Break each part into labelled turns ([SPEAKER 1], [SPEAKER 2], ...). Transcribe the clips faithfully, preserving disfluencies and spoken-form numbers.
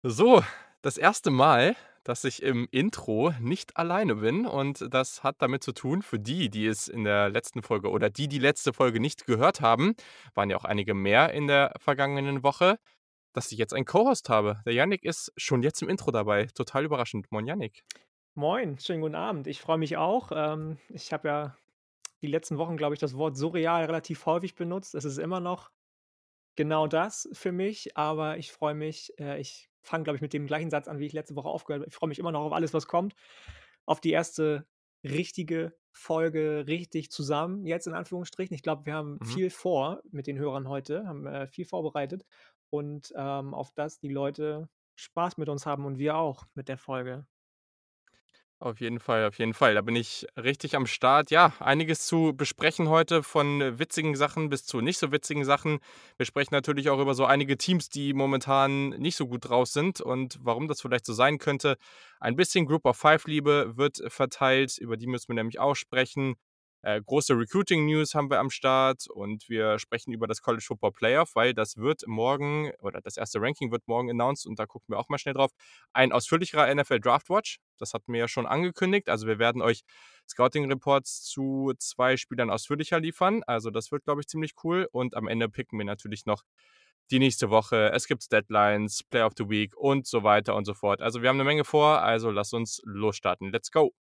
[SPEAKER 1] So, das erste Mal, dass ich im Intro nicht alleine bin und das hat damit zu tun, für die, die es in der letzten Folge oder die die letzte Folge nicht gehört haben, waren ja auch einige mehr in der vergangenen Woche, dass ich jetzt einen Co-Host habe. Der Yannick ist schon jetzt im Intro dabei. Total überraschend. Moin Yannick.
[SPEAKER 2] Moin, schönen guten Abend. Ich freue mich auch. Ähm, ich habe ja die letzten Wochen, glaube ich, das Wort surreal relativ häufig benutzt. Es ist immer noch genau das für mich, aber ich freue mich äh, ich fange, glaube ich, mit dem gleichen Satz an, wie ich letzte Woche aufgehört habe. Ich freue mich immer noch auf alles, was kommt, auf die erste richtige Folge richtig zusammen jetzt in Anführungsstrichen. Ich glaube, wir haben
[SPEAKER 1] Mhm.
[SPEAKER 2] viel vor mit den Hörern heute, haben, äh, viel vorbereitet und, ähm, auf das die Leute Spaß mit uns haben und wir auch mit der Folge.
[SPEAKER 1] Auf jeden Fall, auf jeden Fall. Da bin ich richtig am Start. Ja, einiges zu besprechen heute, von äh, witzigen Sachen bis zu nicht so witzigen Sachen. Wir sprechen natürlich auch über so einige Teams, die momentan nicht so gut draus sind und warum das vielleicht so sein könnte. Ein bisschen Group of Five Liebe wird verteilt, über die müssen wir nämlich auch sprechen. Äh, große Recruiting-News haben wir am Start und wir sprechen über das College Football Playoff, weil das wird morgen oder das erste Ranking wird morgen announced und da gucken wir auch mal schnell drauf. Ein ausführlicherer N F L Draft Watch, das hatten wir ja schon angekündigt. Also wir werden euch Scouting-Reports zu zwei Spielern ausführlicher liefern. Also das wird, glaube ich, ziemlich cool. Und am Ende picken wir natürlich noch die nächste Woche. Es gibt Deadlines, Play of the Week und so weiter und so fort. Also wir haben eine Menge vor, also lasst uns losstarten. Let's go!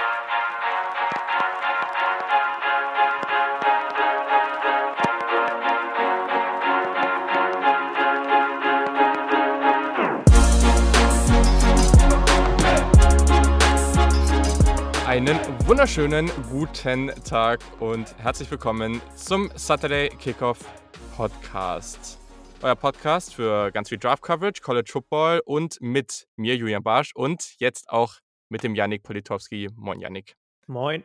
[SPEAKER 1] Einen wunderschönen guten Tag und herzlich willkommen zum Saturday Kickoff Podcast. Euer Podcast für ganz viel Draft-Coverage, College Football und mit mir, Julian Barsch, und jetzt auch mit dem Yannick Politowski. Moin, Yannick.
[SPEAKER 2] Moin.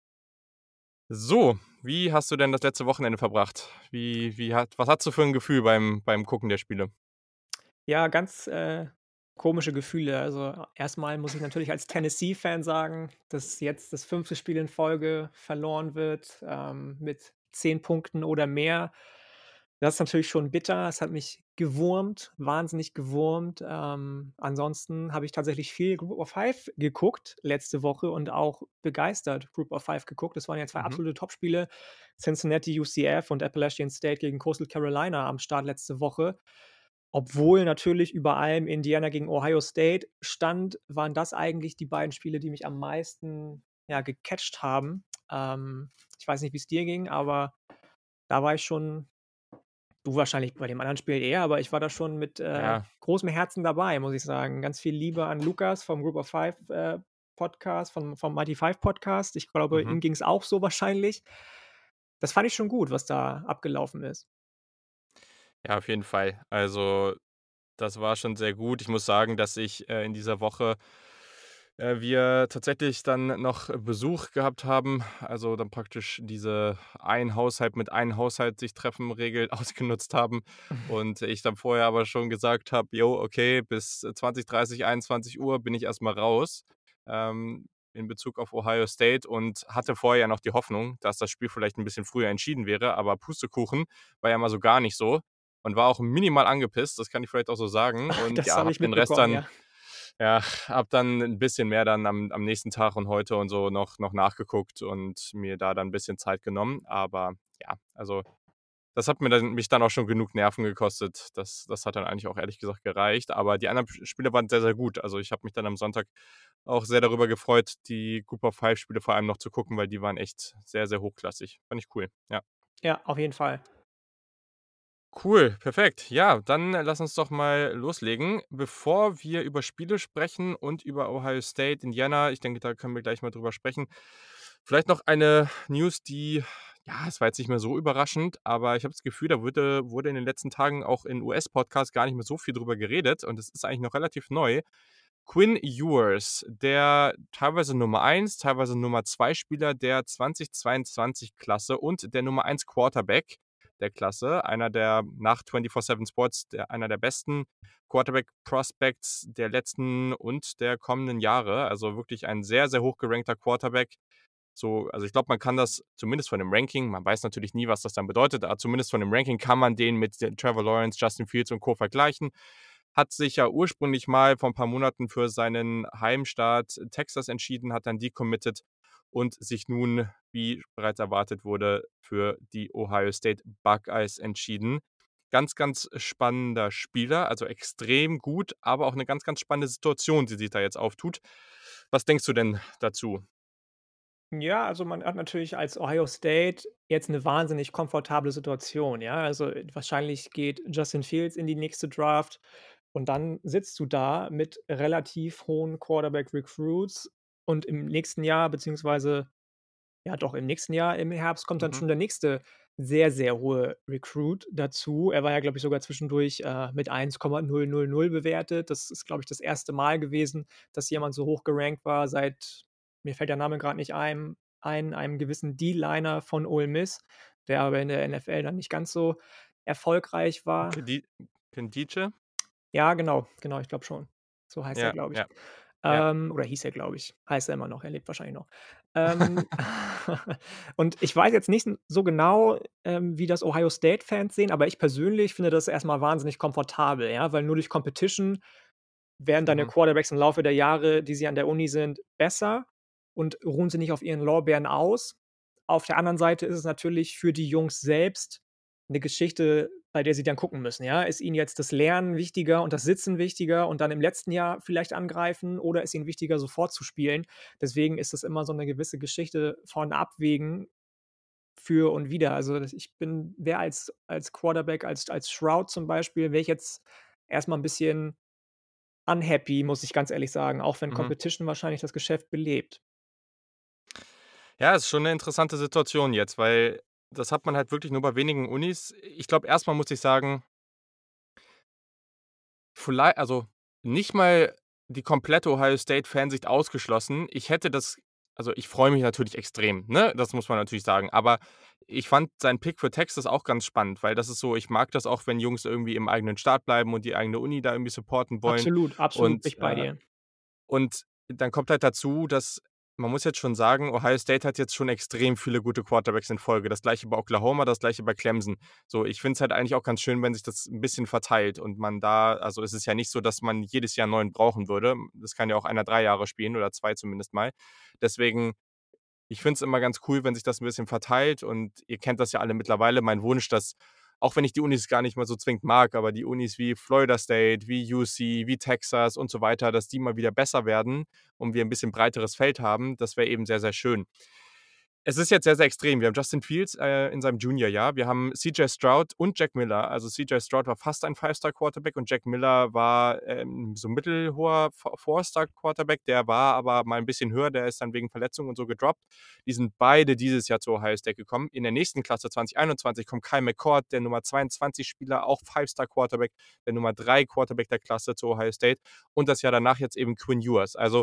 [SPEAKER 1] So, wie hast du denn das letzte Wochenende verbracht? Wie, wie hat, was hast du für ein Gefühl beim, beim Gucken der Spiele?
[SPEAKER 2] Ja, ganz, äh, komische Gefühle. Also, erstmal muss ich natürlich als Tennessee-Fan sagen, dass jetzt das fünfte Spiel in Folge verloren wird, ähm, mit zehn Punkten oder mehr. Das ist natürlich schon bitter. Es hat mich gewurmt, wahnsinnig gewurmt. Ähm, ansonsten habe ich tatsächlich viel Group of Five geguckt letzte Woche und auch begeistert Group of Five geguckt. Das waren ja zwei
[SPEAKER 1] Mhm.
[SPEAKER 2] absolute Topspiele. Cincinnati U C F und Appalachian State gegen Coastal Carolina am Start letzte Woche. Obwohl natürlich über allem Indiana gegen Ohio State stand, waren das eigentlich die beiden Spiele, die mich am meisten, ja, gecatcht haben. Ähm, ich weiß nicht, wie's dir ging, aber da war ich schon du wahrscheinlich bei dem anderen Spiel eher, aber ich war da schon mit, äh,
[SPEAKER 1] Ja.
[SPEAKER 2] großem Herzen dabei, muss ich sagen. Ganz viel Liebe an Lukas vom Group of Five, äh, Podcast, vom vom Mighty Five Podcast. Ich glaube,
[SPEAKER 1] Mhm.
[SPEAKER 2] ihm ging's auch so wahrscheinlich. Das fand ich schon gut, was da abgelaufen ist.
[SPEAKER 1] Ja, auf jeden Fall. Also das war schon sehr gut. Ich muss sagen, dass ich, äh, in dieser Woche äh, wir tatsächlich dann noch Besuch gehabt haben, also dann praktisch diese ein Haushalt mit einem Haushalt sich treffen Regel ausgenutzt haben und ich dann vorher aber schon gesagt habe: „Jo, okay, bis zwanzig, dreißig, einundzwanzig Uhr bin ich erst mal raus“, ähm, in Bezug auf Ohio State und hatte vorher ja noch die Hoffnung, dass das Spiel vielleicht ein bisschen früher entschieden wäre, aber Pustekuchen, war ja mal so gar nicht so und war auch minimal angepisst, das kann ich vielleicht auch so sagen. Und
[SPEAKER 2] Das
[SPEAKER 1] ja,
[SPEAKER 2] habe
[SPEAKER 1] habe
[SPEAKER 2] ich
[SPEAKER 1] den Rest
[SPEAKER 2] mitbekommen,
[SPEAKER 1] dann
[SPEAKER 2] ja.
[SPEAKER 1] ja, habe dann ein bisschen mehr dann am am nächsten Tag und heute und so noch noch nachgeguckt und mir da dann 'n bisschen Zeit genommen. Aber ja, also, das hat mir dann mich dann auch schon genug Nerven gekostet. Das das hat dann eigentlich auch ehrlich gesagt gereicht. Aber die anderen Sch Spiele waren sehr, sehr gut. Also, ich habe mich dann am Sonntag auch sehr darüber gefreut, die Group of Five Spiele vor allem noch zu gucken, weil die waren echt sehr, sehr hochklassig. Fand ich cool, ja.
[SPEAKER 2] Ja, auf jeden Fall.
[SPEAKER 1] Cool, perfekt. Ja, dann äh, lass uns doch mal loslegen. Bevor wir über Spiele sprechen und über Ohio State, Indiana, ich denke, da können wir gleich mal drüber sprechen. Vielleicht noch eine News, die, ja, es war jetzt nicht mehr so überraschend, aber ich habe das Gefühl, da wurde, wurde in den letzten Tagen auch in U S-Podcasts gar nicht mehr so viel drüber geredet und es ist eigentlich noch relativ neu. Quinn Ewers, der teilweise Nummer eins, teilweise Nummer zwei Spieler der zweitausendzweiundzwanzig-Klasse und der Nummer eins Quarterback der Klasse. Einer der nach vierundzwanzig sieben Sports, der, einer der besten Quarterback-Prospects der letzten und der kommenden Jahre. Also wirklich ein sehr, sehr hoch gerankter Quarterback. So, also ich glaube, man kann das zumindest von dem Ranking, man weiß natürlich nie, was das dann bedeutet, aber zumindest von dem Ranking kann man den mit den Trevor Lawrence, Justin Fields und Co. vergleichen. hat sich ja ursprünglich mal vor 'n paar Monaten für seinen Heimstaat Texas entschieden, hat dann decommitted und sich nun, wie bereits erwartet wurde, für die Ohio State Buckeyes entschieden. Ganz, ganz spannender Spieler, also extrem gut, aber auch 'ne ganz, ganz spannende Situation, die sich da jetzt auftut. Was denkst du denn dazu?
[SPEAKER 2] Ja, also man hat natürlich als Ohio State jetzt 'ne wahnsinnig komfortable Situation, ja? Also, äh, wahrscheinlich geht Justin Fields in die nächste Draft und dann sitzt du da mit relativ hohen Quarterback-Recruits und im nächsten Jahr beziehungsweise ja doch, im nächsten Jahr im Herbst kommt dann
[SPEAKER 1] Mhm.
[SPEAKER 2] schon der nächste sehr, sehr hohe Recruit dazu. Er war ja, glaube ich, sogar zwischendurch, äh, mit eins Komma null null null bewertet. Das ist, glaube ich, das erste Mal gewesen, dass jemand so hoch gerankt war seit mir fällt der Name grad nicht ein ein einem gewissen D-Liner von Ole Miss, der aber in der N F L dann nicht ganz so erfolgreich war.
[SPEAKER 1] Nkedi Nkemdiche?
[SPEAKER 2] Ja, genau, genau, ich glaube schon. So heißt er,
[SPEAKER 1] Ja,
[SPEAKER 2] glaube ich.
[SPEAKER 1] ja. Ja.
[SPEAKER 2] Ähm, oder hieß er, glaube ich. Heißt er immer noch, er lebt wahrscheinlich noch. Ähm, und ich weiß jetzt nicht n so genau, ähm, wie das Ohio State-Fans sehen, aber ich persönlich finde das erst mal wahnsinnig komfortabel, ja, weil nur durch Competition werden deine
[SPEAKER 1] Mhm.
[SPEAKER 2] Quarterbacks im Laufe der Jahre, die sie an der Uni sind, besser und ruhen sie nicht auf ihren Lorbeeren aus. Auf der anderen Seite ist es natürlich für die Jungs selbst 'ne Geschichte, bei der sie dann gucken müssen, ja? Ist ihnen jetzt das Lernen wichtiger und das Sitzen wichtiger und dann im letzten Jahr vielleicht angreifen oder ist ihnen wichtiger, sofort zu spielen? Deswegen ist das immer so 'ne gewisse Geschichte von Abwägen für und wider. Also, das ich bin wäre als als Quarterback, als als Stroud zum Beispiel, wäre ich jetzt erst mal 'n bisschen unhappy, muss ich ganz ehrlich sagen, auch wenn
[SPEAKER 1] Mhm.
[SPEAKER 2] Competition wahrscheinlich das Geschäft belebt.
[SPEAKER 1] Ja, ist schon 'ne interessante Situation jetzt, weil das hat man halt wirklich nur bei wenigen Unis. Ich glaube, erst mal muss ich sagen viellei also, nicht mal die komplette Ohio State-Fansicht ausgeschlossen. Ich hätte das also, ich freue mich natürlich extrem, ne? Das muss man natürlich sagen. Aber ich fand seinen Pick für Texas auch ganz spannend, weil das ist so ich mag das auch, wenn Jungs irgendwie im eigenen Staat bleiben und die eigene Uni da irgendwie supporten wollen.
[SPEAKER 2] Absolut, absolut, bin
[SPEAKER 1] Und,
[SPEAKER 2] ich bei
[SPEAKER 1] äh
[SPEAKER 2] dir.
[SPEAKER 1] und dann kommt halt dazu, dass man muss jetzt schon sagen, Ohio State hat jetzt schon extrem viele gute Quarterbacks in Folge. Das Gleiche bei Oklahoma, das Gleiche bei Clemson. So, ich finde es halt eigentlich auch ganz schön, wenn sich das 'n bisschen verteilt und man da also, es ist ja nicht so, dass man jedes Jahr 'n neuen brauchen würde. Es kann ja auch einer drei Jahre spielen oder zwei zumindest mal. Deswegen ich finde es immer ganz cool, wenn sich das 'n bisschen verteilt und ihr kennt das ja alle mittlerweile. Mein Wunsch, dass auch wenn ich die Unis gar nicht mal so zwingend mag, aber die Unis wie Florida State, wie U C, wie Texas und so weiter, dass die mal wieder besser werden und wir 'n bisschen breiteres Feld haben, das wäre eben sehr, sehr schön. Es ist jetzt sehr, sehr extrem. Wir haben Justin Fields, äh, in seinem Juniorjahr. Wir haben CJ Stroud und Jack Miller. Also, CJ Stroud war fast ein Five-Star-Quarterback und Jack Miller war, ähm, so mittelhoher Four Four-Star-Quarterback. Der war aber mal 'n bisschen höher, der ist dann wegen Verletzungen und so gedroppt. Die sind beide dieses Jahr zu Ohio State gekommen. In der nächsten Klasse zwanzig einundzwanzig kommt Kyle McCord, der Nummer zweiundzwanzig-Spieler, auch Five-Star-Quarterback, der Nummer drei Quarterback der Klasse zu Ohio State und das Jahr danach jetzt eben Quinn Ewers. Also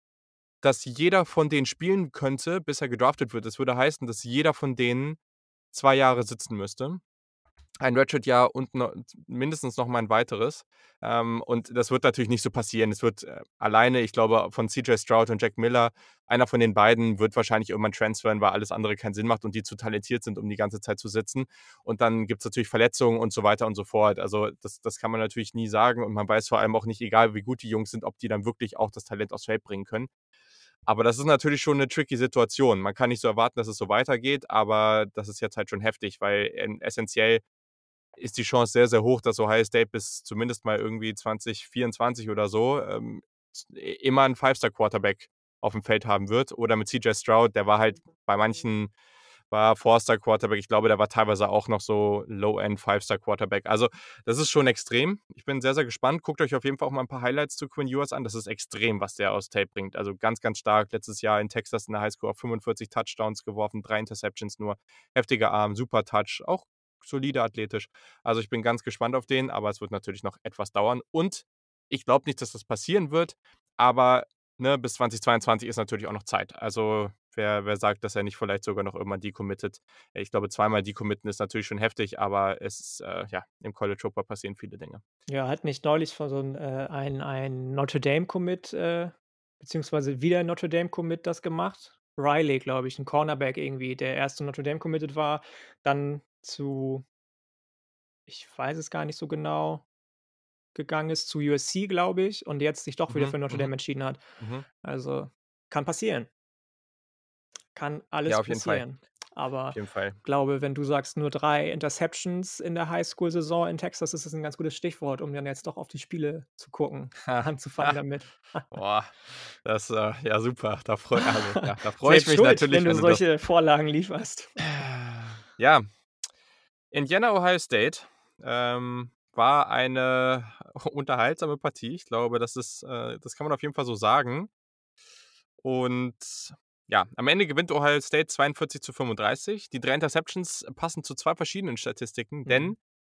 [SPEAKER 1] dass jeder von denen spielen könnte, bis er gedraftet wird. Das würde heißen, dass jeder von denen zwei Jahre sitzen müsste. Ein Redshirt-Jahr und no mindestens noch mal 'n weiteres. Ähm, und das wird natürlich nicht so passieren. Es wird, äh, alleine ich glaube, von CJ Stroud und Jack Miller einer von den beiden wird wahrscheinlich irgendwann transfern, weil alles andere keinen Sinn macht und die zu talentiert sind, um die ganze Zeit zu sitzen. Und dann gibt's natürlich Verletzungen und so weiter und so fort. Also, das das kann man natürlich nie sagen und man weiß vor allem auch nicht, egal wie gut die Jungs sind, ob die dann wirklich auch das Talent aufs Feld bringen können. Aber das ist natürlich schon 'ne tricky Situation. Man kann nicht so erwarten, dass es so weitergeht, aber das ist jetzt halt schon heftig, weil, ähm, essenziell ist die Chance sehr, sehr hoch, dass Ohio State bis zumindest mal irgendwie zwanzig vierundzwanzig oder so, ähm, s i immer 'n Five-Star-Quarterback aufm Feld haben wird oder mit CJ Stroud, der war halt bei manchen war Four-Star-Quarterback. Ich glaube, der war teilweise auch noch so Low-End Five-Star-Quarterback. Also, das ist schon extrem. Ich bin sehr, sehr gespannt. Guckt euch auf jeden Fall auch mal 'n paar Highlights zu Quinn Ewers an. Das ist extrem, was der aus Tape bringt. Also, ganz, ganz stark. Letztes Jahr in Texas in der Highschool auf fünfundvierzig Touchdowns geworfen, drei Interceptions nur. Heftiger Arm, super Touch, auch solide athletisch. Also, ich bin ganz gespannt auf den, aber es wird natürlich noch etwas dauern. Und ich glaube nicht, dass das passieren wird, aber, ne, bis zwanzig zweiundzwanzig ist natürlich auch noch Zeit. Also, wer wer sagt, dass er nicht vielleicht sogar noch irgendwann decommitted? Ich glaube, zweimal decommitten ist natürlich schon heftig, aber es ist, äh, ja, im College Football passieren viele Dinge.
[SPEAKER 2] Ja, hat nicht neulich vor so 'n äh, ein ein Notre-Dame-Commit, äh, beziehungsweise wieder 'n Notre-Dame-Commit das gemacht? Riley, glaube ich, 'n Cornerback irgendwie, der erst zu Notre-Dame committed war, dann zu ich weiß es gar nicht so genau. gegangen ist zu U S C, glaube ich, und jetzt sich doch wieder
[SPEAKER 1] Mhm,
[SPEAKER 2] für Notre
[SPEAKER 1] mhm,
[SPEAKER 2] Dame entschieden hat.
[SPEAKER 1] mhm.
[SPEAKER 2] Also, kann passieren. Kann
[SPEAKER 1] Ja,
[SPEAKER 2] alles
[SPEAKER 1] auf jeden Fall.
[SPEAKER 2] passieren.
[SPEAKER 1] Auf
[SPEAKER 2] Aber
[SPEAKER 1] jeden Fall.
[SPEAKER 2] glaube, wenn du sagst, nur drei Interceptions in der Highschool-Saison in Texas, ist das 'n ganz gutes Stichwort, um dann jetzt doch auf die Spiele zu gucken
[SPEAKER 1] Ha,
[SPEAKER 2] anzufangen
[SPEAKER 1] ha.
[SPEAKER 2] damit.
[SPEAKER 1] Boah, das, äh ja super. Da freu also, ja, da freue ich
[SPEAKER 2] Selbst
[SPEAKER 1] mich
[SPEAKER 2] schuld, wenn
[SPEAKER 1] natürlich,
[SPEAKER 2] du
[SPEAKER 1] wenn du das
[SPEAKER 2] solche Vorlagen lieferst.
[SPEAKER 1] Ja. Indiana, Ohio State, ähm, war eine unterhaltsame Partie. Ich glaube, das ist äh, das kann man auf jeden Fall so sagen. Und ja, am Ende gewinnt Ohio State zweiundvierzig zu fünfunddreißig. Die drei Interceptions passen zu zwei verschiedenen Statistiken,
[SPEAKER 2] Mhm.
[SPEAKER 1] denn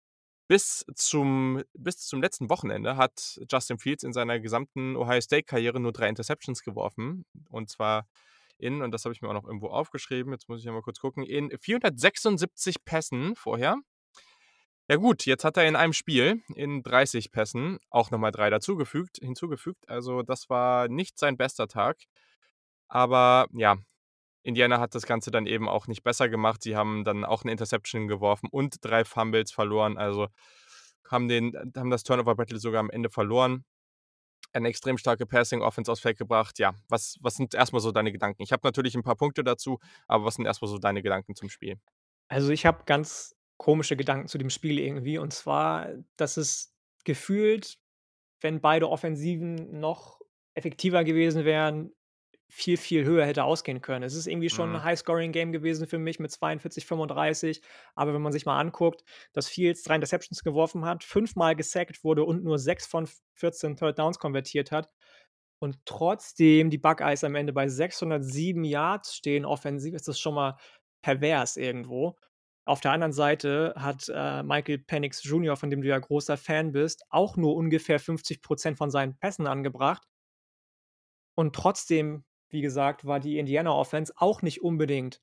[SPEAKER 1] bis zum bis zum letzten Wochenende hat Justin Fields in seiner gesamten Ohio State-Karriere nur drei Interceptions geworfen. Und zwar in und das habe ich mir auch noch irgendwo aufgeschrieben, jetzt muss ich einmal kurz gucken, in vierhundertsechsundsiebzig Pässen vorher. Ja gut, jetzt hat er in einem Spiel in dreißig Pässen auch noch mal drei dazugefügt hinzugefügt. Also, das war nicht sein bester Tag. Aber ja, Indiana hat das Ganze dann eben auch nicht besser gemacht. Sie haben dann auch 'ne Interception geworfen und drei Fumbles verloren, also haben den haben das Turnover Battle sogar am Ende verloren. Eine extrem starke Passing Offense aufs Feld gebracht. Ja, was was sind erst mal so deine Gedanken? Ich habe natürlich 'n paar Punkte dazu, aber was sind erst mal so deine Gedanken zum Spiel?
[SPEAKER 2] Also, ich habe ganz komische Gedanken zu dem Spiel irgendwie, und zwar, dass es gefühlt, wenn beide Offensiven noch effektiver gewesen wären, viel, viel höher hätte ausgehen können. Es ist irgendwie schon 'n
[SPEAKER 1] Mhm.
[SPEAKER 2] High-Scoring-Game gewesen für mich mit zweiundvierzig, fünfunddreißig. Aber wenn man sich mal anguckt, dass Fields drei Interceptions geworfen hat, fünfmal gesackt wurde und nur sechs von v vierzehn Third Downs konvertiert hat und trotzdem die Buckeyes am Ende bei sechshundertsieben Yards stehen offensiv, ist das schon mal pervers irgendwo. Auf der anderen Seite hat, äh, Michael Penix Junior, von dem du ja großer Fan bist, auch nur ungefähr fünfzig Prozent von seinen Pässen angebracht. Und trotzdem, wie gesagt, war die Indiana Offense auch nicht unbedingt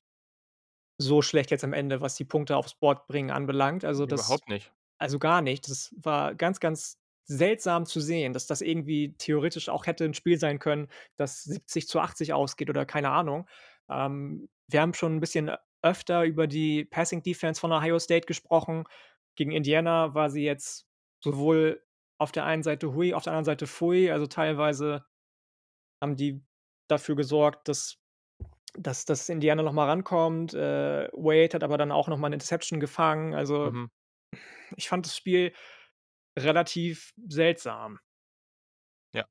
[SPEAKER 2] so schlecht jetzt am Ende, was die Punkte aufs Board bringen anbelangt. Also, das
[SPEAKER 1] Überhaupt nicht.
[SPEAKER 2] also, gar nicht. Das war ganz, ganz seltsam zu sehen, dass das irgendwie theoretisch auch hätte 'n Spiel sein können, das siebzig zu achtzig ausgeht oder keine Ahnung. Ähm, wir haben schon 'n bisschen öfter über die Passing Defense von Ohio State gesprochen. Gegen Indiana war sie jetzt sowohl auf der einen Seite hui, auf der anderen Seite pfui. Also, teilweise haben die dafür gesorgt, dass dass dass Indiana noch mal rankommt. Äh, Wade hat aber dann auch noch mal 'ne Interception gefangen. Also,
[SPEAKER 1] Mhm.
[SPEAKER 2] ich fand das Spiel relativ seltsam.
[SPEAKER 1] Ja.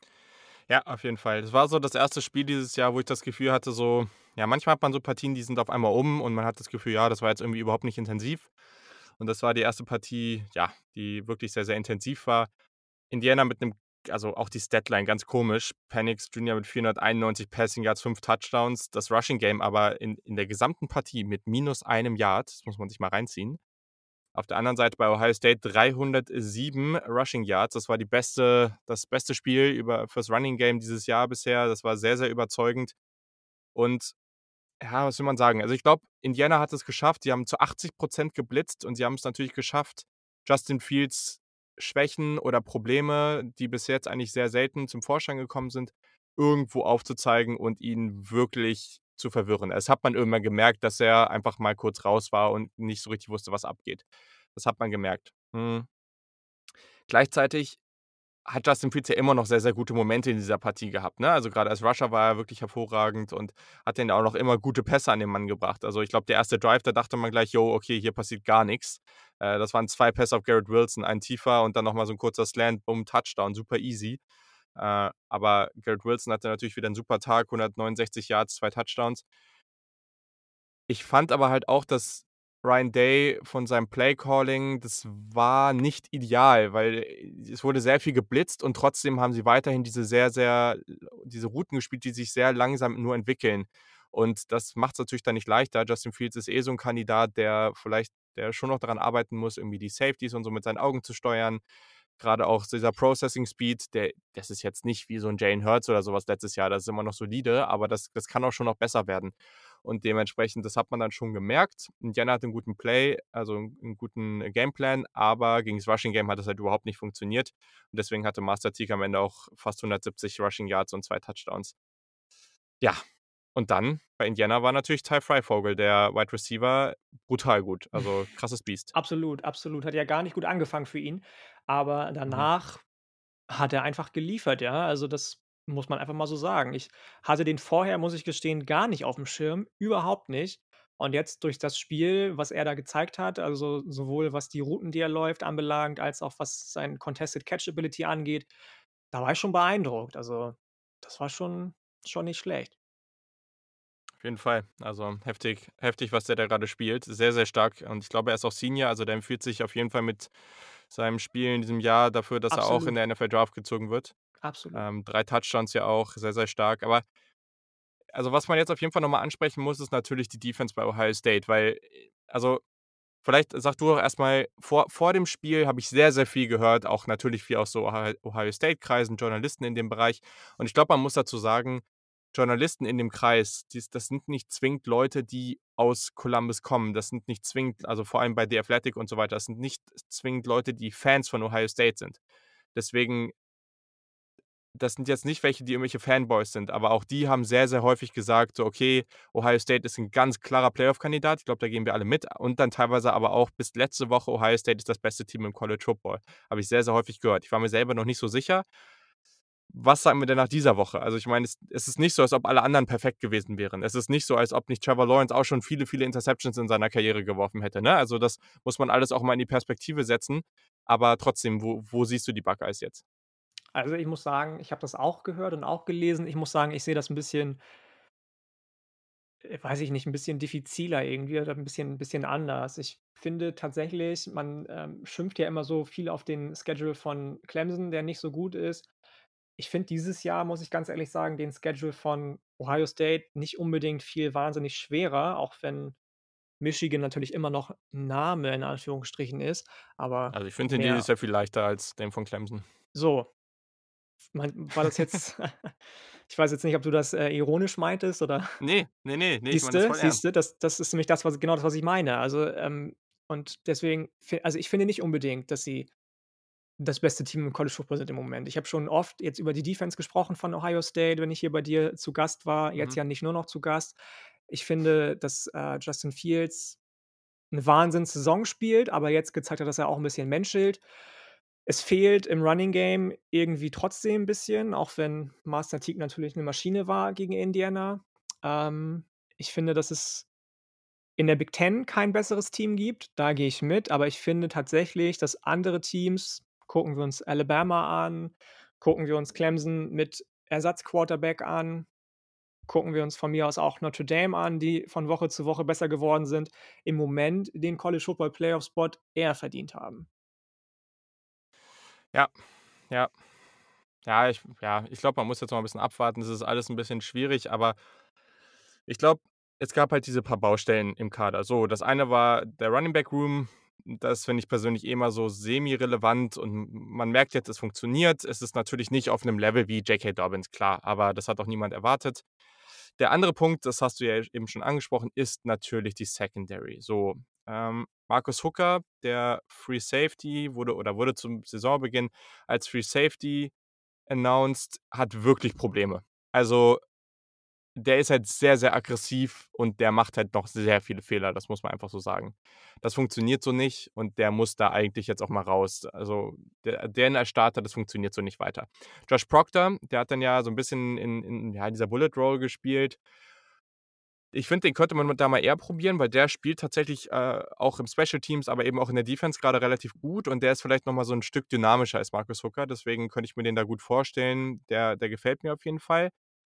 [SPEAKER 1] Ja, auf jeden Fall. Das war so das erste Spiel dieses Jahr, wo ich das Gefühl hatte, so ja, manchmal hat man so Partien, die sind auf einmal um und man hat das Gefühl, ja, das war jetzt irgendwie überhaupt nicht intensiv. Und das war die erste Partie, ja, die wirklich sehr, sehr intensiv war. Indiana mit 'nem also, auch die Statline ganz komisch. Penix Junior mit vierhunderteinundneunzig Passing Yards, fünf Touchdowns. Das Rushing Game aber in in der gesamten Partie mit minus einem Yard. Das muss man sich mal reinziehen. Auf der anderen Seite bei Ohio State dreihundertsieben Rushing Yards. Das war die beste das beste Spiel über fürs Running Game dieses Jahr bisher. Das war sehr, sehr überzeugend. Und ja, was will man sagen? Also, ich glaube, Indiana hat es geschafft. Die haben zu achtzig Prozent geblitzt und sie haben's natürlich geschafft, Justin Fields Schwächen oder Probleme, die bis jetzt eigentlich sehr selten zum Vorschein gekommen sind, irgendwo aufzuzeigen und ihn wirklich zu verwirren. Das hat man irgendwann gemerkt, dass er einfach mal kurz raus war und nicht so richtig wusste, was abgeht. Das hat man gemerkt. Mhm. Gleichzeitig hat Justin Fields ja immer noch sehr, sehr gute Momente in dieser Partie gehabt, ne? Also, grade als Rusher war er wirklich hervorragend und hat dann auch noch immer gute Pässe an den Mann gebracht. Also, ich glaube, der erste Drive, da dachte man gleich: „Jo, okay, hier passiert gar nix.“ Äh, das waren zwei Pässe auf Garrett Wilson, ein tiefer und dann noch mal so 'n kurzer Slant, Bumm, Touchdown, super easy. Äh, aber Garrett Wilson hatte natürlich wieder 'n super Tag, hundertneunundsechzig Yards, zwei Touchdowns. Ich fand aber halt auch, dass Ryan Day von seinem Play Calling das war nicht ideal, weil es wurde sehr viel geblitzt und trotzdem haben sie weiterhin diese sehr, sehr diese Routen gespielt, die sich sehr langsam nur entwickeln. Und das macht's natürlich dann nicht leichter. Justin Fields ist eh so 'n Kandidat, der vielleicht der schon noch daran arbeiten muss, irgendwie die Safeties und so mit seinen Augen zu steuern. Grade auch dieser Processing Speed, der das ist jetzt nicht wie so 'n Jalen Hurts oder so was letztes Jahr, das ist immer noch solide, aber das das kann auch schon noch besser werden. Und dementsprechend, das hat man dann schon gemerkt. Indiana hatte 'n guten Play, also 'n 'n guten Gameplan, aber gegen das Rushing Game hat das halt überhaupt nicht funktioniert. Und deswegen hatte Master Teague am Ende auch fast hundertsiebzig Rushing Yards und zwei Touchdowns. Ja, und dann bei Indiana war natürlich Ty Fryfogle, der Wide Receiver, brutal gut. Also, krasses Biest.
[SPEAKER 2] Absolut, absolut. Hat ja gar nicht gut angefangen für ihn. aber
[SPEAKER 1] Mhm.
[SPEAKER 2] danach hat er einfach geliefert, ja. Also, das muss man einfach mal so sagen. Ich hatte den vorher, muss ich gestehen, gar nicht aufm Schirm, überhaupt nicht. Und jetzt durch das Spiel, was er da gezeigt hat, also sowohl was die Routen, die er läuft, anbelangt, als auch was sein Contested Catch Ability angeht, da war ich schon beeindruckt. Also, das war schon schon nicht schlecht.
[SPEAKER 1] Auf jeden Fall. Also, heftig heftig, was der da grade spielt. Sehr, sehr stark. Und ich glaube, er ist auch Senior, also der empfiehlt sich auf jeden Fall mit seinem Spiel in diesem Jahr dafür, dass er auch in
[SPEAKER 2] Absolut.
[SPEAKER 1] der N F L Draft gezogen wird.
[SPEAKER 2] Absolut.
[SPEAKER 1] Ähm, drei Touchdowns ja auch, sehr, sehr stark. Aber also, was man jetzt auf jeden Fall noch mal ansprechen muss, ist natürlich die Defense bei Ohio State, weil also, vielleicht sag du doch erst mal, vor vor dem Spiel habe ich sehr, sehr viel gehört, auch natürlich viel aus so Ohi Ohio State-Kreisen, Journalisten in dem Bereich. Und ich glaube, man muss dazu sagen, Journalisten in dem Kreis, dies das sind nicht zwingend Leute, die aus Columbus kommen. Das sind nicht zwingend also, vor allem bei The Athletic und so weiter, das sind nicht zwingend Leute, die Fans von Ohio State sind. Deswegen das sind jetzt nicht welche, die irgendwelche Fanboys sind, aber auch die haben sehr, sehr häufig gesagt, so: „Okay, Ohio State ist 'n ganz klarer Playoff-Kandidat.“ Ich glaube, da gehen wir alle mit. Und dann teilweise aber auch bis letzte Woche: „Ohio State ist das beste Team im College Football.“ Habe ich sehr, sehr häufig gehört. Ich war mir selber noch nicht so sicher. Was sagen wir denn nach dieser Woche? Also, ich meine, es es ist nicht so, als ob alle anderen perfekt gewesen wären. Es ist nicht so, als ob nicht Trevor Lawrence auch schon viele, viele Interceptions in seiner Karriere geworfen hätte, ne? Also, das muss man alles auch mal in die Perspektive setzen. Aber trotzdem, wo wo siehst du die Buckeyes jetzt?
[SPEAKER 2] Also, ich muss sagen, ich habe das auch gehört und auch gelesen. Ich muss sagen, ich sehe das 'n bisschen äh, weiß ich nicht, 'n bisschen diffiziler irgendwie oder 'n bisschen 'n bisschen anders. Ich finde tatsächlich, man, ähm, schimpft ja immer so viel auf den Schedule von Clemson, der nicht so gut ist. Ich finde dieses Jahr, muss ich ganz ehrlich sagen, den Schedule von Ohio State nicht unbedingt viel wahnsinnig schwerer, auch wenn Michigan natürlich immer noch 'n Name in Anführungsstrichen ist, aber
[SPEAKER 1] Also, ich finde den dieses
[SPEAKER 2] mehr
[SPEAKER 1] Jahr viel leichter als den von Clemson.
[SPEAKER 2] So. Mein war das jetzt ich weiß jetzt nicht, ob du das, äh, ironisch meintest oder
[SPEAKER 1] Ne, ne, ne, ne, ich meine das
[SPEAKER 2] Siehste,
[SPEAKER 1] voll ernst.
[SPEAKER 2] siehste, das das ist nämlich das, was genau das, was ich meine. Also, ähm, und deswegen fi also, ich finde nicht unbedingt, dass sie das beste Team im College Football sind im Moment. Ich habe schon oft jetzt über die Defense gesprochen von Ohio State, wenn ich hier bei dir zu Gast war, jetzt
[SPEAKER 1] Mhm.
[SPEAKER 2] ja nicht nur noch zu Gast. Ich finde, dass, äh, Justin Fields 'ne Wahnsinns-Saison spielt, aber jetzt gezeigt hat, dass er auch 'n bisschen menschelt. Es fehlt im Running Game irgendwie trotzdem 'n bisschen, auch wenn Master Teague natürlich 'ne Maschine war gegen Indiana. Ähm, ich finde, dass es in der Big Ten kein besseres Team gibt, da gehe ich mit, aber ich finde tatsächlich, dass andere Teams gucken wir uns Alabama an, gucken wir uns Clemson mit Ersatzquarterback an, gucken wir uns von mir aus auch Notre Dame an, die von Woche zu Woche besser geworden sind, im Moment den College Football Playoff Spot eher verdient haben.
[SPEAKER 1] Ja, ja. Ja, ich ja, ich glaube, man muss jetzt noch 'n bisschen abwarten. Das ist alles 'n bisschen schwierig, aber ich glaube, es gab halt diese paar Baustellen im Kader. So, das eine war der Running Back Room. Das finde ich persönlich eh immer so semirelevant und m man merkt jetzt, es funktioniert. Es ist natürlich nicht auf 'nem Level wie J K. Dobbins, klar, aber das hat auch niemand erwartet. Der andere Punkt, das hast du ja eben schon angesprochen, ist natürlich die Secondary. So, ähm, Marcus Hooker, der Free Safety, wurde oder wurde zum Saisonbeginn als Free Safety announced, hat wirklich Probleme. Also, der ist halt sehr, sehr aggressiv und der macht halt noch sehr viele Fehler, das muss man einfach so sagen. Das funktioniert so nicht und der muss da eigentlich jetzt auch mal raus. Also, der der als Starter, das funktioniert so nicht weiter. Josh Proctor, der hat dann ja so 'n bisschen in in, ja, dieser Bullet Roll gespielt. Ich finde, den könnte man da mal eher probieren, weil der spielt tatsächlich, äh, auch im Special Teams, aber eben auch in der Defense grade relativ gut und der ist vielleicht noch mal so 'n Stück dynamischer als Marcus Hooker. Deswegen könnte ich mir den da gut vorstellen. Der der gefällt mir auf jeden Fall.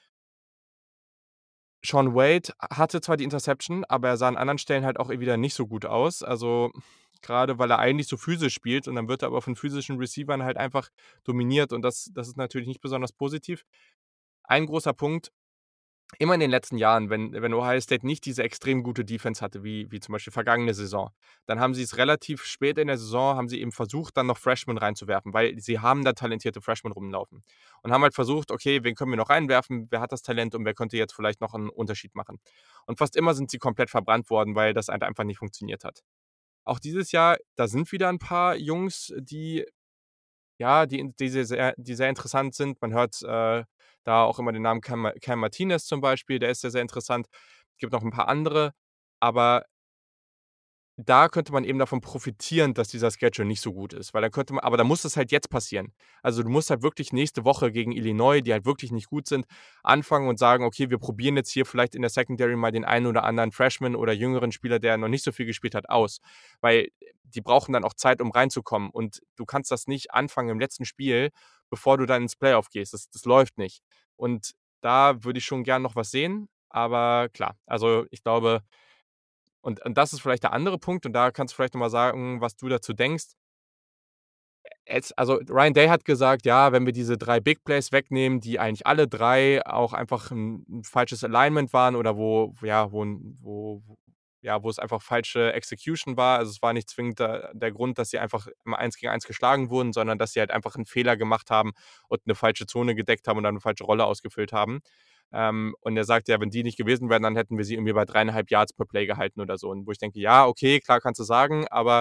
[SPEAKER 1] Shaun Wade hatte zwar die Interception, aber er sah an anderen Stellen halt auch eh wieder nicht so gut aus. Also, grade weil er eigentlich so physisch spielt und dann wird er aber von physischen Receivern halt einfach dominiert und das das ist natürlich nicht besonders positiv. Ein großer Punkt, immer in den letzten Jahren, wenn wenn Ohio State nicht diese extrem gute Defense hatte, wie wie zum Beispiel vergangene Saison, dann haben sie's relativ spät in der Saison haben sie eben versucht, dann noch Freshmen reinzuwerfen, weil sie haben da talentierte Freshmen rumlaufen und haben halt versucht: „Okay, wen können wir noch reinwerfen? Wer hat das Talent und wer könnte jetzt vielleicht noch 'n Unterschied machen?“ Und fast immer sind sie komplett verbrannt worden, weil das halt einfach nicht funktioniert hat. Auch dieses Jahr, da sind wieder 'n paar Jungs, die ja, die die sehr sehr die sehr interessant sind. Man hört, äh, da auch immer den Namen Cam Ma Cam Martinez zum Beispiel, der ist sehr, sehr interessant. Gibt noch 'n paar andere, aber Da könnte man eben davon profitieren, dass dieser Schedule nicht so gut ist, weil dann könnte man aber dann muss es halt jetzt passieren. Also, du musst halt wirklich nächste Woche gegen Illinois, die halt wirklich nicht gut sind, anfangen und sagen: „Okay, wir probieren jetzt hier vielleicht in der Secondary mal den einen oder anderen Freshman oder jüngeren Spieler, der noch nicht so viel gespielt hat, aus.“ Weil die brauchen dann auch Zeit, um reinzukommen und du kannst das nicht anfangen im letzten Spiel, bevor du dann ins Playoff gehst. Das das läuft nicht. Und da würde ich schon gern noch was sehen, aber klar, also, ich glaube und und das ist vielleicht der andere Punkt und da kannst du vielleicht noch mal sagen, was du dazu denkst. Es also, Ryan Day hat gesagt: „Ja, wenn wir diese drei Big Plays wegnehmen, die eigentlich alle drei auch einfach 'n 'n falsches Alignment waren oder wo ja, wo 'n wo ja, wo es einfach falsche Execution war.“ Also, es war nicht zwingend der der Grund, dass sie einfach im eins gegen eins geschlagen wurden, sondern dass sie halt einfach 'n Fehler gemacht haben und 'ne falsche Zone gedeckt haben und dann 'ne falsche Rolle ausgefüllt haben. Ähm, und er sagt: „Ja, wenn die nicht gewesen wären, dann hätten wir sie irgendwie bei dreieinhalb Yards per Play gehalten“ oder so. Und wo ich denke: „Ja, okay, klar, kannst du sagen, aber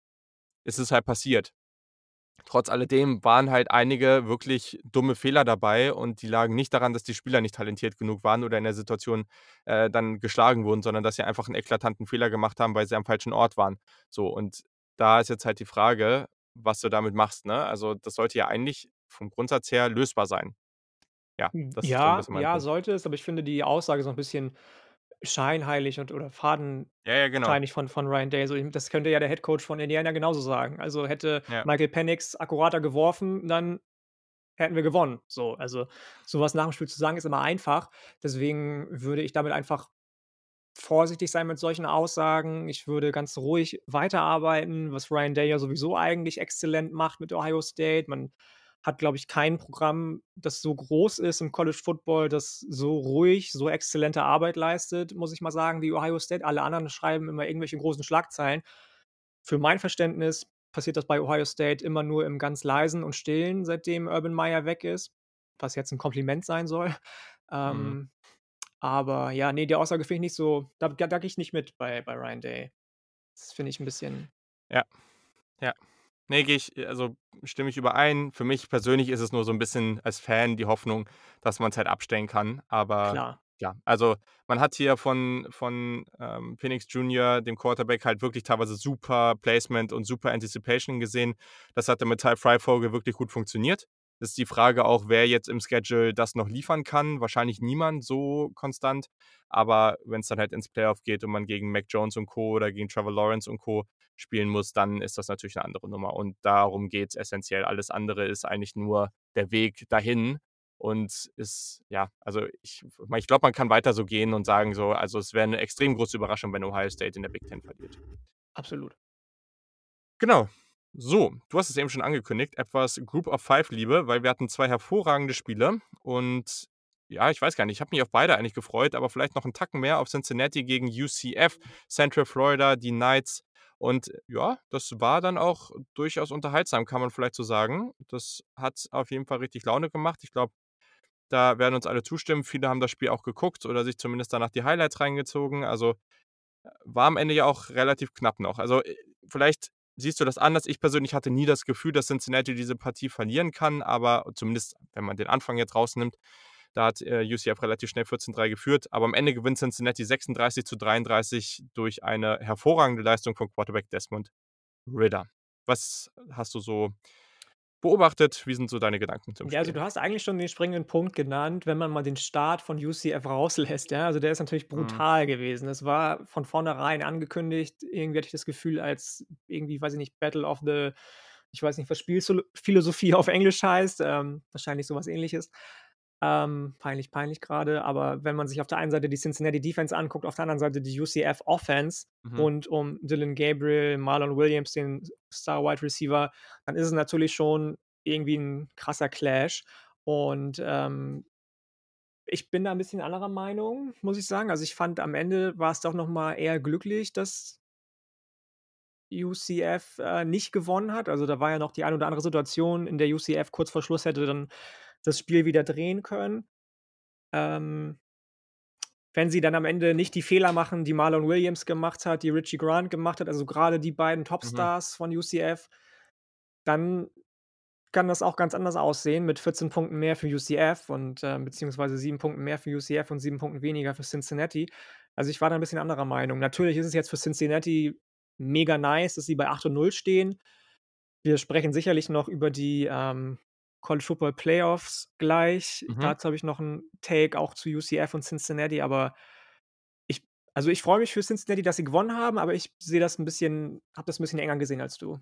[SPEAKER 1] es ist halt passiert.“ Trotz alledem waren halt einige wirklich dumme Fehler dabei und die lagen nicht daran, dass die Spieler nicht talentiert genug waren oder in der Situation, äh, dann geschlagen wurden, sondern dass sie einfach 'n eklatanten Fehler gemacht haben, weil sie am falschen Ort waren. So, und da ist jetzt halt die Frage, was du damit machst, ne? Also, das sollte ja eigentlich vom Grundsatz her lösbar sein. Ja,
[SPEAKER 2] Hm,
[SPEAKER 1] das ist so 'n
[SPEAKER 2] ja,
[SPEAKER 1] bisschen mein
[SPEAKER 2] ja,
[SPEAKER 1] Punkt.
[SPEAKER 2] sollte es, aber ich finde die Aussage so 'n bisschen scheinheilig und oder
[SPEAKER 1] Ja, ja, genau.
[SPEAKER 2] fadenscheinig von von Ryan Day. So, ihm das könnte ja der Head Coach von Indiana genauso sagen. Also, hätte
[SPEAKER 1] Ja.
[SPEAKER 2] Michael Penix akkurater geworfen, dann hätten wir gewonnen. So, also, so was nach dem Spiel zu sagen, ist immer einfach. Deswegen würde ich damit einfach vorsichtig sein mit solchen Aussagen. Ich würde ganz ruhig weiterarbeiten, was Ryan Day ja sowieso eigentlich exzellent macht mit Ohio State. Man hat, glaube ich, kein Programm, das so groß ist im College Football, das so ruhig, so exzellente Arbeit leistet, muss ich mal sagen, wie Ohio State. Alle anderen schreiben immer irgendwelche großen Schlagzeilen. Für mein Verständnis passiert das bei Ohio State immer nur im ganz Leisen und Stillen, seitdem Urban Meyer weg ist, was jetzt 'n Kompliment sein soll.
[SPEAKER 1] Mhm.
[SPEAKER 2] Ähm, aber ja, ne, die Aussage finde ich nicht so da da da gehe ich nicht mit bei bei Ryan Day. Das finde ich 'n bisschen
[SPEAKER 1] Ja, ja. Ne, gehe ich also, stimme ich überein. Für mich persönlich ist es nur so 'n bisschen als Fan die Hoffnung, dass man's halt abstellen kann. Aber
[SPEAKER 2] Klar.
[SPEAKER 1] ja, also, man hat hier von von, ähm, Penix Junior, dem Quarterback, halt wirklich teilweise super Placement und super Anticipation gesehen. Das hatte mit Ty Fryfogle wirklich gut funktioniert. Ist die Frage auch, wer jetzt im Schedule das noch liefern kann. Wahrscheinlich niemand so konstant. Aber wenn's dann halt ins Playoff geht und man gegen Mac Jones und Co. oder gegen Trevor Lawrence und Co. spielen muss, dann ist das natürlich 'ne andere Nummer. Und darum geht's essenziell. Alles andere ist eigentlich nur der Weg dahin und ist ja, also, ich ich glaube, man kann weiter so gehen und sagen so, also, es wäre 'ne extrem große Überraschung, wenn Ohio State in der Big Ten verliert.
[SPEAKER 2] Absolut.
[SPEAKER 1] Genau. So, du hast es eben schon angekündigt, etwas Group of Five Liebe, weil wir hatten zwei hervorragende Spiele und ja, ich weiß gar nicht, ich habe mich auf beide eigentlich gefreut, aber vielleicht noch 'n Tacken mehr auf Cincinnati gegen U C F, Central Florida, die Knights. Und ja, das war dann auch durchaus unterhaltsam, kann man vielleicht so sagen. Das hat auf jeden Fall richtig Laune gemacht. Ich glaube, da werden uns alle zustimmen. Viele haben das Spiel auch geguckt oder sich zumindest danach die Highlights reingezogen. Also, war am Ende ja auch relativ knapp noch. Also, äh, vielleicht siehst du das anders. Ich persönlich hatte nie das Gefühl, dass Cincinnati diese Partie verlieren kann, aber zumindest, wenn man den Anfang jetzt rausnimmt, da hat, äh, U C F relativ schnell vierzehn drei geführt. Aber am Ende gewinnt Cincinnati sechsunddreißig zu dreiunddreißig durch eine hervorragende Leistung von Quarterback Desmond Ridder. Was hast du so beobachtet? Wie sind so deine Gedanken zum
[SPEAKER 2] Ja, also,
[SPEAKER 1] Spiel?
[SPEAKER 2] du hast eigentlich schon den springenden Punkt genannt, wenn man mal den Start von U C F rauslässt, ja? Also, der ist natürlich
[SPEAKER 1] Mhm.
[SPEAKER 2] brutal gewesen. Es war von vornherein angekündigt. Irgendwie hatte ich das Gefühl, als irgendwie, weiß ich nicht, Battle of the ich weiß nicht, was Spielzolo Philosophie auf Englisch heißt, ähm, wahrscheinlich so was Ähnliches. Ähm, peinlich, peinlich grade. Aber wenn man sich auf der einen Seite die Cincinnati Defense anguckt, auf der anderen Seite die U C F Offense
[SPEAKER 1] Mhm.
[SPEAKER 2] und um Dillon Gabriel, Marlon Williams, den Star Wide Receiver, dann ist es natürlich schon irgendwie 'n krasser Clash. Und, ähm ich bin da 'n bisschen anderer Meinung, muss ich sagen. Also, ich fand, am Ende war's doch noch mal eher glücklich, dass U C F, äh, nicht gewonnen hat. Also, da war ja noch die ein oder andere Situation, in der U C F kurz vor Schluss hätte dann das Spiel wieder drehen können. Ähm wenn sie dann am Ende nicht die Fehler machen, die Marlon Williams gemacht hat, die Richie Grant gemacht hat, also, grade die beiden
[SPEAKER 1] Mhm.
[SPEAKER 2] Topstars von U C F, dann kann das auch ganz anders aussehen mit vierzehn Punkten mehr für U C F und, ähm beziehungsweise sieben Punkten mehr für U C F und sieben Punkten weniger für Cincinnati. Also, ich war da 'n bisschen anderer Meinung. Natürlich ist es jetzt für Cincinnati mega nice, dass sie bei acht und null stehen. Wir sprechen sicherlich noch über die, ähm, College Football Playoffs gleich.
[SPEAKER 1] Mhm.
[SPEAKER 2] Dazu habe ich noch 'n Take auch zu U C F und Cincinnati, aber ich also, ich freue mich für Cincinnati, dass sie gewonnen haben, aber ich sehe das 'n bisschen habe das 'n bisschen enger gesehen als du.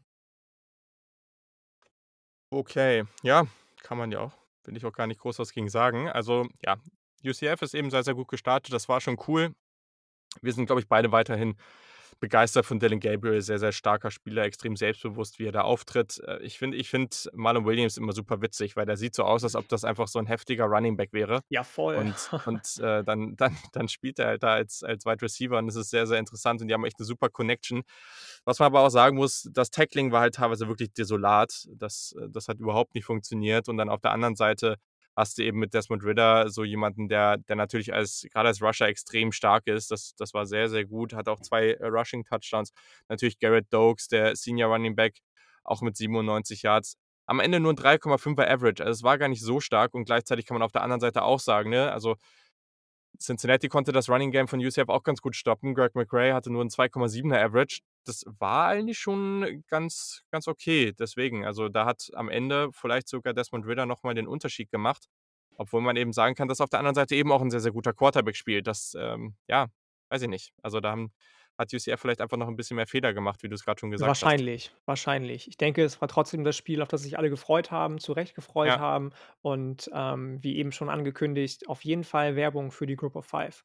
[SPEAKER 1] Okay, ja, kann man ja auch. Will ich auch gar nicht groß was gegen sagen. Also, ja, U C F ist eben sehr, sehr gut gestartet. Das war schon cool. Wir sind, glaube ich, beide weiterhin begeistert von Dillon Gabriel. Sehr, sehr starker Spieler, extrem selbstbewusst, wie er da auftritt. Äh, ich finde ich finde Marlon Williams immer super witzig, weil der sieht so aus, als ob das einfach so 'n heftiger Running Back wäre.
[SPEAKER 2] Ja, voll.
[SPEAKER 1] Und und, äh, dann dann dann spielt er halt da als als Wide Receiver und das ist sehr, sehr interessant und die haben echt 'ne super Connection. Was man aber auch sagen muss, das Tackling war halt teilweise wirklich desolat. Das äh, das hat überhaupt nicht funktioniert und dann auf der anderen Seite hast du eben mit Desmond Ridder so jemanden, der der natürlich als grade als Rusher extrem stark ist. Das das war sehr, sehr gut. Hat auch zwei äh, Rushing-Touchdowns. Natürlich Garrett Doaks, der Senior Running Back, auch mit siebenundneunzig Yards. Am Ende nur 'n drei Komma fünfer Average. Also, es war gar nicht so stark und gleichzeitig kann man auf der anderen Seite auch sagen, ne, also Cincinnati konnte das Running Game von U C F auch ganz gut stoppen. Greg McCray hatte nur 'n zwei Komma siebener Average. Das war eigentlich schon ganz ganz okay. Deswegen, also, da hat am Ende vielleicht sogar Desmond Ridder noch mal den Unterschied gemacht, obwohl man eben sagen kann, dass auf der anderen Seite eben auch 'n sehr, sehr guter Quarterback spielt. Das, ähm, ja, weiß ich nicht. Also, da haben hat U C F vielleicht einfach noch 'n bisschen mehr Fehler gemacht, wie du's grad schon gesagt hast.
[SPEAKER 2] Wahrscheinlich, wahrscheinlich. Ich denke, es war trotzdem das Spiel, auf das sich alle gefreut haben, zu Recht gefreut
[SPEAKER 1] Ja.
[SPEAKER 2] haben und, ähm, wie eben schon angekündigt, auf jeden Fall Werbung für die Group of Five.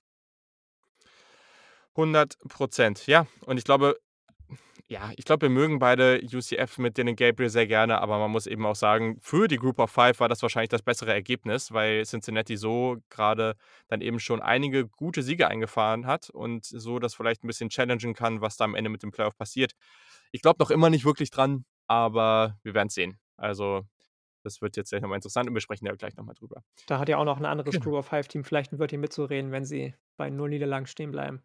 [SPEAKER 1] hundert Prozent. Ja, und ich glaube ja, ich glaube, wir mögen beide U C F mit Dillon Gabriel sehr gerne, aber man muss eben auch sagen, für die Group of Five war das wahrscheinlich das bessere Ergebnis, weil Cincinnati so grade dann eben schon einige gute Siege eingefahren hat und so das vielleicht 'n bisschen challengen kann, was da am Ende mit dem Playoff passiert. Ich glaube noch immer nicht wirklich dran, aber wir werden's sehen. Also, das wird jetzt gleich noch mal interessant und wir sprechen da gleich noch mal drüber.
[SPEAKER 2] Da hat ja auch noch 'n anderes
[SPEAKER 1] Genau.
[SPEAKER 2] Group of Five Team vielleicht 'n Wörtchen mitzureden, wenn sie bei null Niederlagen stehen bleiben.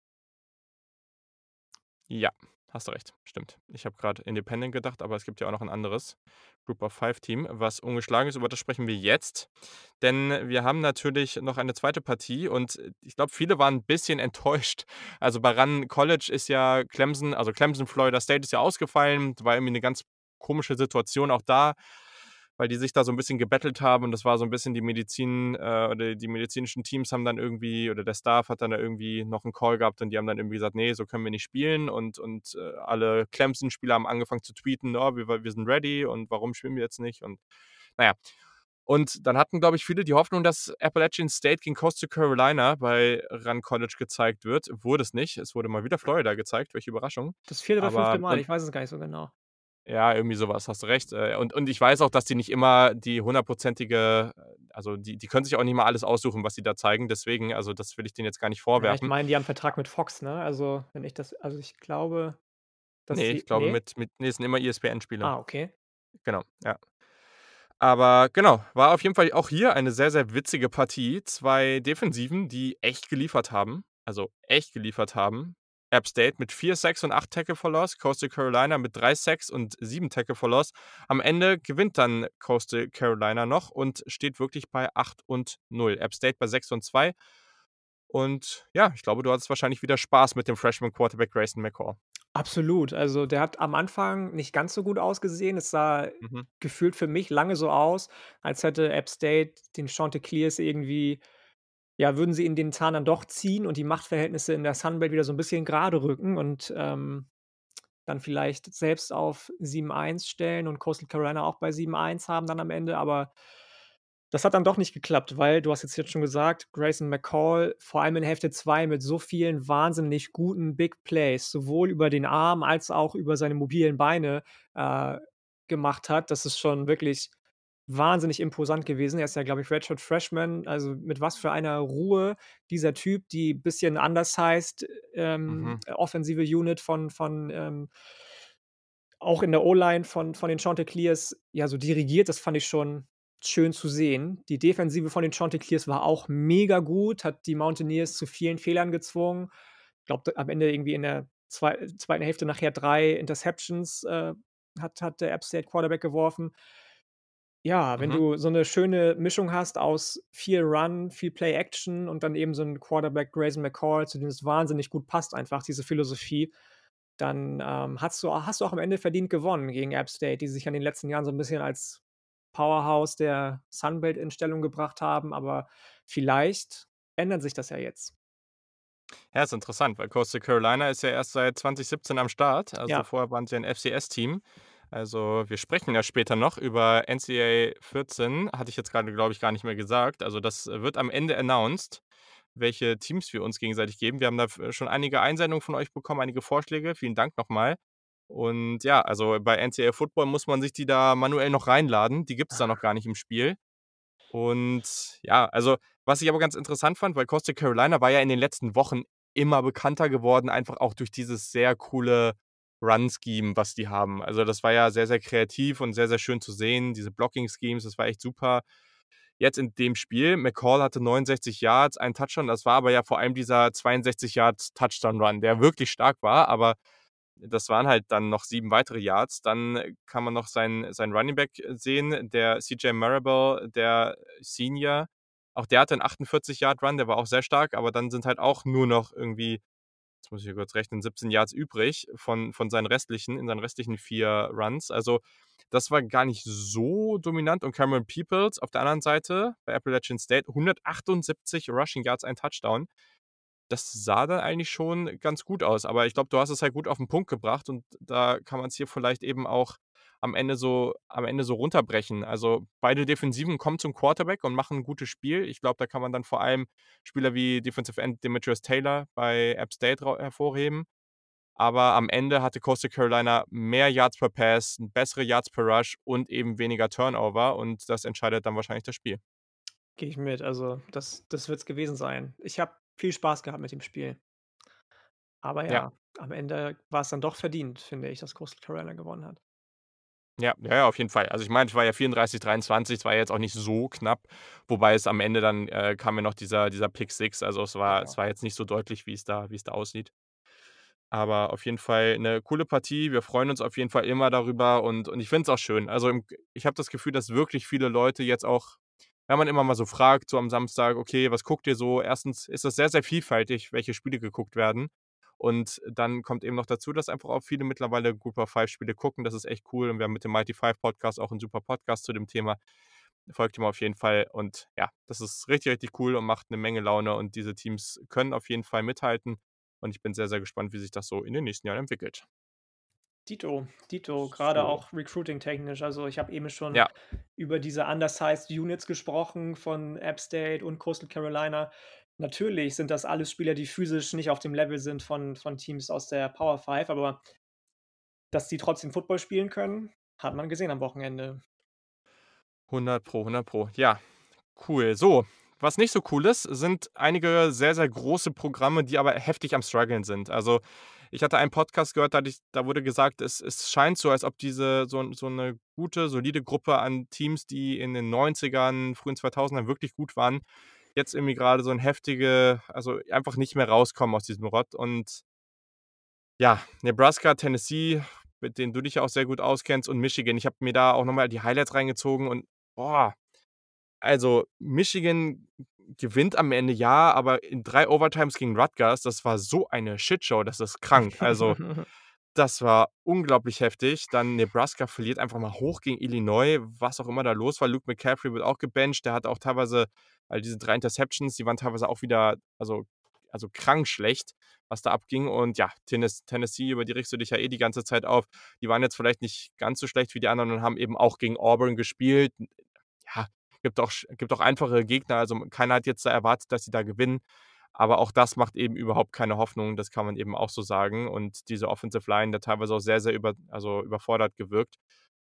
[SPEAKER 1] Ja, hast du recht, stimmt. Ich habe grad Independent gedacht, aber es gibt ja auch noch 'n anderes Group of Five Team, was ungeschlagen ist. Über das sprechen wir jetzt, denn wir haben natürlich noch eine zweite Partie und ich glaube, viele waren 'n bisschen enttäuscht. Also, bei Ran College ist ja Clemson also, Clemson Florida State ist ja ausgefallen. War irgendwie 'ne ganz komische Situation auch da, weil die sich da so 'n bisschen gebettelt haben und das war so 'n bisschen die Medizin äh, oder die medizinischen Teams haben dann irgendwie oder der Staff hat dann da irgendwie noch 'n Call gehabt und die haben dann irgendwie gesagt: „Ne, so können wir nicht spielen.“ Und und, äh, alle Clemson-Spieler haben angefangen zu tweeten: „Oh, wir wir sind ready und warum spielen wir jetzt nicht?“ Und na ja. Und dann hatten, glaube ich, viele die Hoffnung, dass Appalachian State gegen Coastal Carolina bei Ran College gezeigt wird. Wurde es nicht. Es wurde mal wieder Florida gezeigt, welche Überraschung.
[SPEAKER 2] Das vierte oder fünfte
[SPEAKER 1] Aber
[SPEAKER 2] Mal,
[SPEAKER 1] dann
[SPEAKER 2] ich weiß es gar nicht so genau.
[SPEAKER 1] Ja, irgendwie so was, hast du recht. Äh, und und ich weiß auch, dass die nicht immer die hundertprozentige also, die die können sich auch nicht immer alles aussuchen, was sie da zeigen. Deswegen also, das will ich denen jetzt gar nicht
[SPEAKER 2] Ja, ich
[SPEAKER 1] vorwerfen.
[SPEAKER 2] meine, die haben Vertrag mit Fox, ne? Also, wenn ich das also, ich glaube, dass
[SPEAKER 1] Ne, ich
[SPEAKER 2] sie
[SPEAKER 1] glaube
[SPEAKER 2] ne?
[SPEAKER 1] mit mit ne, es sind immer ESPN-Spiele.
[SPEAKER 2] Ah, okay.
[SPEAKER 1] Genau, ja. Aber genau, war auf jeden Fall auch hier eine sehr, sehr witzige Partie. zwei Defensiven, die echt geliefert haben, also, echt geliefert haben. App State mit vier Sacks und acht Tackle for Loss, Coastal Carolina mit drei Sacks und sieben Tackle for Loss. Am Ende gewinnt dann Coastal Carolina noch und steht wirklich bei acht und null. App State bei sechs und zwei. Und ja, ich glaube, du hattest wahrscheinlich wieder Spaß mit dem Freshman Quarterback Grayson McCall.
[SPEAKER 2] Absolut. Also, der hat am Anfang nicht ganz so gut ausgesehen. Es sah
[SPEAKER 1] Mhm.
[SPEAKER 2] gefühlt für mich lange so aus, als hätte App State den Chanticleers irgendwie ja, würden sie ihnen den Zahn dann doch ziehen und die Machtverhältnisse in der Sun Belt wieder so 'n bisschen gerade rücken und, ähm, dann vielleicht selbst auf sieben eins stellen und Coastal Carolina auch bei sieben eins haben dann am Ende, aber das hat dann doch nicht geklappt, weil du hast jetzt jetzt schon gesagt, Grayson McCall, vor allem in Hälfte zwei mit so vielen wahnsinnig guten Big Plays, sowohl über den Arm als auch über seine mobilen Beine, äh, gemacht hat. Das ist schon wirklich wahnsinnig imposant gewesen. Er ist ja, glaube ich, Redshirt Freshman, also, mit was für einer Ruhe dieser Typ die bisschen undersized, ähm,
[SPEAKER 1] Mhm.
[SPEAKER 2] offensive Unit von von, ähm auch in der O-Line von von den Chanticleers, ja, so dirigiert, das fand ich schon schön zu sehen. Die Defensive von den Chanticleers war auch mega gut, hat die Mountaineers zu vielen Fehlern gezwungen. Glaube, d am Ende irgendwie in der zwei zweiten Hälfte nachher drei Interceptions, äh, hat hat der App State Quarterback geworfen. Ja, wenn
[SPEAKER 1] Mhm.
[SPEAKER 2] du so 'ne schöne Mischung hast aus viel Run, viel Play Action und dann eben so 'n Quarterback Grayson McCall, zu dem es wahnsinnig gut passt einfach, diese Philosophie. dann, ähm, hast du hast du auch am Ende verdient gewonnen gegen App State, die sich ja in den letzten Jahren so 'n bisschen als Powerhouse der Sun Belt in Stellung gebracht haben, aber vielleicht ändert sich das ja jetzt.
[SPEAKER 1] Ja, ist interessant, weil Coastal Carolina ist ja erst seit zwanzig siebzehn am Start. Also,
[SPEAKER 2] Ja.
[SPEAKER 1] vorher waren sie ein F C S-Team. Also, wir sprechen ja später noch über N C A A vierzehn, hatte ich jetzt grade, glaube ich, gar nicht mehr gesagt. Also, das wird am Ende announced, welche Teams wir uns gegenseitig geben. Wir haben da f schon einige Einsendungen von euch bekommen, einige Vorschläge. Vielen Dank noch mal. Und ja, also, bei N C A A Football muss man sich die da manuell noch reinladen. Die gibt's da noch gar nicht im Spiel. Und ja, also, was ich aber ganz interessant fand, weil Coastal Carolina war ja in den letzten Wochen immer bekannter geworden, einfach auch durch dieses sehr coole Run-Scheme, was die haben. Also, das war ja sehr, sehr kreativ und sehr, sehr schön zu sehen, diese Blocking-Schemes, das war echt super. Jetzt in dem Spiel, McCall hatte neunundsechzig Yards, ein Touchdown. Das war aber ja vor allem dieser zweiundsechzig Yards Touchdown-Run, der wirklich stark war, aber das waren halt dann noch sieben weitere Yards. Dann kann man noch seinen seinen Running Back sehen, der C J Marable, der Senior. Auch der hatte 'n achtundvierzig Yard Run, der war auch sehr stark, aber dann sind halt auch nur noch irgendwie, jetzt muss ich hier kurz rechnen, siebzehn Yards übrig von von seinen restlichen in seinen restlichen vier Runs. Also, das war gar nicht so dominant und Cameron Peoples auf der anderen Seite bei Appalachian State hundertachtundsiebzig Rushing Yards, ein Touchdown. Das sah dann eigentlich schon ganz gut aus, aber ich glaube, du hast es halt gut auf 'n Punkt gebracht und da kann man's hier vielleicht eben auch am Ende so am Ende so runterbrechen. Also, beide Defensiven kommen zum Quarterback und machen 'n gutes Spiel. Ich glaube, da kann man dann vor allem Spieler wie Defensive End Demetrius Taylor bei App State rau hervorheben. Aber am Ende hatte Coastal Carolina mehr Yards per Pass, bessere Yards per Rush und eben weniger Turnover und das entscheidet dann wahrscheinlich das Spiel.
[SPEAKER 2] Gehe ich mit. Also, das das wird's gewesen sein. Ich habe viel Spaß gehabt mit dem Spiel. Aber
[SPEAKER 1] Ja.
[SPEAKER 2] ja, am Ende war's dann doch verdient, finde ich, dass Coastal Carolina gewonnen hat.
[SPEAKER 1] Ja, ja, ja, auf jeden Fall. Also, ich meine, es war ja vierunddreißig dreiundzwanzig, es war ja jetzt auch nicht so knapp, wobei es am Ende dann, äh, kam ja noch dieser dieser Pick Six. Also, es war
[SPEAKER 2] Ja.
[SPEAKER 1] es war jetzt nicht so deutlich, wie es da wie es da aussieht. Aber auf jeden Fall 'ne coole Partie. Wir freuen uns auf jeden Fall immer darüber und und ich finde es auch schön. Also, im g ich habe das Gefühl, dass wirklich viele Leute jetzt auch wenn man immer mal so fragt, so am Samstag: „Okay, was guckt ihr so?“ Erstens ist das sehr, sehr vielfältig, welche Spiele geguckt werden. Und dann kommt eben noch dazu, dass einfach auch viele mittlerweile Group of Five Spiele gucken. Das ist echt cool und wir haben mit dem Mighty Five Podcast auch 'n super Podcast zu dem Thema. Folgt ihm auf jeden Fall und ja, das ist richtig, richtig cool und macht 'ne Menge Laune und diese Teams können auf jeden Fall mithalten und ich bin sehr, sehr gespannt, wie sich das so in den nächsten Jahren entwickelt.
[SPEAKER 2] Dito, dito, grade
[SPEAKER 1] So.
[SPEAKER 2] auch recruiting-technisch. Also, ich habe eben schon
[SPEAKER 1] Ja.
[SPEAKER 2] über diese undersized Units gesprochen von App State und Coastal Carolina. Natürlich sind das alles Spieler, die physisch nicht auf dem Level sind von von Teams aus der Power Five, aber dass die trotzdem Football spielen können, hat man gesehen am Wochenende.
[SPEAKER 1] hundert Pro, hundert Pro. Ja, cool. So, was nicht so cool ist, sind einige sehr, sehr große Programme, die aber heftig am struggeln sind. Also, ich hatte einen Podcast gehört, da hatte ich da wurde gesagt, es es scheint so, als ob diese so 'n so 'ne gute, solide Gruppe an Teams, die in den Neunzigern, frühen Zweitausendern wirklich gut waren, jetzt irgendwie grade so 'n heftige also, einfach nicht mehr rauskommen aus diesem Rott und ja, Nebraska, Tennessee, mit denen du dich ja auch sehr gut auskennst und Michigan. Ich habe mir da auch noch mal die Highlights reingezogen und, boah, also, Michigan gewinnt am Ende, ja, aber in drei Overtimes gegen Rutgers, das war so eine Shitshow, das ist krank. Also, das war unglaublich heftig. Dann Nebraska verliert einfach mal hoch gegen Illinois, was auch immer da los war. Luke McCaffrey wird auch gebencht. Der hat auch teilweise all diese drei Interceptions, die waren teilweise auch wieder also also, krank schlecht, was da abging. Und ja, Tennes Tennessee, über die regst du dich ja eh die ganze Zeit auf. Die waren jetzt vielleicht nicht ganz so schlecht wie die anderen und haben eben auch gegen Auburn gespielt. Ja, gibt auch sch gibt auch einfache Gegner. Also, keiner hat jetzt da erwartet, dass sie da gewinnen. Aber auch das macht eben überhaupt keine Hoffnung. Das kann man eben auch so sagen. Und diese Offensive Line, da teilweise auch sehr, sehr über also, überfordert gewirkt.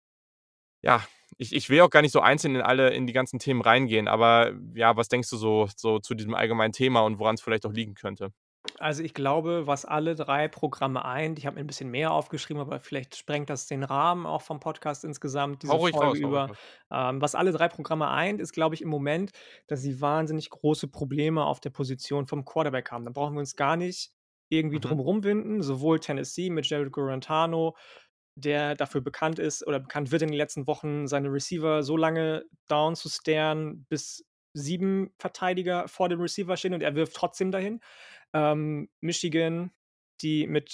[SPEAKER 1] Ja, ich ich will auch gar nicht so einzeln in alle in die ganzen Themen reingehen, aber ja, was denkst du so so zu diesem allgemeinen Thema und woran's vielleicht auch liegen könnte?
[SPEAKER 2] Also, ich glaube, was alle drei Programme eint ich habe mir 'n bisschen mehr aufgeschrieben, aber vielleicht sprengt das den Rahmen auch vom Podcast insgesamt,
[SPEAKER 1] Hau
[SPEAKER 2] diese
[SPEAKER 1] ruhig
[SPEAKER 2] Folge
[SPEAKER 1] raus, hau ruhig
[SPEAKER 2] über.
[SPEAKER 1] raus.
[SPEAKER 2] Ähm, was alle drei Programme eint, ist, glaube ich, im Moment, dass sie wahnsinnig große Probleme auf der Position vom Quarterback haben. Da brauchen wir uns gar nicht irgendwie
[SPEAKER 1] Mhm.
[SPEAKER 2] drum rumwinden. Sowohl Tennessee mit Jarrett Guarantano, der dafür bekannt ist oder bekannt wird in den letzten Wochen, seine Receiver so lange down zu staren, bis sieben Verteidiger vor dem Receiver stehen und er wirft trotzdem dahin. Ähm, Michigan, die mit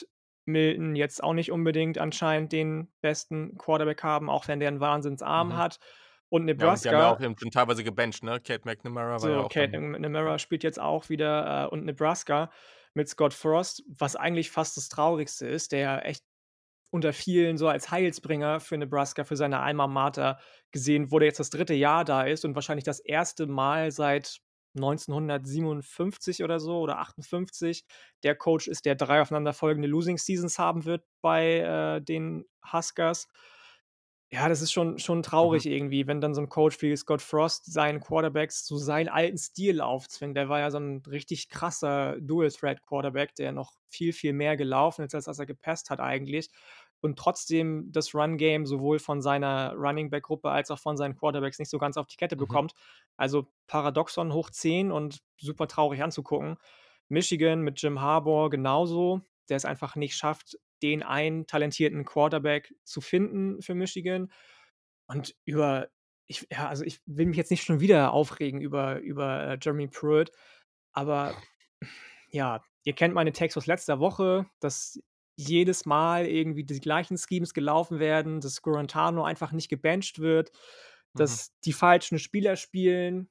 [SPEAKER 2] Milton jetzt auch nicht unbedingt anscheinend den besten Quarterback haben, auch wenn der 'n Wahnsinnsarm
[SPEAKER 1] Mhm.
[SPEAKER 2] hat. Und
[SPEAKER 1] Ja, und die haben ja
[SPEAKER 2] Nebraska
[SPEAKER 1] auch eben schon teilweise gebencht, ne? Cade McNamara war ja
[SPEAKER 2] so,
[SPEAKER 1] auch
[SPEAKER 2] Cade
[SPEAKER 1] dann
[SPEAKER 2] McNamara spielt jetzt auch wieder, äh, und Nebraska mit Scott Frost, was eigentlich fast das Traurigste ist, der ja echt unter vielen so als Heilsbringer für Nebraska, für seine Alma Mater gesehen wurde, jetzt das dritte Jahr da ist und wahrscheinlich das erste Mal seit neunzehnhundertsiebenundfünfzig oder so oder achtundfünfzig der Coach ist, der drei aufeinanderfolgende Losing Seasons haben wird bei, äh, den Huskers. Ja, das ist schon schon
[SPEAKER 1] Mhm.
[SPEAKER 2] traurig irgendwie, wenn dann so 'n Coach wie Scott Frost seinen Quarterbacks so seinen alten Stil aufzwingt. Der war ja so 'n richtig krasser Dual Threat Quarterback, der noch viel, viel mehr gelaufen ist, als dass er gepasst hat eigentlich und trotzdem das Run Game sowohl von seiner Running Back Gruppe als auch von seinen Quarterbacks nicht so ganz auf die Kette
[SPEAKER 1] Mhm.
[SPEAKER 2] bekommt. Also, Paradoxon hoch zehn und super traurig anzugucken. Michigan mit Jim Harbaugh genauso, der es einfach nicht schafft, den einen talentierten Quarterback zu finden für Michigan. Und über ich ja, also, ich will mich jetzt nicht schon wieder aufregen über über, äh, Jeremy Pruitt, aber ja, ihr kennt meine Takes aus letzter Woche, dass jedes Mal irgendwie die gleichen Schemes gelaufen werden, dass Guarantano einfach nicht gebencht wird,
[SPEAKER 1] Mhm.
[SPEAKER 2] dass die falschen Spieler spielen.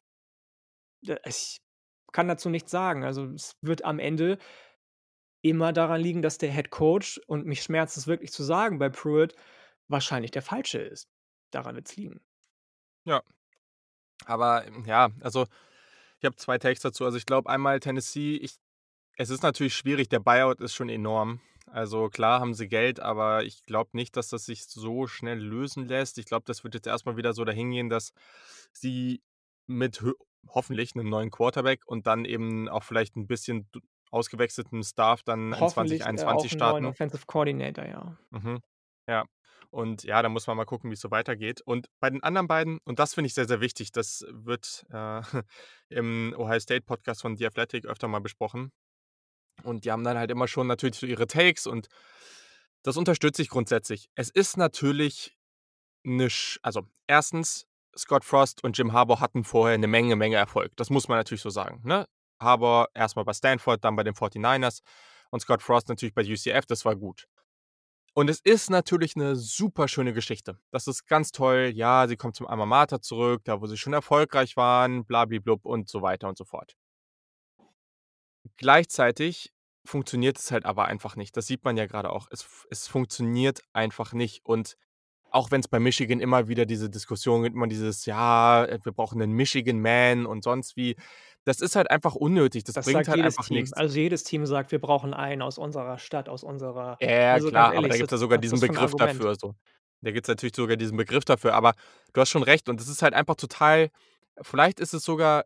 [SPEAKER 2] D ich kann dazu nichts sagen. Also, es wird am Ende immer daran liegen, dass der Head Coach und mich schmerzt es wirklich zu sagen bei Pruitt, wahrscheinlich der Falsche ist. Daran wird's liegen.
[SPEAKER 1] Ja. Aber, hm, ja, also, ich habe zwei Takes dazu. Also, ich glaube einmal Tennessee, ich es ist natürlich schwierig, der Buyout ist schon enorm. Also, klar haben sie Geld, aber ich glaube nicht, dass das sich so schnell lösen lässt. Ich glaube, das wird jetzt erst mal wieder so dahin gehen, dass sie mit hö hoffentlich 'nem neuen Quarterback und dann eben auch vielleicht 'n bisschen d ausgewechseltem Staff dann in zwanzig
[SPEAKER 2] Hoffentlich, äh,
[SPEAKER 1] einundzwanzig
[SPEAKER 2] auch 'n neuen
[SPEAKER 1] starten.
[SPEAKER 2] Offensive Coordinator, ja.
[SPEAKER 1] Mhm. Ja. Und ja, da muss man mal gucken, wie's so weitergeht. Und bei den anderen beiden und das finde ich sehr, sehr wichtig, das wird, äh, im Ohio State Podcast von The Athletic öfter mal besprochen. Und die haben dann halt immer schon natürlich so ihre Takes und das unterstütze ich grundsätzlich. Es ist natürlich 'ne sch also, erstens, Scott Frost und Jim Harbaugh hatten vorher 'ne Menge, Menge Erfolg. Das muss man natürlich so sagen, ne? Harbaugh erst mal bei Stanford, dann bei den Forty-Niners und Scott Frost natürlich bei U C F, das war gut. Und es ist natürlich 'ne super schöne Geschichte. Das ist ganz toll. Ja, sie kommen zum Alma Mater zurück, da wo sie schon erfolgreich waren, bla-bli-blub und so weiter und so fort. Gleichzeitig funktioniert es halt aber einfach nicht. Das sieht man ja grade auch. Es f es funktioniert einfach nicht. Und auch wenn's bei Michigan immer wieder diese Diskussion gibt, immer dieses: „Ja, äh, wir brauchen 'nen Michigan Man“ und sonst wie. Das ist halt einfach unnötig. Das
[SPEAKER 2] Das
[SPEAKER 1] bringt
[SPEAKER 2] sagt
[SPEAKER 1] halt
[SPEAKER 2] jedes
[SPEAKER 1] einfach
[SPEAKER 2] Team.
[SPEAKER 1] nix.
[SPEAKER 2] Also, jedes Team sagt: „Wir brauchen einen aus unserer Stadt, aus unserer“
[SPEAKER 1] Ja, ja,
[SPEAKER 2] also, ganz
[SPEAKER 1] klar, aber da
[SPEAKER 2] ehrlich,
[SPEAKER 1] gibt's ja
[SPEAKER 2] das
[SPEAKER 1] sogar
[SPEAKER 2] was ist
[SPEAKER 1] diesen
[SPEAKER 2] das für 'n
[SPEAKER 1] Begriff
[SPEAKER 2] Argument?
[SPEAKER 1] dafür so. Da gibt's natürlich sogar diesen Begriff dafür, aber du hast schon recht und das ist halt einfach total vielleicht ist es sogar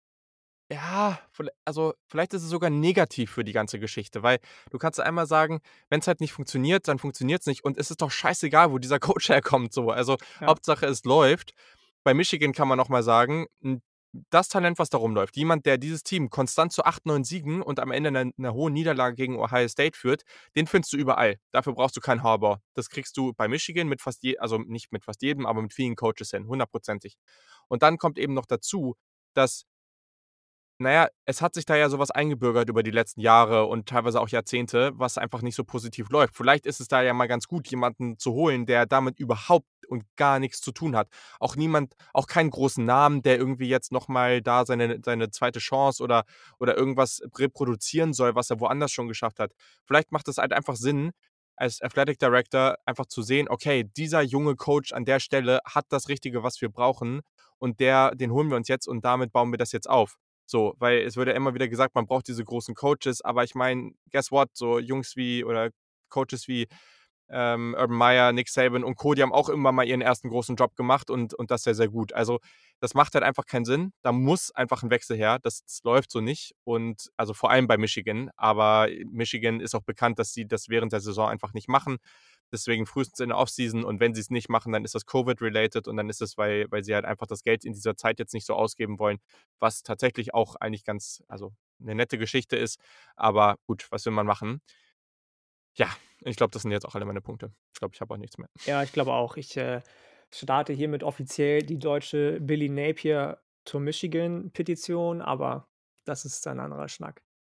[SPEAKER 1] ja, viellei also, vielleicht ist es sogar negativ für die ganze Geschichte, weil du kannst einmal sagen, wenn's halt nicht funktioniert, dann funktioniert's nicht und es ist doch scheißegal, wo dieser Coach herkommt so. Also,
[SPEAKER 2] Ja.
[SPEAKER 1] Hauptsache es läuft. Bei Michigan kann man noch mal sagen, hm, das Talent, was da rumläuft, jemand, der dieses Team konstant zu acht, neun Siegen und am Ende 'ner 'ner hohen Niederlage gegen Ohio State führt, den findest du überall. Dafür brauchst du keinen Harbaugh. Das kriegst du bei Michigan mit fast je also, nicht mit fast jedem, aber mit vielen Coaches hin, hundertprozentig. Und dann kommt eben noch dazu, dass na ja, es hat sich da ja so was eingebürgert über die letzten Jahre und teilweise auch Jahrzehnte, was einfach nicht so positiv läuft. Vielleicht ist es da ja mal ganz gut, jemanden zu holen, der damit überhaupt und gar nix zu tun hat. Auch niemand auch keinen großen Namen, der irgendwie jetzt noch mal da seine seine zweite Chance oder oder irgendwas reproduzieren soll, was er woanders schon geschafft hat. Vielleicht macht es halt einfach Sinn, als Athletic Director einfach zu sehen: „Okay, dieser junge Coach an der Stelle hat das Richtige, was wir brauchen und der den holen wir uns jetzt und damit bauen wir das jetzt auf.“ So, weil es wird ja immer wieder gesagt, man braucht diese großen Coaches, aber ich meine, guess what? So Jungs wie oder Coaches wie, ähm, Urban Meyer, Nick Saban und Co., die haben auch irgendwann mal ihren ersten großen Job gemacht und und das sehr, sehr gut. Also, das macht halt einfach keinen Sinn. Da muss einfach 'n Wechsel her. Das das läuft so nicht und also, vor allem bei Michigan. Aber Michigan ist auch bekannt, dass sie das während der Saison einfach nicht machen. Deswegen frühestens in der Offseason und wenn sie's nicht machen, dann ist das Covid related und dann ist es, weil weil sie halt einfach das Geld in dieser Zeit jetzt nicht so ausgeben wollen, was tatsächlich auch eigentlich ganz also, 'ne nette Geschichte ist. Aber gut, was will man machen? Ja, ich glaube, das sind jetzt auch alle meine Punkte. Ich glaube, ich habe auch nichts mehr.
[SPEAKER 2] Ja, ich glaube auch. Ich, äh, starte hiermit offiziell die deutsche Billy Napier to Michigan Petition, aber das ist ein anderer Schnack.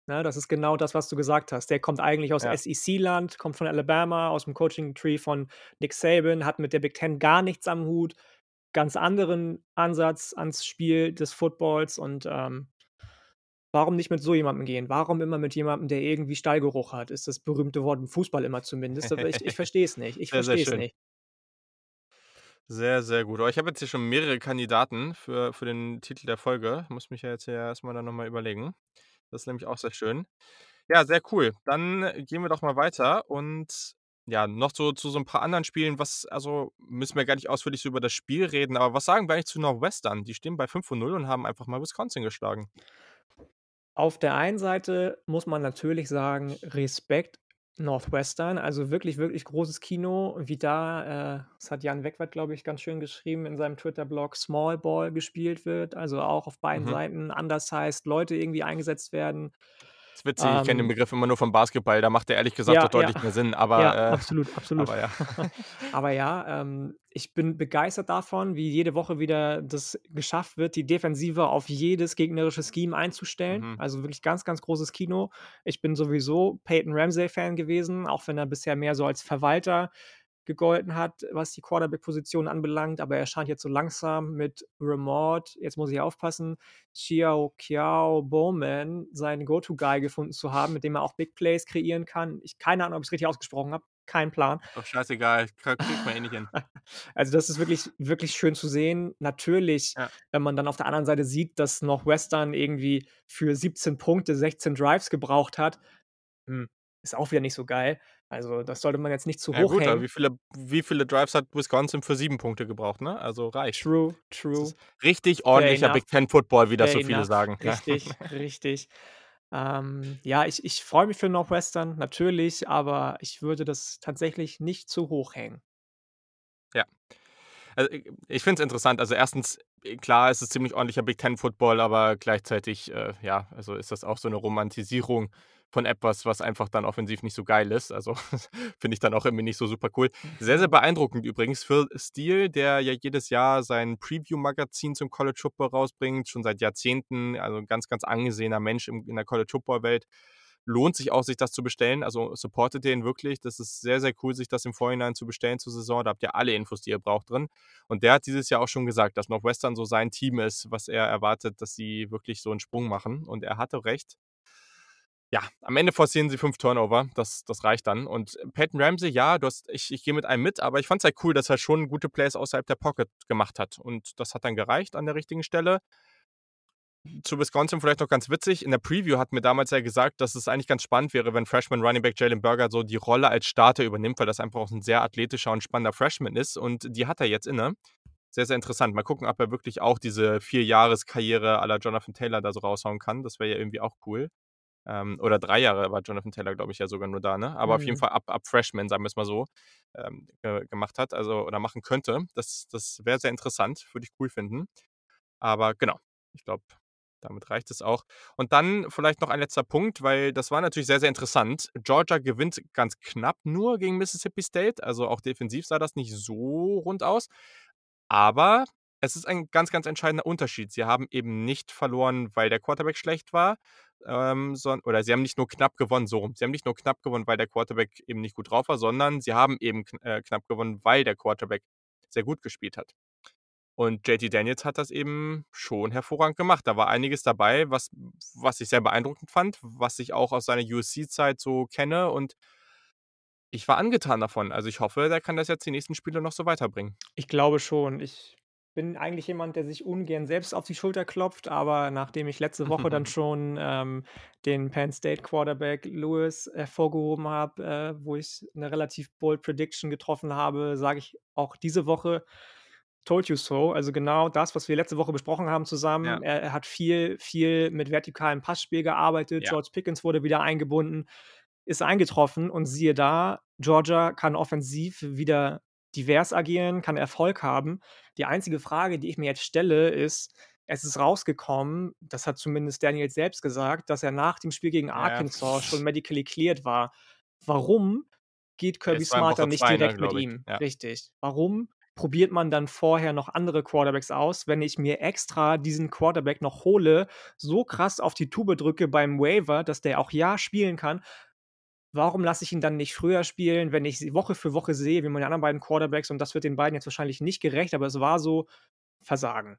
[SPEAKER 2] ne? Das ist genau das, was du gesagt hast. Der kommt eigentlich aus
[SPEAKER 1] Ja.
[SPEAKER 2] S E C-Land, kommt von Alabama, aus'm Coaching-Tree von Nick Saban, hat mit der Big Ten gar nichts am Hut, ganz anderen Ansatz ans Spiel des Footballs und, ähm warum nicht mit so jemandem gehen? Warum immer mit jemandem, der irgendwie Stallgeruch hat, ist das berühmte Wort im Fußball immer zumindest, aber ich ich verstehe es nicht. Ich
[SPEAKER 1] Sehr, sehr
[SPEAKER 2] verstehe es
[SPEAKER 1] schön.
[SPEAKER 2] nicht.
[SPEAKER 1] Sehr, sehr gut. Aber ich habe jetzt hier schon mehrere Kandidaten für für den Titel der Folge. Muss mich ja jetzt hier erst mal dann noch mal überlegen. Das ist nämlich auch sehr schön. Ja, sehr cool. Dann gehen wir doch mal weiter und ja, noch so zu so 'n paar anderen Spielen. Was also, müssen wir gar nicht ausführlich so über das Spiel reden, aber was sagen wir eigentlich zu Northwestern? Die stehen bei fünf und null und haben einfach mal Wisconsin geschlagen.
[SPEAKER 2] Auf der einen Seite muss man natürlich sagen, Respekt, Northwestern, also wirklich, wirklich großes Kino, wie da, äh das hat Jan Wegwert, glaube ich, ganz schön geschrieben in seinem Twitter-Blog, Small Ball gespielt wird, also auch auf beiden
[SPEAKER 1] Mhm.
[SPEAKER 2] Seiten undersized Leute irgendwie eingesetzt werden.
[SPEAKER 1] Ist witzig, ich kenne den
[SPEAKER 2] Ähm
[SPEAKER 1] Begriff immer nur vom Basketball, da macht der ehrlich gesagt doch
[SPEAKER 2] Ja, ja,
[SPEAKER 1] deutlich mehr Sinn,
[SPEAKER 2] ja,
[SPEAKER 1] aber, äh
[SPEAKER 2] absolut, absolut.
[SPEAKER 1] aber ja.
[SPEAKER 2] Aber ja, ähm, ich bin begeistert davon, wie jede Woche wieder das geschafft wird, die Defensive auf jedes gegnerische Scheme einzustellen.
[SPEAKER 1] Mhm.
[SPEAKER 2] Also wirklich ganz, ganz großes Kino. Ich bin sowieso Peyton Ramsey-Fan gewesen, auch wenn er bisher mehr so als Verwalter gegolten hat, was die Quarterback-Position anbelangt, aber er scheint jetzt so langsam mit Remord, jetzt muss ich aufpassen, Chiao Kiao Bowman seinen Go-to-Guy gefunden zu haben, mit dem er auch Big Plays kreieren kann. Ich keine Ahnung, ob ich's richtig ausgesprochen habe, kein Plan.
[SPEAKER 1] Doch scheißegal, k kriegt man eh nicht hin.
[SPEAKER 2] Also, das ist wirklich, wirklich schön zu sehen. Natürlich,
[SPEAKER 1] Ja.
[SPEAKER 2] wenn man dann auf der anderen Seite sieht, dass Northwestern irgendwie für siebzehn Punkte sechzehn Drives gebraucht hat, hm, ist auch wieder nicht so geil. Also, das sollte man jetzt nicht zu
[SPEAKER 1] Ja
[SPEAKER 2] hoch
[SPEAKER 1] gut, aber
[SPEAKER 2] hängen.
[SPEAKER 1] wie viele wie viele Drives hat Wisconsin für sieben Punkte gebraucht, ne? Also, reicht.
[SPEAKER 2] True,
[SPEAKER 1] Das
[SPEAKER 2] true.
[SPEAKER 1] ist richtig
[SPEAKER 2] Fair
[SPEAKER 1] ordentlicher
[SPEAKER 2] enough.
[SPEAKER 1] Big Ten Football, wie das
[SPEAKER 2] Fair
[SPEAKER 1] so viele
[SPEAKER 2] enough.
[SPEAKER 1] sagen, ja.
[SPEAKER 2] Richtig, richtig. Ähm, ja, ich ich freue mich für Northwestern, natürlich, aber ich würde das tatsächlich nicht zu hoch hängen.
[SPEAKER 1] Ja. Also, i ich finde es interessant. Also, erstens, äh, klar, es ist ziemlich ordentlicher Big Ten Football, aber gleichzeitig, äh, ja, also, ist das auch so 'ne Romantisierung von etwas, was einfach dann offensiv nicht so geil ist. Also, finde ich dann auch irgendwie nicht so super cool. Sehr, sehr
[SPEAKER 2] Mhm.
[SPEAKER 1] beeindruckend übrigens. Phil Steele, der ja jedes Jahr sein Preview-Magazin zum College Football rausbringt, schon seit Jahrzehnten, also 'n ganz, ganz angesehener Mensch im in der College-Football-Welt. Lohnt sich auch, sich das zu bestellen, also, supportet den wirklich. Das ist sehr, sehr cool, sich das im Vorhinein zu bestellen zur Saison. Da habt ihr alle Infos, die ihr braucht, drin. Und der hat dieses Jahr auch schon gesagt, dass Northwestern so sein Team ist, was er erwartet, dass sie wirklich so 'n Sprung machen und er hatte recht. Ja, am Ende forcieren sie fünf Turnover, das das reicht dann. Und Peyton Ramsey, ja, du hast ich ich gehe mit einem mit, aber ich fand's halt cool, dass er schon gute Plays außerhalb der Pocket gemacht hat. Und das hat dann gereicht an der richtigen Stelle. Zu Wisconsin vielleicht noch ganz witzig. In der Preview hatten wir damals ja gesagt, dass es eigentlich ganz spannend wäre, wenn Freshman Running Back Jalen Burger so die Rolle als Starter übernimmt, weil das einfach auch 'n sehr athletischer und spannender Freshman ist und die hat er jetzt inne. Sehr, sehr interessant. Mal gucken, ob er wirklich auch diese Vier-Jahres-Karriere à la Jonathan Taylor da so raushauen kann. Das wäre ja irgendwie auch cool. Ähm, oder drei Jahre war Jonathan Taylor, glaube ich, ja sogar nur da, ne? Aber auf jeden
[SPEAKER 2] Mhm.
[SPEAKER 1] Fall ab ab Freshman, sagen wir's mal so, ähm, ge gemacht hat, also oder machen könnte. Das das wäre sehr interessant, würde ich cool finden. Aber genau, ich glaube, damit reicht es auch. Und dann vielleicht noch ein letzter Punkt, weil das war natürlich sehr, sehr interessant. Georgia gewinnt ganz knapp nur gegen Mississippi State, also auch defensiv sah das nicht so rund aus. Aber es ist ein ganz, ganz entscheidender Unterschied. Sie haben eben nicht verloren, weil der Quarterback schlecht war, ähm, son oder sie haben nicht nur knapp gewonnen, so rum. Sie haben nicht nur knapp gewonnen, weil der Quarterback eben nicht gut drauf war, sondern sie haben eben kn äh, knapp gewonnen, weil der Quarterback sehr gut gespielt hat. Und J T Daniels hat das eben schon hervorragend gemacht. Da war einiges dabei, was was ich sehr beeindruckend fand, was ich auch aus seiner U S C-Zeit so kenne und ich war angetan davon. Also, ich hoffe, der kann das jetzt die nächsten Spiele noch so weiterbringen.
[SPEAKER 2] Ich glaube schon. Ich bin eigentlich jemand, der sich ungern selbst auf die Schulter klopft, aber nachdem ich letzte Woche dann schon, ähm, den Penn State Quarterback Lewis hervorgehoben habe, äh, wo ich 'ne relativ bold Prediction getroffen habe, sage ich auch diese Woche: „Told you so.“ Also, genau das, was wir letzte Woche besprochen haben
[SPEAKER 1] Ja.
[SPEAKER 2] zusammen. Er er hat viel, viel mit vertikalem Passspiel gearbeitet.
[SPEAKER 1] Ja.
[SPEAKER 2] George Pickens wurde wieder eingebunden, ist eingetroffen und siehe da, Georgia kann offensiv wieder divers agieren, kann Erfolg haben. Die einzige Frage, die ich mir jetzt stelle, ist: Es ist rausgekommen, das hat zumindest Daniels selbst gesagt, dass er nach dem Spiel gegen
[SPEAKER 1] Ja.
[SPEAKER 2] Arkansas schon medically cleared war. Warum geht Kirby
[SPEAKER 1] Es war in
[SPEAKER 2] Smart
[SPEAKER 1] Woche
[SPEAKER 2] dann nicht
[SPEAKER 1] zwei, ne,
[SPEAKER 2] direkt mit
[SPEAKER 1] glaube ich.
[SPEAKER 2] ihm?
[SPEAKER 1] Ja.
[SPEAKER 2] Richtig. Warum probiert man dann vorher noch andere Quarterbacks aus, wenn ich mir extra diesen Quarterback noch hole, so krass auf die Tube drücke beim Waiver, dass der auch ja spielen kann? Warum lasse ich ihn dann nicht früher spielen, wenn ich se Woche für Woche sehe, wie meine anderen beiden Quarterbacks und das wird den beiden jetzt wahrscheinlich nicht gerecht, aber es war so, versagen.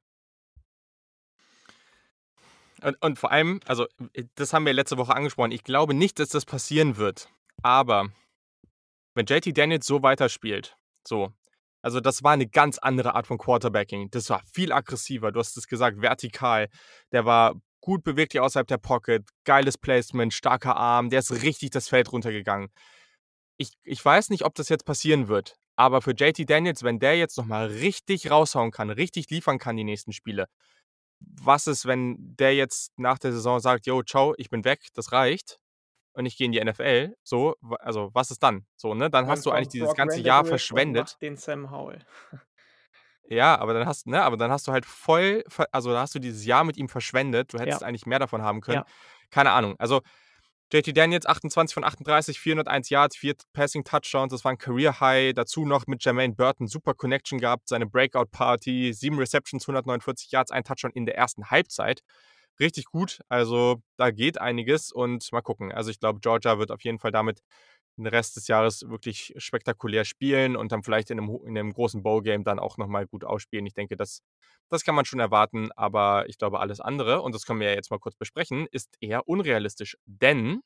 [SPEAKER 1] Und und vor allem, also, äh, das haben wir letzte Woche angesprochen. Ich glaube nicht, dass das passieren wird. Aber wenn J T Daniels so weiterspielt, so, also, das war 'ne ganz andere Art von Quarterbacking. Das war viel aggressiver. Du hast es gesagt, vertikal. Der war gut beweglich außerhalb der Pocket, geiles Placement, starker Arm, der ist richtig das Feld runtergegangen. Ich ich weiß nicht, ob das jetzt passieren wird, aber für J T Daniels, wenn der jetzt noch mal richtig raushauen kann, richtig liefern kann die nächsten Spiele, was ist, wenn der jetzt nach der Saison sagt: „Jo, tschau, ich bin weg, das reicht und ich gehe in die N F L“, so, w also, was ist dann? So, ne? Dann
[SPEAKER 2] Dann
[SPEAKER 1] hast du eigentlich
[SPEAKER 2] kommt
[SPEAKER 1] dieses
[SPEAKER 2] Brock
[SPEAKER 1] ganze Jahr
[SPEAKER 2] Vandagriff und
[SPEAKER 1] verschwendet.
[SPEAKER 2] macht den Sam Howell.
[SPEAKER 1] Ja, aber dann hast ne, aber dann hast du halt voll ver also, da hast du dieses Jahr mit ihm verschwendet. Du hättest
[SPEAKER 2] Ja.
[SPEAKER 1] eigentlich mehr davon haben können.
[SPEAKER 2] Ja.
[SPEAKER 1] Keine Ahnung. Also, J T Daniels, achtundzwanzig von achtunddreißig, vierhunderteins Yards, vier Passing Touchdowns, das war 'n Career High. Dazu noch mit Jermaine Burton super Connection gehabt, seine Breakout Party, sieben Receptions, hundertneunundvierzig Yards, ein Touchdown in der ersten Halbzeit. Richtig gut. Also, da geht einiges und mal gucken. Also, ich glaube, Georgia wird auf jeden Fall damit 'n Rest des Jahres wirklich spektakulär spielen und dann vielleicht in 'nem ho in 'nem großen Bowl-Game dann auch noch mal gut ausspielen. Ich denke, das das kann man schon erwarten, aber ich glaube, alles andere, und das können wir ja jetzt mal kurz besprechen, ist eher unrealistisch, denn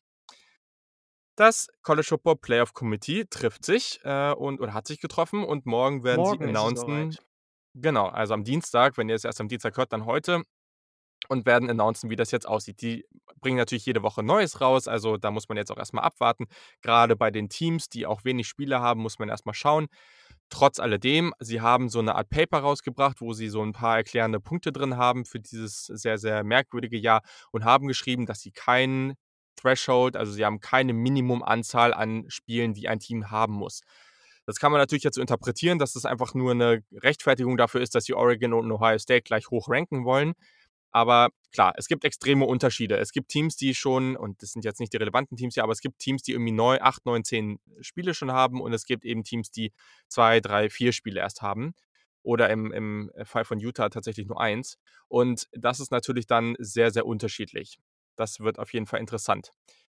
[SPEAKER 1] das College Football Playoff Committee trifft sich, äh, und oder hat sich getroffen und morgen werden sie
[SPEAKER 2] Morgen ist es
[SPEAKER 1] announcen
[SPEAKER 2] soweit.
[SPEAKER 1] genau, also, am Dienstag, wenn ihr es erst am Dienstag hört, dann heute und werden announcen, wie das jetzt aussieht. Die bringen natürlich jede Woche Neues raus, also, da muss man jetzt auch erst mal abwarten. Grade bei den Teams, die auch wenig Spieler haben, muss man erst mal schauen. Trotz alledem, sie haben so 'ne Art Paper rausgebracht, wo sie so 'n paar erklärende Punkte drin haben für dieses sehr, sehr merkwürdige Jahr und haben geschrieben, dass sie kein Threshold also, sie haben keine Minimumanzahl an Spielen, die ein Team haben muss. Das kann man natürlich jetzt so interpretieren, dass das einfach nur 'ne Rechtfertigung dafür ist, dass sie Oregon und Ohio State gleich hoch ranken wollen. Aber klar, es gibt extreme Unterschiede. Es gibt Teams, die schon und das sind jetzt nicht die relevanten Teams hier, aber es gibt Teams, die irgendwie neu acht, neun, zehn Spiele schon haben und es gibt eben Teams, die zwei, drei, vier Spiele erst haben oder im im Fall von Utah tatsächlich nur eins. Und das ist natürlich dann sehr, sehr unterschiedlich. Das wird auf jeden Fall interessant.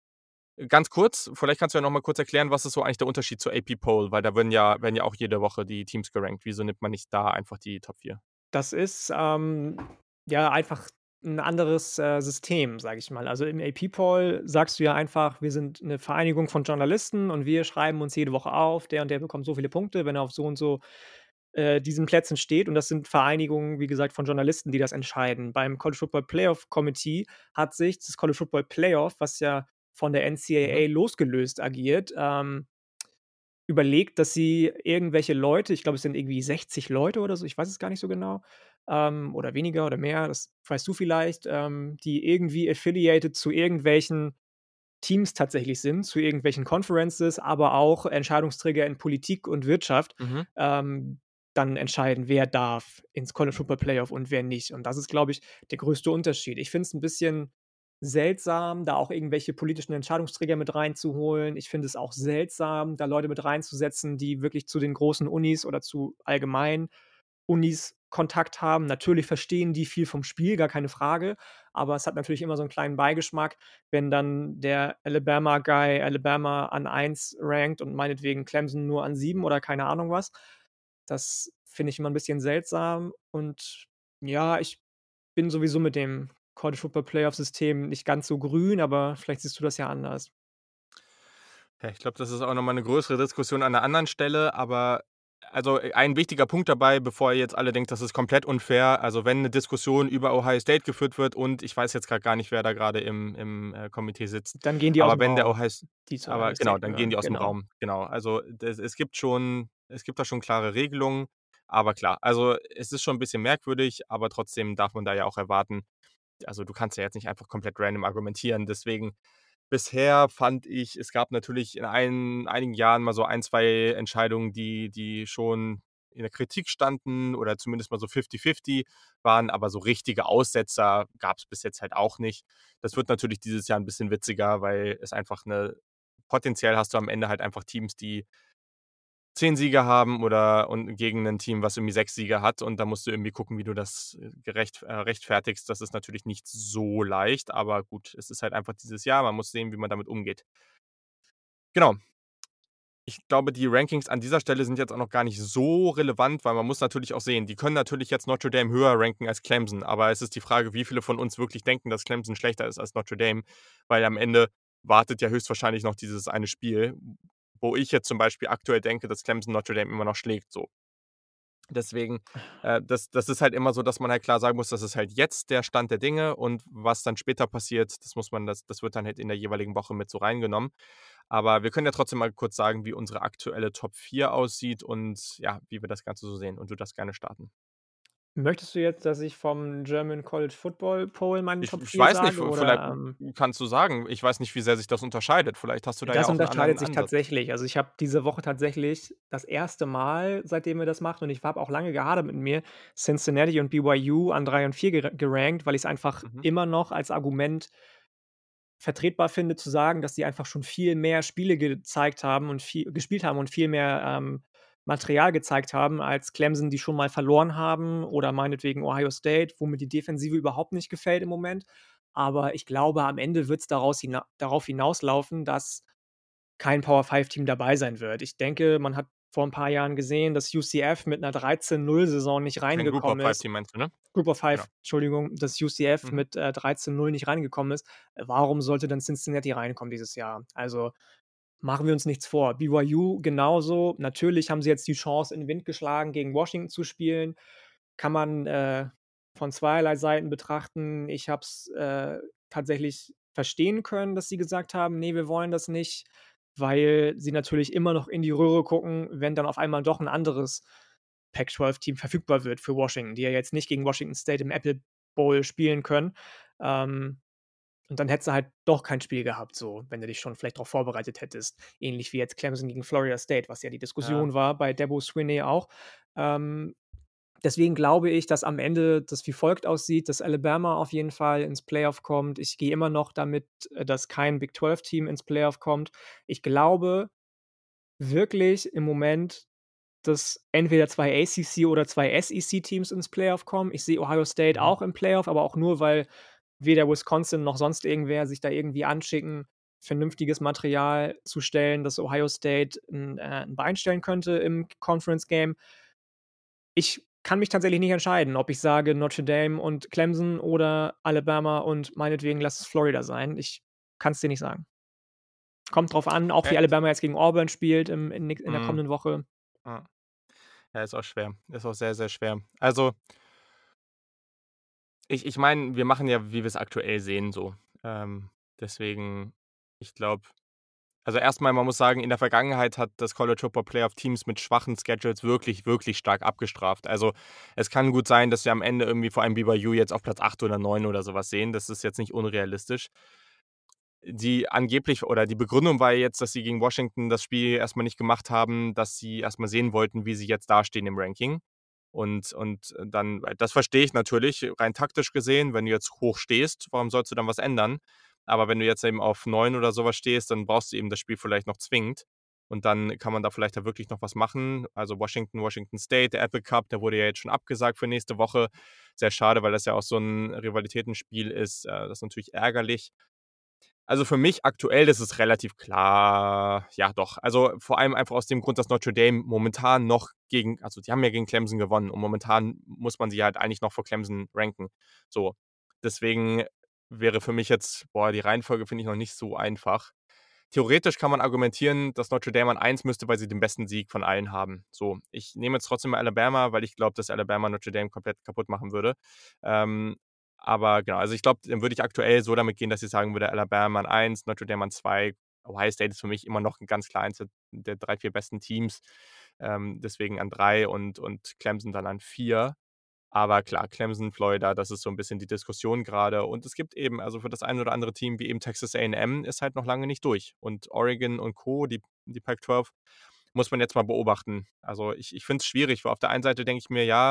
[SPEAKER 1] Ganz kurz, vielleicht kannst du ja noch mal kurz erklären, was ist so eigentlich der Unterschied zur A P Poll, weil da werden ja werden ja auch jede Woche die Teams gerankt. Wieso nimmt man nicht da einfach die Top vier?
[SPEAKER 2] Das ist, ähm, ja, einfach 'n anderes, äh, System, sage ich mal. Also, im A P Poll sagst du ja einfach: „Wir sind 'ne Vereinigung von Journalisten und wir schreiben uns jede Woche auf, der und der bekommt so viele Punkte, wenn er auf so und so, äh, diesen Plätzen steht.“ Und das sind Vereinigungen, wie gesagt, von Journalisten, die das entscheiden. Beim College Football Playoff Committee hat sich das College Football Playoff, was ja von der N C A
[SPEAKER 1] Mhm.
[SPEAKER 2] A losgelöst agiert, ähm, überlegt, dass sie irgendwelche Leute ich glaube, es sind irgendwie sechzig Leute oder so, ich weiß es gar nicht so genau, ähm, oder weniger oder mehr, das weißt du vielleicht, ähm, die irgendwie affiliated zu irgendwelchen Teams tatsächlich sind, zu irgendwelchen Conferences, aber auch Entscheidungsträger in Politik und Wirtschaft,
[SPEAKER 1] Mhm.
[SPEAKER 2] ähm, dann entscheiden, wer darf ins College Football Playoff und wer nicht. Und das ist, glaube ich, der größte Unterschied. Ich finde es 'n bisschen seltsam, da auch irgendwelche politischen Entscheidungsträger mit reinzuholen. Ich finde es auch seltsam, da Leute mit reinzusetzen, die wirklich zu den großen Unis oder zu allgemein Unis Kontakt haben. Natürlich verstehen die viel vom Spiel, gar keine Frage, aber es hat natürlich immer so 'n kleinen Beigeschmack, wenn dann der Alabama Guy Alabama an eins rankt und meinetwegen Clemson nur an sieben oder keine Ahnung was. Das finde ich immer 'n bisschen seltsam und ja, ich bin sowieso mit dem College Football Playoff System nicht ganz so grün, aber vielleicht siehst du das ja anders.
[SPEAKER 1] Ja, ich glaube, das ist auch noch mal 'ne größere Diskussion an 'ner anderen Stelle, aber also, äh, ein wichtiger Punkt dabei, bevor ihr jetzt alle denkt, das ist komplett unfair. Also, wenn 'ne Diskussion über Ohio State geführt wird und ich weiß jetzt grad gar nicht, wer da grade im im, äh, Komitee sitzt,
[SPEAKER 2] Dann gehen die
[SPEAKER 1] aber
[SPEAKER 2] aus'm
[SPEAKER 1] wenn der
[SPEAKER 2] Raum,
[SPEAKER 1] Ohio S
[SPEAKER 2] die zu
[SPEAKER 1] aber
[SPEAKER 2] Ohio
[SPEAKER 1] genau,
[SPEAKER 2] State
[SPEAKER 1] dann gehen
[SPEAKER 2] gehören,
[SPEAKER 1] die aus'm
[SPEAKER 2] genau.
[SPEAKER 1] Raum, genau. Also, das es gibt schon es gibt da schon klare Regelungen, aber klar, also, es ist schon 'n bisschen merkwürdig, aber trotzdem darf man da ja auch erwarten also, du kannst ja jetzt nicht einfach komplett random argumentieren. Deswegen bisher fand ich, es gab natürlich in ein einigen Jahren mal so ein, zwei Entscheidungen, die die schon in der Kritik standen oder zumindest mal so fifty fifty waren, aber so richtige Aussetzer gab's bis jetzt halt auch nicht. Das wird natürlich dieses Jahr 'n bisschen witziger, weil es einfach 'ne potenziell hast du am Ende halt einfach Teams, die zehn Siege haben oder und gegen 'nen Team, was irgendwie sechs Siege hat und da musst du irgendwie gucken, wie du das, äh, gerecht äh, rechtfertigst. Das ist natürlich nicht so leicht, aber gut, es ist halt einfach dieses Jahr. Man muss sehen, wie man damit umgeht. Genau. Ich glaube, die Rankings an dieser Stelle sind jetzt auch noch gar nicht so relevant, weil man muss natürlich auch sehen, die können natürlich jetzt Notre Dame höher ranken als Clemson, aber es ist die Frage, wie viele von uns wirklich denken, dass Clemson schlechter ist als Notre Dame, weil am Ende wartet ja höchstwahrscheinlich noch dieses eine Spiel, wo ich jetzt zum Beispiel aktuell denke, dass Clemson Notre Dame immer noch schlägt so. Deswegen, äh, das das ist halt immer so, dass man halt klar sagen muss, das ist halt jetzt der Stand der Dinge und was dann später passiert, das muss man das das wird dann halt in der jeweiligen Woche mit so reingenommen. Aber wir können ja trotzdem mal kurz sagen, wie unsere aktuelle Top vier aussieht und ja, wie wir das Ganze so sehen und du darfst gerne starten.
[SPEAKER 2] Möchtest du jetzt, dass ich vom German College Football Poll meine
[SPEAKER 1] Ich
[SPEAKER 2] Top
[SPEAKER 1] ich
[SPEAKER 2] vier
[SPEAKER 1] weiß nicht,
[SPEAKER 2] sage
[SPEAKER 1] v vielleicht
[SPEAKER 2] oder, ähm
[SPEAKER 1] kannst du sagen. Ich weiß nicht, wie sehr sich das unterscheidet. Vielleicht hast du da ja
[SPEAKER 2] Das
[SPEAKER 1] auch 'n
[SPEAKER 2] unterscheidet
[SPEAKER 1] anderen
[SPEAKER 2] sich
[SPEAKER 1] Ansatz.
[SPEAKER 2] tatsächlich. Also, ich habe diese Woche tatsächlich das erste Mal, seitdem wir das machen und ich habe auch lange gehadert mit mir, Cincinnati und BYU an drei und vier gera gerankt, weil ich's einfach
[SPEAKER 1] Mhm.
[SPEAKER 2] immer noch als Argument vertretbar finde, zu sagen, dass die einfach schon viel mehr Spiele gezeigt haben und viel gespielt haben und viel mehr, ähm, Material gezeigt haben als Clemson, die schon mal verloren haben oder meinetwegen Ohio State, wo mir die Defensive überhaupt nicht gefällt im Moment. Aber ich glaube, am Ende wird's daraus hina darauf hinauslaufen, dass kein Power-Five-Team dabei sein wird. Ich denke, man hat vor 'n paar Jahren gesehen, dass U C F mit 'ner dreizehn null Saison nicht
[SPEAKER 1] Kein Group of
[SPEAKER 2] reingekommen
[SPEAKER 1] Five
[SPEAKER 2] ist.
[SPEAKER 1] Team meinst du, ne?
[SPEAKER 2] Group of
[SPEAKER 1] Genau.
[SPEAKER 2] Five, Entschuldigung, dass U C F
[SPEAKER 1] Mhm.
[SPEAKER 2] mit, äh, dreizehn null nicht reingekommen ist. Warum sollte dann Cincinnati reinkommen dieses Jahr? Also, machen wir uns nichts vor. BYU genauso. Natürlich haben sie jetzt die Chance in 'n Wind geschlagen, gegen Washington zu spielen. Kann man, äh, von zweierlei Seiten betrachten. Ich habe es, äh, tatsächlich verstehen können, dass sie gesagt haben: „Ne, wir wollen das nicht“, weil sie natürlich immer noch in die Röhre gucken, wenn dann auf einmal doch 'n anderes Pac zwölf Team verfügbar wird für Washington, die ja jetzt nicht gegen Washington State im Apple Bowl spielen können. Ähm, und dann hättest du halt doch kein Spiel gehabt so, wenn du dich schon vielleicht drauf vorbereitet hättest. Ähnlich wie jetzt Clemson gegen Florida State, was ja die
[SPEAKER 1] Ja.
[SPEAKER 2] Diskussion war bei Dabo Swinney auch. Ähm, deswegen glaube ich, dass am Ende das wie folgt aussieht, dass Alabama auf jeden Fall ins Playoff kommt. Ich gehe immer noch damit, äh, dass kein Big zwölf Team ins Playoff kommt. Ich glaube wirklich im Moment, dass entweder zwei ACC oder zwei SEC-Teams ins Playoff kommen. Ich sehe Ohio State
[SPEAKER 1] Mhm.
[SPEAKER 2] auch im Playoff, aber auch nur, weil weder Wisconsin noch sonst irgendwer sich da irgendwie anschicken, vernünftiges Material zu stellen, dass Ohio State 'n äh, 'n Bein stellen könnte im Conference Game. Ich kann mich tatsächlich nicht entscheiden, ob ich sage Notre Dame und Clemson oder Alabama und meinetwegen lass es Florida sein. Ich kann's dir nicht sagen. Kommt drauf an, auch wie
[SPEAKER 1] Äh
[SPEAKER 2] Alabama jetzt gegen Auburn spielt im in nächst in der
[SPEAKER 1] Mhm.
[SPEAKER 2] kommenden Woche.
[SPEAKER 1] Ja. Ja, ist auch schwer. Ist auch sehr, sehr schwer. Also ich ich meine, wir machen ja, wie wir's aktuell sehen so. Ähm, deswegen, ich glaube also erst mal, man muss sagen, in der Vergangenheit hat das College Football Playoff Teams mit schwachen Schedules wirklich, wirklich stark abgestraft. Also, es kann gut sein, dass wir am Ende irgendwie vor allem BYU jetzt auf Platz acht oder neun oder so was sehen. Das ist jetzt nicht unrealistisch. Die angeblich oder die Begründung war ja jetzt, dass sie gegen Washington das Spiel erst mal nicht gemacht haben, dass sie erst mal sehen wollten, wie sie jetzt dastehen im Ranking. Und und dann das verstehe ich natürlich rein taktisch gesehen, wenn du jetzt hoch stehst, warum sollst du dann was ändern? Aber wenn du jetzt eben auf neun oder so was stehst, dann brauchst du eben das Spiel vielleicht noch zwingend. Und dann kann man da vielleicht da wirklich noch was machen. Also Washington Washington State, der Apple Cup, der wurde ja jetzt schon abgesagt für nächste Woche. Sehr schade, weil das ja auch so 'n Rivalitätenspiel ist. Äh, das ist natürlich ärgerlich. Also, für mich aktuell ist es relativ klar ja doch. Also, vor allem einfach aus dem Grund, dass Notre Dame momentan noch gegen also, die haben ja gegen Clemson gewonnen und momentan muss man sie halt eigentlich noch vor Clemson ranken. So, deswegen wäre für mich jetzt boah, die Reihenfolge finde ich noch nicht so einfach. Theoretisch kann man argumentieren, dass Notre Dame an eins müsste, weil sie den besten Sieg von allen haben. So, ich nehme jetzt trotzdem mal Alabama, weil ich glaube, dass Alabama Notre Dame komplett kaputt machen würde. Ähm, aber genau, also ich glaube, dann würde ich aktuell so damit gehen, dass ich sagen würde, Alabama an eins, Notre Dame an zwei. Ohio State ist für mich immer noch 'n ganz klar eins der der drei, vier besten Teams. Ähm, deswegen an drei und und Clemson dann an vier. Aber klar, Clemson, Florida, das ist so 'n bisschen die Diskussion grade. Und es gibt eben also für das ein oder andere Team wie eben Texas A&M ist halt noch lange nicht durch. Und Oregon und Co., die die Pac zwölf, muss man jetzt mal beobachten. Also, ich ich finde es schwierig, weil auf der einen Seite denke ich mir: „Ja“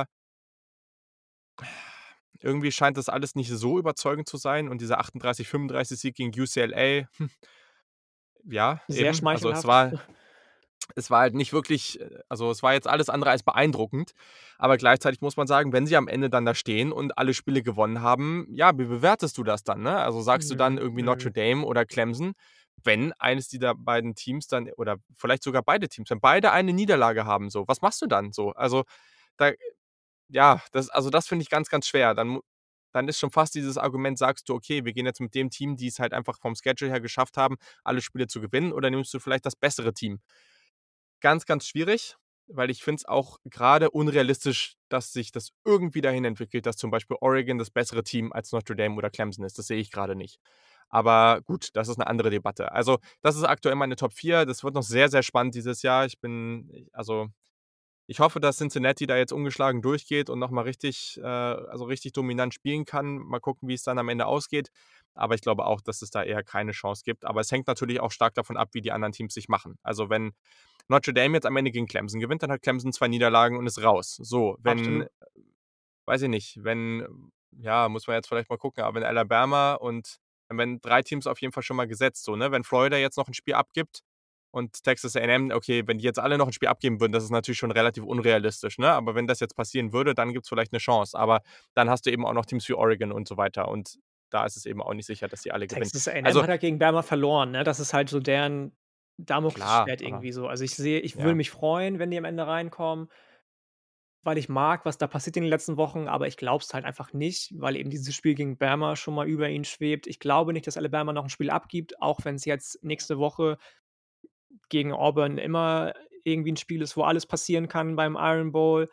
[SPEAKER 1] „irgendwie scheint das alles nicht so überzeugend zu sein und dieser achtunddreißig, fünfunddreißig Sieg gegen U C L A, hm“ Ja,
[SPEAKER 2] Sehr
[SPEAKER 1] eben. Also, es
[SPEAKER 2] schmeichelhaft.
[SPEAKER 1] war Es war halt nicht wirklich äh, also, es war jetzt alles andere als beeindruckend, aber gleichzeitig muss man sagen, wenn sie am Ende dann da stehen und alle Spiele gewonnen haben, ja, wie bewertest du das dann, ne? Also, sagst du dann
[SPEAKER 2] Mhm,
[SPEAKER 1] irgendwie Notre
[SPEAKER 2] mhm.
[SPEAKER 1] Dame oder Clemson, wenn eines dieser beiden Teams dann oder vielleicht sogar beide Teams, wenn beide eine Niederlage haben so, was machst du dann so? Also, da ja, das also, das finde ich ganz, ganz schwer. Dann mu dann ist schon fast dieses Argument, sagst du: „Okay, wir gehen jetzt mit dem Team, die es halt einfach vom Schedule her geschafft haben, alle Spiele zu gewinnen“, oder nimmst du vielleicht das bessere Team? Ganz, ganz schwierig, weil ich finde es auch grade unrealistisch, dass sich das irgendwie dahin entwickelt, dass zum Beispiel Oregon das bessere Team als Notre Dame oder Clemson ist. Das sehe ich grade nicht. Aber gut, das ist 'ne andere Debatte. Also, das ist aktuell meine Top vier. Das wird noch sehr, sehr spannend dieses Jahr. Ich bin i also, ich hoffe, dass Cincinnati da jetzt ungeschlagen durchgeht und noch mal richtig äh, also, richtig dominant spielen kann. Mal gucken, wie es dann am Ende ausgeht. Aber ich glaube auch, dass es da eher keine Chance gibt. Aber es hängt natürlich auch stark davon ab, wie die anderen Teams sich machen. Also, wenn Notre Dame jetzt am Ende gegen Clemson gewinnt, dann hat Clemson zwei Niederlagen und ist raus. So, wenn,
[SPEAKER 2] Absolut.
[SPEAKER 1] äh, weiß ich nicht, wenn ja, muss man jetzt vielleicht mal gucken, aber wenn Alabama und wenn drei Teams auf jeden Fall schon mal gesetzt so, ne? Wenn Florida jetzt noch 'n Spiel abgibt und Texas A&M, okay, wenn die jetzt alle noch 'n Spiel abgeben würden, das ist natürlich schon relativ unrealistisch, ne? Aber wenn das jetzt passieren würde, dann gibt's vielleicht 'ne Chance. Aber dann hast du eben auch noch Teams wie Oregon und so weiter. Und da ist es eben auch nicht sicher, dass die alle gewinnen.
[SPEAKER 2] Texas A&M
[SPEAKER 1] Also
[SPEAKER 2] hat ja gegen Bama verloren, ne? Das ist halt so deren
[SPEAKER 1] Klar,
[SPEAKER 2] Damoklesschwert
[SPEAKER 1] aber
[SPEAKER 2] irgendwie so. Also, ich sehe ich würde
[SPEAKER 1] ja.
[SPEAKER 2] mich freuen, wenn die am Ende reinkommen weil ich mag, was da passiert in den letzten Wochen, aber ich glaube es halt einfach nicht, weil eben dieses Spiel gegen Bama schon mal über ihnen schwebt. Ich glaube nicht, dass Alabama noch 'n Spiel abgibt, auch wenn's jetzt nächste Woche gegen Auburn immer irgendwie 'n Spiel ist, wo alles passieren kann beim Iron Bowl.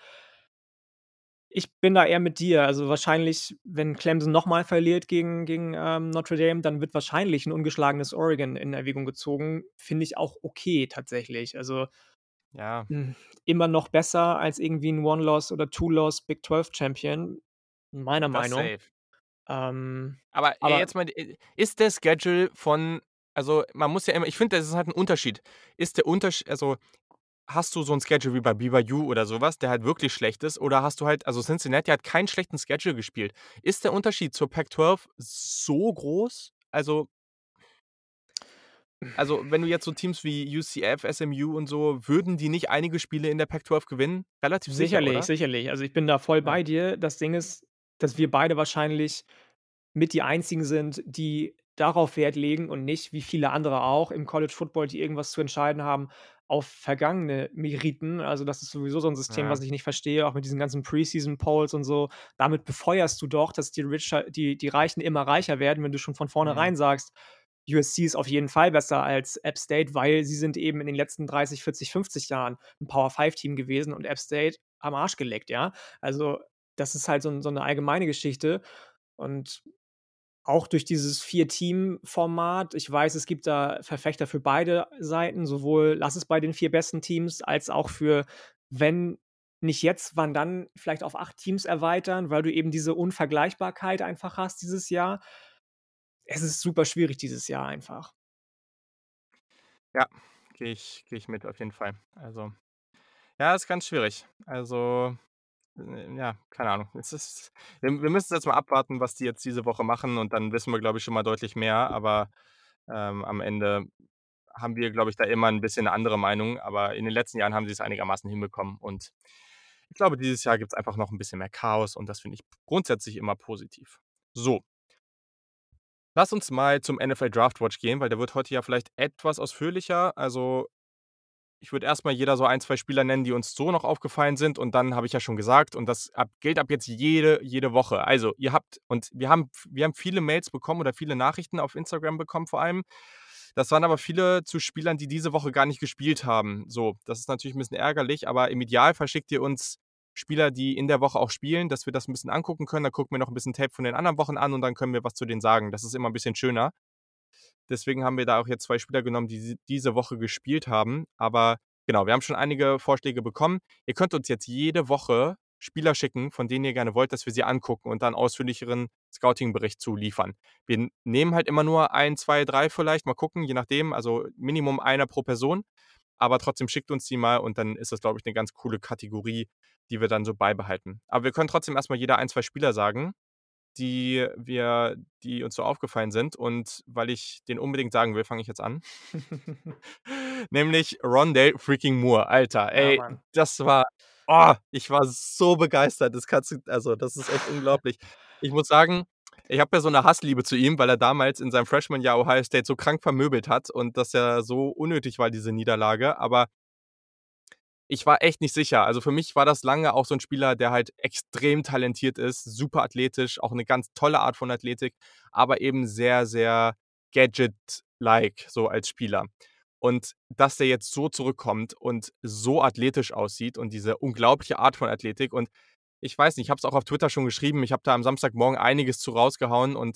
[SPEAKER 2] Ich bin da eher mit dir. Also, wahrscheinlich, wenn Clemson noch mal verliert gegen gegen, ähm, Notre Dame, dann wird wahrscheinlich 'n ungeschlagenes Oregon in Erwägung gezogen. Finde ich auch okay tatsächlich. Also
[SPEAKER 1] Ja.
[SPEAKER 2] hm, immer noch besser als irgendwie 'n One Loss oder Two Loss Big Twelve Champion, meiner
[SPEAKER 1] Das
[SPEAKER 2] Meinung.
[SPEAKER 1] safe.
[SPEAKER 2] Ähm,
[SPEAKER 1] Aber j
[SPEAKER 2] aber
[SPEAKER 1] jetzt mal, äh, ist der Schedule von also, man muss ja immer ich finde, das ist halt 'n Unterschied. Ist der Untersch also, hast du so 'n Schedule wie bei B Y U oder so was, der halt wirklich schlecht ist, oder hast du halt also, Cincinnati hat keinen schlechten Schedule gespielt. Ist der Unterschied zur Pac zwölf so groß? Also also, wenn du jetzt so Teams wie U C F, S M U und so würden die nicht einige Spiele in der Pac zwölf gewinnen? Relativ sicher,
[SPEAKER 2] Sicherlich,
[SPEAKER 1] oder?
[SPEAKER 2] sicherlich. Also, ich bin da voll
[SPEAKER 1] Ja.
[SPEAKER 2] bei dir. Das Ding ist, dass wir beide wahrscheinlich mit die Einzigen sind, die darauf Wert legen und nicht, wie viele andere auch im College Football, die irgendwas zu entscheiden haben, auf vergangene Meriten. Also, das ist sowieso so 'n System, was
[SPEAKER 1] Ja.
[SPEAKER 2] ich nicht verstehe, auch mit diesen ganzen Preseason Polls und so. Damit befeuerst du doch, dass die richer die die Reichen immer reicher werden, wenn du schon von
[SPEAKER 1] Mhm.
[SPEAKER 2] vornherein sagst: „U S C ist auf jeden Fall besser als App State“, weil sie sind eben in den letzten dreißig, vierzig, fünfzig Jahren 'n Power Five Team gewesen und App State am Arsch geleckt, ja? Also, das ist halt so 'n so 'ne allgemeine Geschichte. Und auch durch dieses Vier-Team-Format ich weiß, es gibt da Verfechter für beide Seiten, sowohl lass es bei den vier besten Teams als auch für wenn nicht jetzt, wann dann vielleicht auf acht Teams erweitern, weil du eben diese Unvergleichbarkeit einfach hast dieses Jahr. Es ist super schwierig dieses Jahr einfach.
[SPEAKER 1] Ja, gehe ich gehe ich mit auf jeden Fall. Also, ja, ist ganz schwierig. Also, äh, ja, keine Ahnung. Es ist wir wir müssen's jetzt mal abwarten, was die jetzt diese Woche machen und dann wissen wir, glaube ich, schon mal deutlich mehr. Aber, ähm, am Ende haben wir, glaube ich, da immer 'n bisschen 'ne andere Meinung, aber in den letzten Jahren haben sie's einigermaßen hinbekommen und ich glaube, dieses Jahr gibt's einfach noch 'n bisschen mehr Chaos und das finde ich grundsätzlich immer positiv. So lass uns mal zum N F L Draft Watch gehen, weil der wird heute ja vielleicht etwas ausführlicher. Also, ich würde erst mal jeder so ein, zwei Spieler nennen, die uns so noch aufgefallen sind und dann habe ich ja schon gesagt und das ab gilt ab jetzt jede jede Woche. Also, ihr habt und wir haben v wir haben viele Mails bekommen oder viele Nachrichten auf Instagram bekommen vor allem. Das waren aber viele zu Spielern, die diese Woche gar nicht gespielt haben. So, das ist natürlich 'n bisschen ärgerlich, aber im Idealfall schickt ihr uns Spieler, die in der Woche auch spielen, dass wir das 'n bisschen angucken können. Dann gucken wir noch 'n bisschen Tape von den anderen Wochen an und dann können wir was zu denen sagen. Das ist immer 'n bisschen schöner. Deswegen haben wir da auch jetzt zwei Spieler genommen, die si diese Woche gespielt haben. Aber genau, wir haben schon einige Vorschläge bekommen. Ihr könnt uns jetzt jede Woche Spieler schicken, von denen ihr gerne wollt, dass wir sie angucken und dann ausführlicheren Scouting-Bericht zu liefern. Wir n nehmen halt immer nur ein, zwei, drei vielleicht, mal gucken, je nachdem, also, Minimum einer pro Person. Aber trotzdem schickt uns die mal und dann ist das, glaube ich, 'ne ganz coole Kategorie, die wir dann so beibehalten. Aber wir können trotzdem erst mal jeder ein, zwei Spieler sagen, die wir die uns so aufgefallen sind. Und weil ich den unbedingt sagen will, fange ich jetzt an. nämlich Rondale freaking Moore. Alter,
[SPEAKER 2] Ja,
[SPEAKER 1] ey,
[SPEAKER 2] Mann.
[SPEAKER 1] das war oh, ich war so begeistert. Das kannst du also, das ist echt unglaublich. Ich muss sagen, ich habe ja so 'ne Hassliebe zu ihm, weil er damals in seinem Freshman-Jahr Ohio State so krank vermöbelt hat und das ja so unnötig war, diese Niederlage. Aber ich war echt nicht sicher. Also, für mich war das lange auch so 'n Spieler, der halt extrem talentiert ist, super athletisch, auch 'ne ganz tolle Art von Athletik, aber eben sehr, sehr Gadget-like so als Spieler. Und dass der jetzt so zurückkommt und so athletisch aussieht und diese unglaubliche Art von Athletik und ich weiß nicht, ich habe es auch auf Twitter schon geschrieben, ich habe da am Samstagmorgen einiges zu rausgehauen und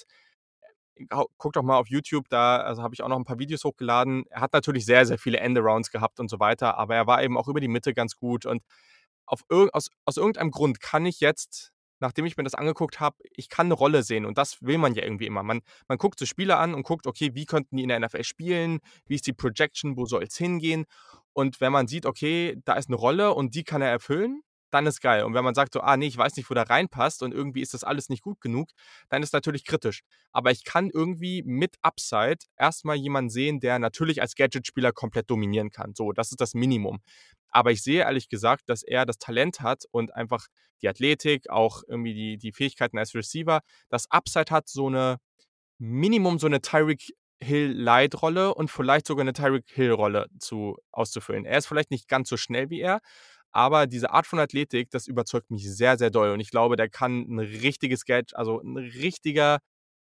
[SPEAKER 1] hau guckt doch mal auf YouTube, da also, habe ich auch noch 'n paar Videos hochgeladen. Er hat natürlich sehr, sehr viele End-Arounds gehabt und so weiter, aber er war eben auch über die Mitte ganz gut und auf irg aus aus irgendeinem Grund kann ich jetzt, nachdem ich mir das angeguckt habe ich kann 'ne Rolle sehen und das will man ja irgendwie immer. Man man guckt so Spieler an und guckt: „Okay, wie könnten die in der N F L spielen? Wie ist die Projection? Wo soll's hingehen?“ Und wenn man sieht: „Okay, da ist 'ne Rolle und die kann er erfüllen“, dann ist geil. Und wenn man sagt so: „Ah ne, ich weiß nicht, wo der reinpasst und irgendwie ist das alles nicht gut genug“, dann ist natürlich kritisch. Aber ich kann irgendwie mit Upside erst mal jemanden sehen, der natürlich als Gadget-Spieler komplett dominieren kann. So, das ist das Minimum. Aber ich sehe ehrlich gesagt, dass er das Talent hat und einfach die Athletik, auch irgendwie die die Fähigkeiten als Receiver, das Upside hat, so 'ne Minimum so 'ne Tyreek Hill-Light-Rolle und vielleicht sogar 'ne Tyreek Hill-Rolle zu auszufüllen. Er ist vielleicht nicht ganz so schnell wie er, aber diese Art von Athletik, das überzeugt mich sehr, sehr doll und ich glaube, der kann 'n richtiges Gad also, 'n richtiger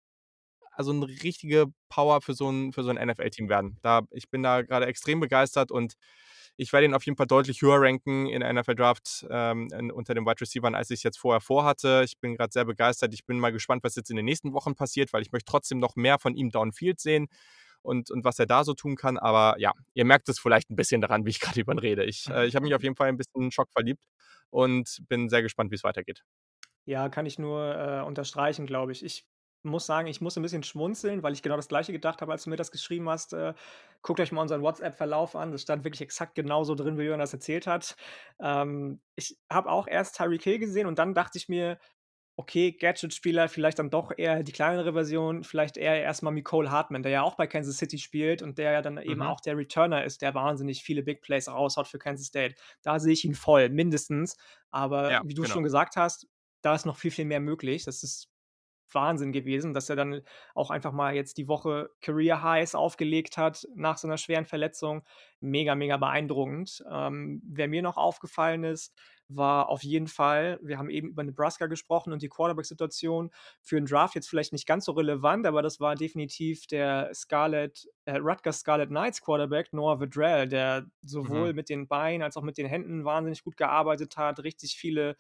[SPEAKER 1] also, 'ne richtige Power für so 'n für so 'n N F L-Team werden. Da ich bin da grade extrem begeistert und ich werde ihn auf jeden Fall deutlich höher ranken in der N F L-Draft, ähm, in unter den Wide Receivern, als ich's jetzt vorher vorhatte. Ich bin grad sehr begeistert. Ich bin mal gespannt, was jetzt in den nächsten Wochen passiert, weil ich möchte trotzdem noch mehr von ihm downfield sehen und und was er da so tun kann. Aber ja, ihr merkt es vielleicht 'n bisschen daran, wie ich grad über ihn rede. Ich äh, ich habe mich auf jeden Fall 'n bisschen schockverliebt und bin sehr gespannt, wie's weitergeht.
[SPEAKER 2] Ja, kann ich nur, äh, unterstreichen, glaube ich. Ich muss sagen, ich musste 'n bisschen schmunzeln, weil ich genau das Gleiche gedacht habe, als du mir das geschrieben hast, äh: „Guckt euch mal unseren WhatsApp-Verlauf an.“ Das stand wirklich exakt genauso drin, wie Jörn das erzählt hat. Ähm, ich habe auch erst Tyreek Hill gesehen und dann dachte ich mir: „Okay, Gadget-Spieler, vielleicht dann doch eher die kleinere Version, vielleicht eher erst mal Mecole Hardman“, der ja auch bei Kansas City spielt und der ja dann eben
[SPEAKER 1] Mhm.
[SPEAKER 2] auch der Returner ist, der wahnsinnig viele Big Plays raushaut für Kansas State. Da sehe ich ihn voll, mindestens. Aber
[SPEAKER 1] Ja,
[SPEAKER 2] wie du
[SPEAKER 1] genau.
[SPEAKER 2] schon gesagt hast, da ist noch viel, viel mehr möglich. Das ist Wahnsinn gewesen, dass er dann auch einfach mal jetzt die Woche Career Highs aufgelegt hat nach so 'ner schweren Verletzung. Mega, mega beeindruckend. Ähm, wer mir noch aufgefallen ist, war auf jeden Fall wir haben eben über Nebraska gesprochen und die Quarterback-Situation. Für 'n Draft jetzt vielleicht nicht ganz so relevant, aber das war definitiv der Scarlet äh, Rutgers Scarlet Knights Quarterback Noah Vedral, der
[SPEAKER 1] Mhm.
[SPEAKER 2] sowohl mit den Beinen als auch mit den Händen wahnsinnig gut gearbeitet hat, richtig viele,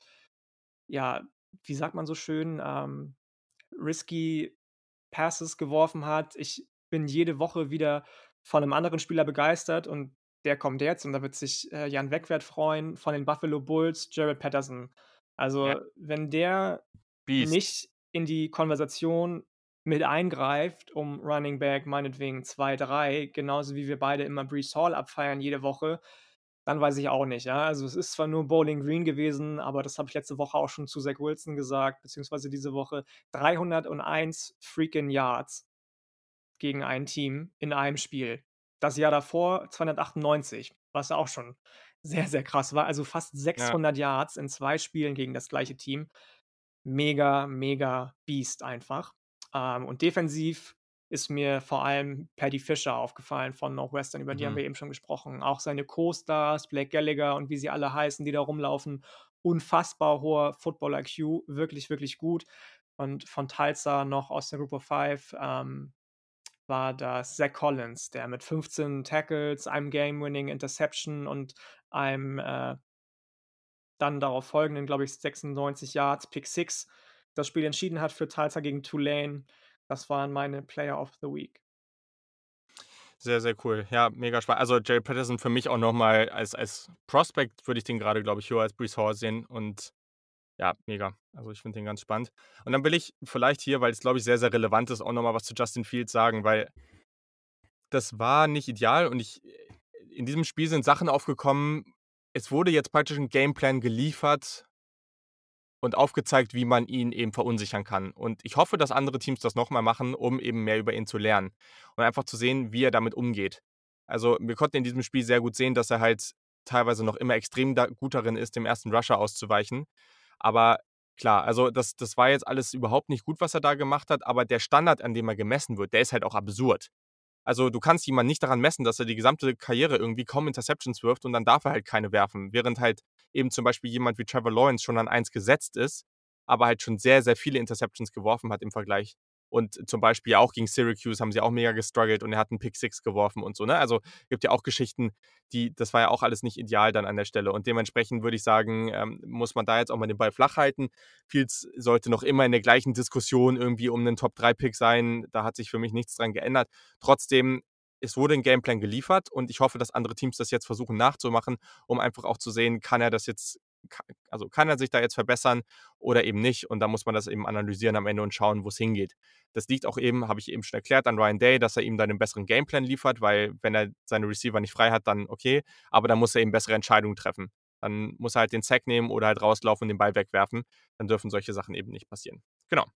[SPEAKER 2] ja, wie sagt man so schön, ähm, risky Passes geworfen hat. Ich bin jede Woche wieder von 'nem anderen Spieler begeistert und der kommt jetzt und da wird sich, äh, Jan Wegwert freuen von den Buffalo Bulls, Jaret Patterson.
[SPEAKER 1] Ja.
[SPEAKER 2] Also, wenn der
[SPEAKER 1] Biest.
[SPEAKER 2] nicht in die Konversation mit eingreift um Running Back meinetwegen zwei, drei, genauso wie wir beide immer Breece Hall abfeiern jede Woche, dann weiß ich auch nicht, ja? Also, es ist zwar nur Bowling Green gewesen, aber das habe ich letzte Woche auch schon zu Zach Wilson gesagt, beziehungsweise diese Woche. dreihunderteins freaking Yards gegen ein Team in einem Spiel. Das Jahr davor zweihundertachtundneunzig, was auch schon sehr, sehr krass war. Also, fast
[SPEAKER 1] Ja.
[SPEAKER 2] sechshundert Yards in zwei Spielen gegen das gleiche Team. Mega, mega Biest einfach. Ähm, und defensiv ist mir vor allem Paddy Fisher aufgefallen von Northwestern, über die haben
[SPEAKER 1] Mhm.
[SPEAKER 2] wir eben schon gesprochen. Auch seine Co-Stars, Blake Gallagher und wie sie alle heißen, die da rumlaufen. Unfassbar hoher Football-IQ, wirklich, wirklich gut. Und von Tulsa noch aus der Group of Five, ähm, war das Zach Collins, der mit fünfzehn Tackles, einem Game-Winning Interception und einem, äh dann darauf folgenden, glaube ich, sechsundneunzig Yards, Pick Six das Spiel entschieden hat für Tulsa gegen Tulane. Das waren meine Player of the Week.
[SPEAKER 1] Sehr, sehr cool. Ja, mega spa also, Jaret Patterson für mich auch noch mal als als Prospect würde ich den grade, glaube ich, höher als Breece Hall sehen und ja, mega. Also, ich finde den ganz spannend. Und dann will ich vielleicht hier, weil's, glaube ich, sehr, sehr relevant ist, auch noch mal was zu Justin Fields sagen, weil das war nicht ideal und ich in diesem Spiel sind Sachen aufgekommen es wurde jetzt praktisch 'n Gameplan geliefert und aufgezeigt, wie man ihn eben verunsichern kann. Und ich hoffe, dass andere Teams das noch mal machen, um eben mehr über ihn zu lernen und einfach zu sehen, wie er damit umgeht. Also, wir konnten in diesem Spiel sehr gut sehen, dass er halt teilweise noch immer extrem da gut darin ist, dem ersten Rusher auszuweichen. Aber klar, also das das war jetzt alles überhaupt nicht gut, was er da gemacht hat, aber der Standard, an dem er gemessen wird, der ist halt auch absurd. Also, du kannst jemanden nicht daran messen, dass er die gesamte Karriere irgendwie kaum Interceptions wirft und dann darf er halt keine werfen, während halt eben zum Beispiel jemand wie Trevor Lawrence schon an eins gesetzt ist, aber halt schon sehr, sehr viele Interceptions geworfen hat im Vergleich. Und zum Beispiel auch gegen Syracuse haben sie auch mega gestruggelt und er hat 'n Pick Six geworfen und so, ne? Also, gibt ja auch Geschichten, die das war ja auch alles nicht ideal dann an der Stelle. Und dementsprechend würde ich sagen, ähm, muss man da jetzt auch mal den Ball flach halten. Fields sollte noch immer in der gleichen Diskussion irgendwie um 'nen Top drei Pick sein. Da hat sich für mich nichts dran geändert. Trotzdem, es wurde 'n Gameplan geliefert und ich hoffe, dass andere Teams das jetzt versuchen nachzumachen, um einfach auch zu sehen, kann er das jetzt ka also, kann er sich da jetzt verbessern oder eben nicht? Und da muss man das eben analysieren am Ende und schauen, wo's hingeht. Das liegt auch eben, habe ich eben schon erklärt, an Ryan Day, dass er ihm da 'nen besseren Gameplan liefert, weil wenn er seine Receiver nicht frei hat, dann okay, aber dann muss er eben bessere Entscheidungen treffen. Dann muss er halt den Sack nehmen oder halt rauslaufen und den Ball wegwerfen. Dann dürfen solche Sachen eben nicht passieren. Genau.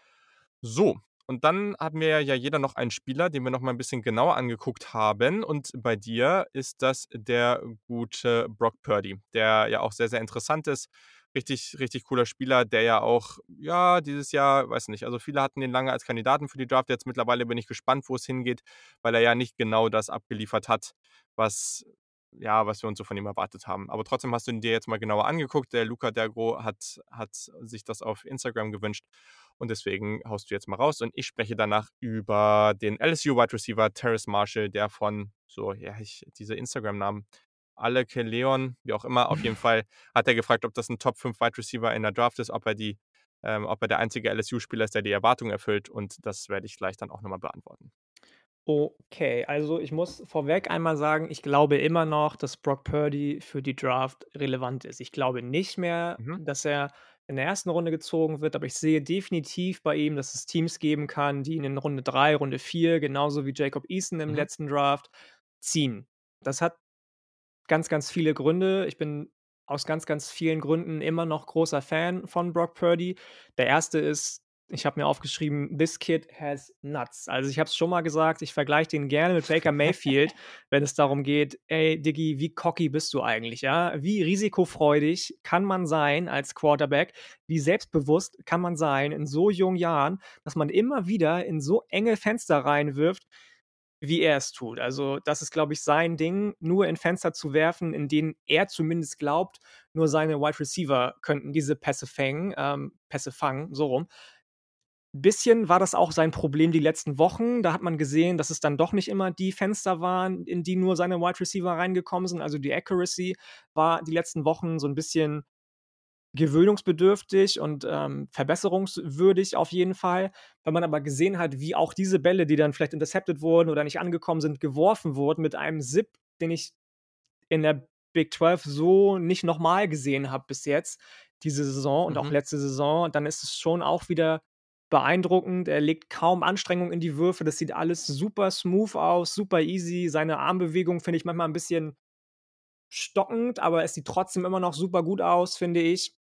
[SPEAKER 1] So, und dann haben wir ja jeder noch einen Spieler, den wir noch mal 'n bisschen genauer angeguckt haben. Und bei dir ist das der gute Brock Purdy, der ja auch sehr, sehr interessant ist. Richtig, richtig cooler Spieler, der ja auch, ja, dieses Jahr weiß nicht, also viele hatten ihn lange als Kandidaten für die Draft. Jetzt mittlerweile bin ich gespannt, wo's hingeht, weil er ja nicht genau das abgeliefert hat, was ja, was wir uns so von ihm erwartet haben. Aber trotzdem hast du ihn dir jetzt mal genauer angeguckt. Der Luca Dergro hat hat sich das auf Instagram gewünscht und deswegen haust du jetzt mal raus und ich spreche danach über den L S U Wide Receiver Terrace Marshall, der von so, ja, ich diese Instagram-Namen, Alec Leon, wie auch immer. Auf jeden Fall hat er gefragt, ob das 'n Top fünf Wide Receiver in der Draft ist, ob er die ähm, ob er der einzige L S U-Spieler ist, der die Erwartungen erfüllt und das werde ich gleich dann auch noch mal beantworten.
[SPEAKER 2] Okay, also ich muss vorweg einmal sagen, ich glaube immer noch, dass Brock Purdy für die Draft relevant ist. Ich glaube nicht mehr,
[SPEAKER 1] Mhm.
[SPEAKER 2] dass er in der ersten Runde gezogen wird, aber ich sehe definitiv bei ihm, dass es Teams geben kann, die ihn in Runde drei, Runde vier, genauso wie Jacob Eason im
[SPEAKER 1] Mhm.
[SPEAKER 2] letzten Draft, ziehen. Das hat ganz, ganz viele Gründe. Ich bin aus ganz, ganz vielen Gründen immer noch großer Fan von Brock Purdy. Der erste ist, ich habe mir aufgeschrieben: „This kid has nuts.“ Also, ich habe es schon mal gesagt, ich vergleiche den gerne mit Baker Mayfield, wenn es darum geht: „Ey, Diggi, wie cocky bist du eigentlich, ja? Wie risikofreudig kann man sein als Quarterback? Wie selbstbewusst kann man sein in so jungen Jahren, dass man immer wieder in so enge Fenster reinwirft, wie er es tut?“ Also, das ist, glaube ich, sein Ding, nur in Fenster zu werfen, in denen er zumindest glaubt, nur seine Wide Receiver könnten diese Pässe fängen ähm, Pässe fangen, so rum. Bisschen war das auch sein Problem die letzten Wochen. Da hat man gesehen, dass es dann doch nicht immer die Fenster waren, in die nur seine Wide Receiver reingekommen sind. Also, die Accuracy war die letzten Wochen so 'n bisschen gewöhnungsbedürftig und, ähm, verbesserungswürdig auf jeden Fall. Wenn man aber gesehen hat, wie auch diese Bälle, die dann vielleicht intercepted wurden oder nicht angekommen sind, geworfen wurden mit einem Zip, den ich in der Big zwölf so nicht noch mal gesehen habe bis jetzt, diese Saison und auch
[SPEAKER 1] Mhm.
[SPEAKER 2] letzte Saison, dann ist es schon auch wieder beeindruckend. Er legt kaum Anstrengung in die Würfe. Das sieht alles super smooth aus, super easy. Seine Armbewegung finde ich manchmal 'n bisschen stockend, aber es sieht trotzdem immer noch super gut aus, finde ich.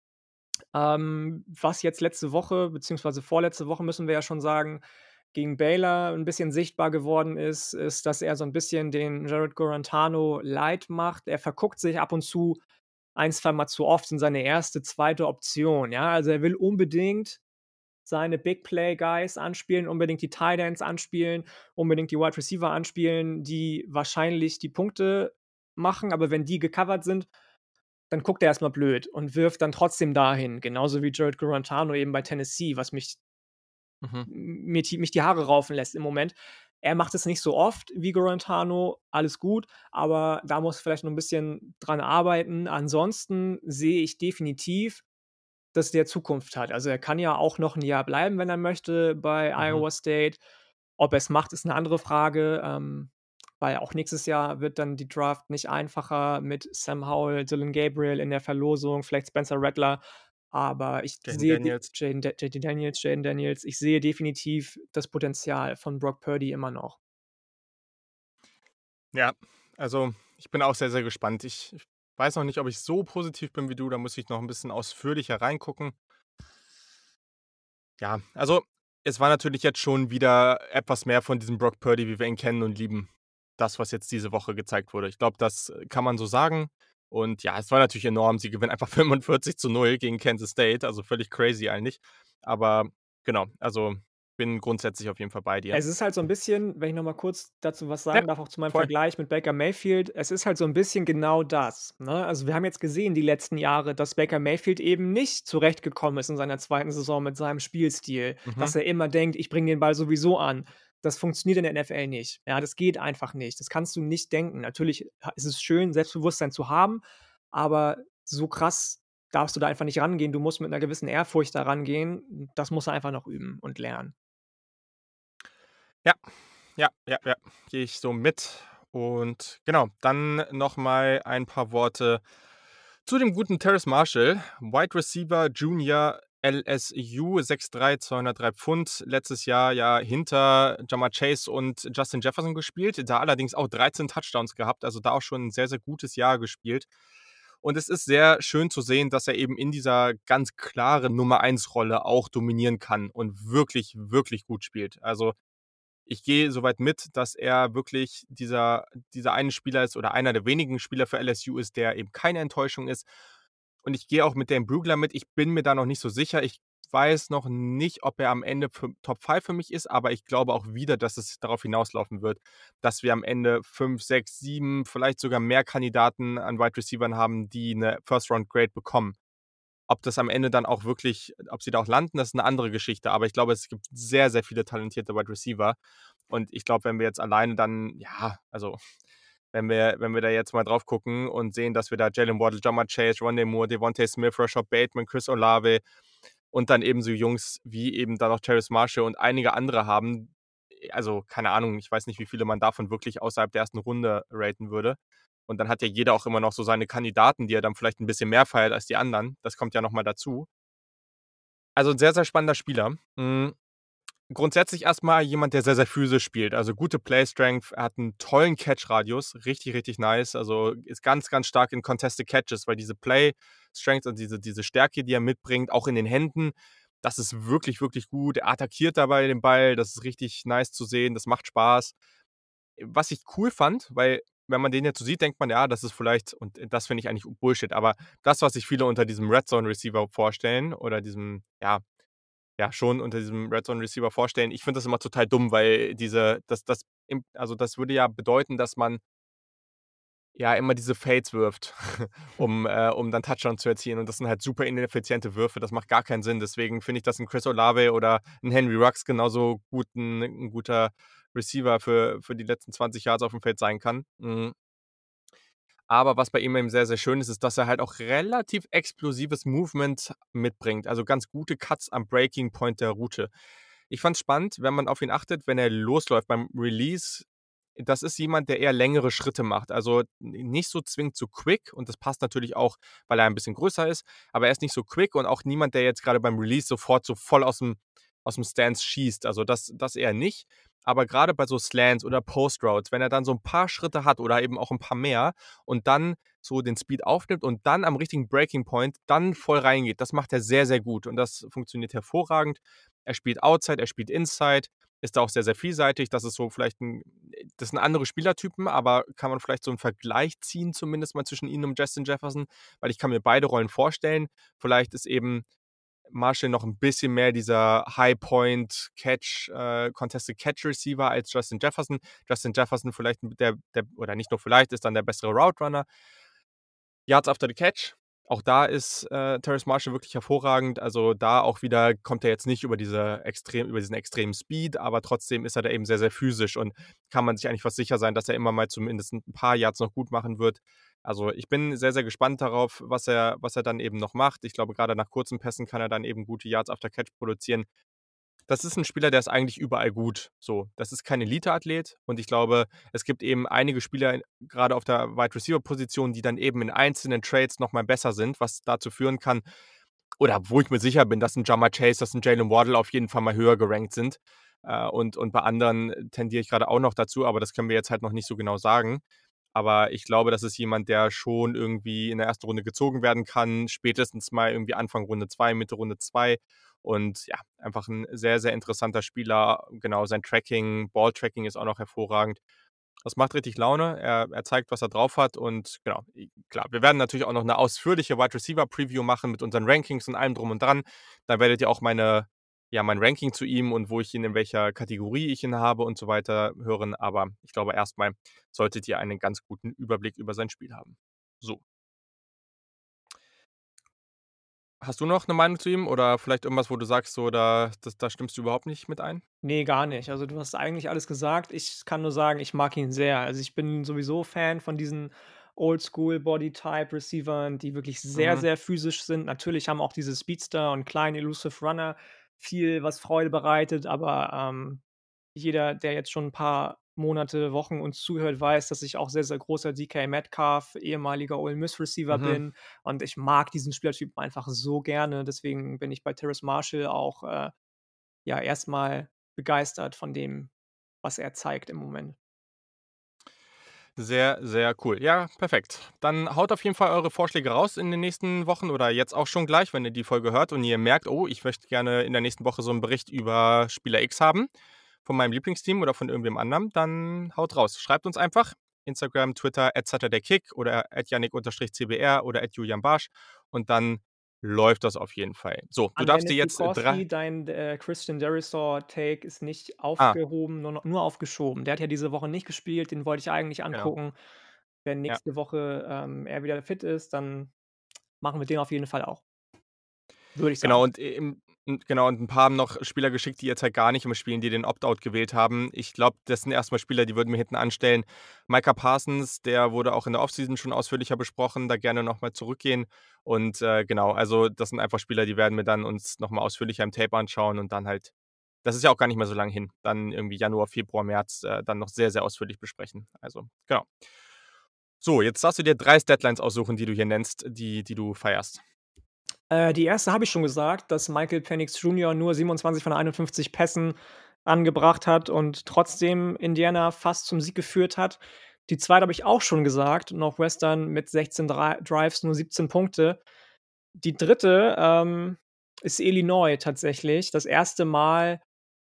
[SPEAKER 2] Ähm, was jetzt letzte Woche beziehungsweise vorletzte Woche, müssen wir ja schon sagen, gegen Baylor 'n bisschen sichtbar geworden ist, ist, dass er so 'n bisschen den Jarrett Guarantano light macht. Er verguckt sich ab und zu ein, zweimal zu oft in seine erste, zweite Option, ja? Also, er will unbedingt seine Big Play Guys anspielen, unbedingt die Tight Ends anspielen, unbedingt die Wide Receiver anspielen, die wahrscheinlich die Punkte machen, aber wenn die gecovert sind, dann guckt er erst mal blöd und wirft dann trotzdem dahin, genauso wie Jarrett Guarantano eben bei Tennessee, was mich
[SPEAKER 1] Mhm.
[SPEAKER 2] m mir die mich die Haare raufen lässt im Moment. Er macht es nicht so oft wie Guarantano, alles gut, aber da muss vielleicht noch 'n bisschen dran arbeiten. Ansonsten sehe ich definitiv, dass der Zukunft hat. Also, er kann ja auch noch 'n Jahr bleiben, wenn er möchte bei
[SPEAKER 1] Mhm.
[SPEAKER 2] Iowa State. Ob er's macht, ist 'ne andere Frage, ähm, weil auch nächstes Jahr wird dann die Draft nicht einfacher mit Sam Howell, Dillon Gabriel in der Verlosung, vielleicht Spencer Rattler. Aber ich
[SPEAKER 1] Jaden
[SPEAKER 2] sehe de
[SPEAKER 1] Daniels.
[SPEAKER 2] Jaden Da J T Daniels Jaden Daniels. Ich sehe definitiv das Potenzial von Brock Purdy immer noch.
[SPEAKER 1] Ja, also, ich bin auch sehr, sehr gespannt. Ich ich weiß noch nicht, ob ich so positiv bin wie du, da muss ich noch 'n bisschen ausführlicher reingucken. Ja, also, es war natürlich jetzt schon wieder etwas mehr von diesem Brock Purdy, wie wir ihn kennen und lieben. das, was jetzt diese Woche gezeigt wurde. Ich glaube, das kann man so sagen. Und ja, es war natürlich enorm. Sie gewinnen einfach fünfundvierzig zu null gegen Kansas State, also völlig crazy eigentlich. Aber genau, also bin grundsätzlich auf jeden Fall bei dir.
[SPEAKER 2] Es ist halt so 'n bisschen, wenn ich noch mal kurz dazu was
[SPEAKER 1] Ja,
[SPEAKER 2] sagen darf, auch zu meinem
[SPEAKER 1] voll.
[SPEAKER 2] Vergleich mit Baker Mayfield. Es ist halt so 'n bisschen genau das, ne? Also, wir haben jetzt gesehen die letzten Jahre, dass Baker Mayfield eben nicht zurechtgekommen ist in seiner zweiten Saison mit seinem Spielstil,
[SPEAKER 1] Mhm.
[SPEAKER 2] dass er immer denkt: „Ich bringe den Ball sowieso an.“ Das funktioniert in der N F L nicht. Ja, das geht einfach nicht. Das kannst du nicht denken. Natürlich ha ist es schön, Selbstbewusstsein zu haben, aber so krass darfst du da einfach nicht rangehen. Du musst mit 'ner gewissen Ehrfurcht da rangehen. Das muss er einfach noch üben und lernen.
[SPEAKER 1] Ja, ja, ja, ja, gehe ich so mit. Und genau, dann noch mal ein paar Worte zu dem guten Terrace Marshall, Wide Receiver Junior L S U, sechs drei, zweihundertdrei Pfund. Letztes Jahr ja hinter Ja'Marr Chase und Justin Jefferson gespielt, da allerdings auch dreizehn Touchdowns gehabt, also da auch schon 'n sehr, sehr gutes Jahr gespielt. Und es ist sehr schön zu sehen, dass er eben in dieser ganz klaren Nummer eins Rolle auch dominieren kann und wirklich, wirklich gut spielt. Also, ich gehe so weit mit, dass er wirklich dieser dieser eine Spieler ist oder einer der wenigen Spieler für L S U ist, der eben keine Enttäuschung ist. Und ich gehe auch mit Dan Brugler mit. Ich bin mir da noch nicht so sicher. Ich weiß noch nicht, ob er am Ende für Top fünf für mich ist, aber ich glaube auch wieder, dass es darauf hinauslaufen wird, dass wir am Ende fünf, sechs, sieben, vielleicht sogar mehr Kandidaten an Wide Receivern haben, die 'ne First Round Grade bekommen. Ob das am Ende dann auch wirklich ob sie da auch landen, das ist 'ne andere Geschichte. Aber ich glaube, es gibt sehr, sehr viele talentierte Wide Receiver. Und ich glaube, wenn wir jetzt alleine dann ja, also, wenn wir wenn wir da jetzt mal drauf gucken und sehen, dass wir da Jaylen Waddle, Ja'Marr Chase, Rondale Moore, Devontae Smith, Rashad Bateman, Chris Olave und dann eben so Jungs wie eben dann noch Terrace Marshall und einige andere haben. Also, keine Ahnung, ich weiß nicht, wie viele man davon wirklich außerhalb der ersten Runde raten würde. Und dann hat ja jeder auch immer noch so seine Kandidaten, die er dann vielleicht 'n bisschen mehr feiert als die anderen. Das kommt ja noch mal dazu. Also 'n sehr, sehr spannender Spieler. Hm, grundsätzlich erst mal jemand, der sehr, sehr physisch spielt, also gute Play Strength. Er hat 'n tollen Catch-Radius, richtig, richtig nice. Also, ist ganz, ganz stark in Contested Catches, weil diese Play Strength und diese diese Stärke, die er mitbringt, auch in den Händen, das ist wirklich, wirklich gut. Er attackiert dabei den Ball, das ist richtig nice zu sehen, das macht Spaß. Was ich cool fand, weil wenn man den jetzt so sieht, denkt man: „Ja, das ist vielleicht“ und das finde ich eigentlich Bullshit, aber das, was sich viele unter diesem Red Zone Receiver vorstellen oder diesem ja, ja schon unter diesem Red Zone Receiver vorstellen, ich finde das immer total dumm, weil diese das das im also, das würde ja bedeuten, dass man ja, immer diese Fades wirft, um äh, um dann Touchdown zu erzielen. Und das sind halt super ineffiziente Würfe. Das macht gar keinen Sinn. Deswegen finde ich, dass 'n Chris Olave oder 'n Henry Ruggs genauso gut 'n 'n guter Receiver für für die letzten zwanzig Yards aufm Feld sein kann. Hm. Aber was bei ihm eben sehr, sehr schön ist, ist, dass er halt auch relativ explosives Movement mitbringt, also ganz gute Cuts am Breaking Point der Route. Ich fand's spannend, wenn man auf ihn achtet, wenn er losläuft beim Release. Das ist jemand, der eher längere Schritte macht, also n nicht so zwingend so quick und das passt natürlich auch, weil er ein bisschen größer ist, aber er ist nicht so quick und auch niemand, der jetzt grade beim Release sofort so voll aus'm aus'm Stance schießt. Also, das das eher nicht. Aber grade bei so Slants oder Post Routes, wenn er dann so 'n paar Schritte hat oder eben auch 'n paar mehr und dann so den Speed aufnimmt und dann am richtigen Breaking Point dann voll reingeht, das macht er sehr, sehr gut und das funktioniert hervorragend. Er spielt Outside, er spielt Inside, ist da auch sehr, sehr vielseitig. Das ist so vielleicht 'n das sind andere Spielertypen, aber kann man vielleicht so 'n Vergleich ziehen zumindest mal zwischen ihm und Justin Jefferson, weil ich kann mir beide Rollen vorstellen. Vielleicht ist eben Marshall noch 'n bisschen mehr dieser High Point Catch äh, Contested Catch Receiver als Justin Jefferson. Justin Jefferson vielleicht der der oder nicht nur vielleicht, ist dann der bessere Route Runner. Yards after the Catch, auch da ist, äh, Terrace Marshall wirklich hervorragend. Also, da auch wieder kommt er jetzt nicht über diese extrem über diesen extremen Speed, aber trotzdem ist er da eben sehr, sehr physisch und kann man sich eigentlich fast sicher sein, dass er immer mal zumindest 'n paar Yards noch gut machen wird. Also, ich bin sehr, sehr gespannt darauf, was er was er dann eben noch macht. Ich glaube, grade nach kurzen Pässen kann er dann eben gute Yards after Catch produzieren. Das ist 'n Spieler, der ist eigentlich überall gut, so. Das ist kein Elite-Athlet und ich glaube, es gibt eben einige Spieler, grade auf der Wide-Receiver-Position, die dann eben in einzelnen Trades noch mal besser sind, was dazu führen kann oder wo ich mir sicher bin, dass 'n Ja'Marr Chase, dass 'n Jaylen Waddle auf jeden Fall mal höher gerankt sind. Äh, und und bei anderen tendiere ich grade auch noch dazu, aber das können wir jetzt halt noch nicht so genau sagen. Aber ich glaube, das ist jemand, der schon irgendwie in der ersten Runde gezogen werden kann, spätestens mal irgendwie Anfang Runde zwei, Mitte Runde zwei. Und ja, einfach 'n sehr, sehr interessanter Spieler. Genau, sein Tracking, Ball Tracking ist auch noch hervorragend. Das macht richtig Laune. Er er zeigt, was er drauf hat und genau, i klar, wir werden natürlich auch noch 'ne ausführliche Wide-Receiver-Preview machen mit unseren Rankings und allem drum und dran. Da werdet ihr auch meine ja, mein Ranking zu ihm und wo ich ihn in welcher Kategorie ich ihn habe und so weiter hören. Aber ich glaube, erst mal solltet ihr einen ganz guten Überblick über sein Spiel haben. So. Hast du noch 'ne Meinung zu ihm oder vielleicht irgendwas, wo du sagst, so, da das da stimmst du überhaupt nicht mit ein?
[SPEAKER 2] Ne, gar nicht. Also, du hast eigentlich alles gesagt. Ich kann nur sagen, ich mag ihn sehr. Also, ich bin sowieso Fan von diesen Oldschool-Body-Type-Receivern, die wirklich sehr,
[SPEAKER 1] Mhm.
[SPEAKER 2] sehr physisch sind. Natürlich haben auch diese Speedster und kleinen Elusive Runner viel, was Freude bereitet, aber, ähm, jeder, der jetzt schon 'n paar Monate, Wochen uns zuhört, weiß, dass ich auch sehr, sehr großer D K Metcalf, ehemaliger Ole Miss Receiver
[SPEAKER 1] Mhm.
[SPEAKER 2] bin und ich mag diesen Spielertypen einfach so gerne. Deswegen bin ich bei Terrace Marshall auch, äh, ja, erst mal begeistert von dem, was er zeigt im Moment.
[SPEAKER 1] Sehr, sehr cool. Ja, perfekt. Dann haut auf jeden Fall eure Vorschläge raus in den nächsten Wochen oder jetzt auch schon gleich, wenn ihr die Folge hört und ihr merkt: „Oh, ich möchte gerne in der nächsten Woche so 'n Bericht über Spieler X haben von meinem Lieblingsteam oder von irgendwem anderem“, dann haut raus. Schreibt uns einfach Instagram, Twitter at SaturdayKick oder at Yannick unterstrich C B R oder at Julian Bartsch und dann läuft das auf jeden Fall. So, du
[SPEAKER 2] An
[SPEAKER 1] darfst dir
[SPEAKER 2] Dennis
[SPEAKER 1] jetzt drei
[SPEAKER 2] Sikorski, dein, äh, Christian Darrisaw-Take ist nicht
[SPEAKER 1] Ah.
[SPEAKER 2] aufgehoben, nur noch nur aufgeschoben. Der hat ja diese Woche nicht gespielt, den wollte ich eigentlich
[SPEAKER 1] Genau.
[SPEAKER 2] angucken. Wenn
[SPEAKER 1] Ja.
[SPEAKER 2] nächste Woche, ähm, er wieder fit ist, dann machen wir den auf jeden Fall auch. Würde ich
[SPEAKER 1] Genau
[SPEAKER 2] sagen.
[SPEAKER 1] und, ähm und genau und 'n paar haben noch Spieler geschickt, die jetzt halt gar nicht mehr spielen, die den Opt-out gewählt haben. Ich glaube, das sind erst mal Spieler, die würden wir hinten anstellen. Micah Parsons, der wurde auch in der Offseason schon ausführlicher besprochen, da gerne noch mal zurückgehen und, äh, genau, also, das sind einfach Spieler, die werden wir dann uns noch mal ausführlicher im Tape anschauen und dann halt das ist ja auch gar nicht mehr so lang hin, dann irgendwie Januar, Februar, März, äh, dann noch sehr, sehr ausführlich besprechen. Also, genau. So, jetzt darfst du dir drei Statlines aussuchen, die du hier nennst, die die du feierst.
[SPEAKER 2] Äh, die erste habe ich schon gesagt, dass Michael Penix Junior nur siebenundzwanzig von einundfünfzig Pässen angebracht hat und trotzdem Indiana fast zum Sieg geführt hat. Die zweite habe ich auch schon gesagt, Northwestern mit sechzehn Dra Drives nur siebzehn Punkte. Die dritte, ähm, ist Illinois tatsächlich. Das erste Mal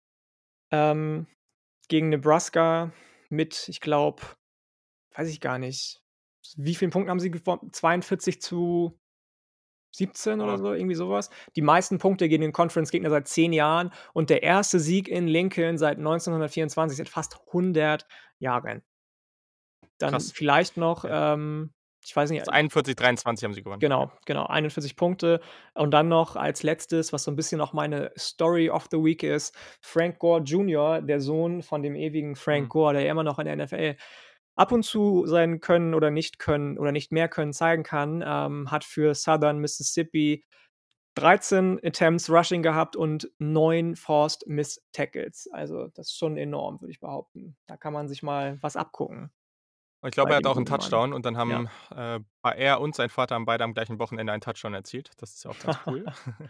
[SPEAKER 2] ähm, gegen Nebraska mit, ich glaube weiß ich gar nicht, wie vielen Punkten haben sie gewonnen? zweiundvierzig zu siebzehn oder
[SPEAKER 1] Oh.
[SPEAKER 2] so, irgendwie so was. Die meisten Punkte gegen den Conference-Gegner seit zehn Jahren und der erste Sieg in Lincoln seit neunzehnhundertvierundzwanzig, seit fast hundert Jahren. Dann
[SPEAKER 1] Krass.
[SPEAKER 2] vielleicht noch,
[SPEAKER 1] Ja.
[SPEAKER 2] ähm, ich weiß nicht
[SPEAKER 1] Also, einundvierzig, dreiundzwanzig haben sie gewonnen, ja.
[SPEAKER 2] Genau, genau, einundvierzig Punkte. Und dann noch als Letztes, was so 'n bisschen auch meine Story of the Week ist, Frank Gore Junior, der Sohn von dem ewigen Frank
[SPEAKER 1] Mhm.
[SPEAKER 2] Gore, der ja immer noch in der N F L ab und zu sein Können oder Nicht-Können oder nicht mehr Können zeigen kann, ähm, hat für Southern Mississippi dreizehn Attempts Rushing gehabt und neun Forced Missed Tackles. Also, das ist schon enorm, würde ich behaupten. Da kann man sich mal was abgucken
[SPEAKER 1] Und ich glaube,
[SPEAKER 2] bei
[SPEAKER 1] er hat
[SPEAKER 2] dem
[SPEAKER 1] auch 'n
[SPEAKER 2] guten Mann.
[SPEAKER 1] Touchdown und dann
[SPEAKER 2] Ja.
[SPEAKER 1] haben, äh, a er und sein Vater haben beide am gleichen Wochenende einen Touchdown erzielt. Das ist ja auch ganz cool.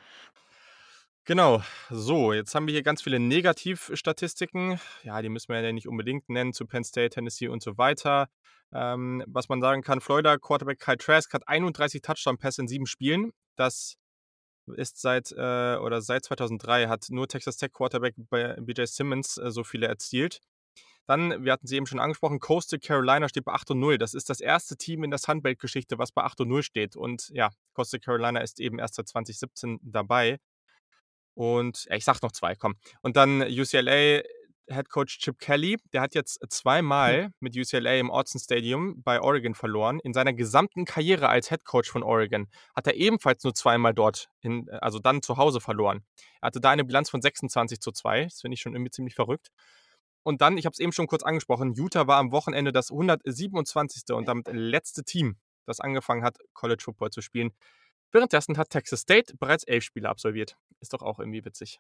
[SPEAKER 1] Genau. So, jetzt haben wir hier ganz viele Negativstatistiken. Ja, die müssen wir ja nicht unbedingt nennen zu Penn State, Tennessee und so weiter. Ähm, was man sagen kann, Florida Quarterback Kyle Trask hat einunddreißig Touchdown-Pässe in sieben Spielen. Das ist seit äh, oder seit zweitausenddrei hat nur Texas Tech Quarterback bei B J Simmons, äh, so viele erzielt. Dann, wir hatten sie eben schon angesprochen, Coastal Carolina steht bei acht und null. Das ist das erste Team in der Sun-Belt-Geschichte, was bei acht und null steht. Und ja, Coastal Carolina ist eben erst seit zwanzig siebzehn dabei. Und ja, ich sage noch zwei, komm. Und dann U C L A Head Coach Chip Kelly, der hat jetzt
[SPEAKER 2] Hm.
[SPEAKER 1] zweimal mit U C L A im Autzen Stadium bei Oregon verloren. In seiner gesamten Karriere als Head Coach von Oregon hat er ebenfalls nur zweimal dort in also, dann zu Hause verloren. Er hatte da eine Bilanz von sechsundzwanzig zu zwei. Das finde ich schon irgendwie ziemlich verrückt. Und dann, ich habe es eben schon kurz angesprochen, Utah war am Wochenende das hundertsiebenundzwanzigste und damit letzte Team, das angefangen hat, College Football zu spielen. Währenddessen hat Texas State bereits elf Spiele absolviert. Ist doch auch irgendwie witzig.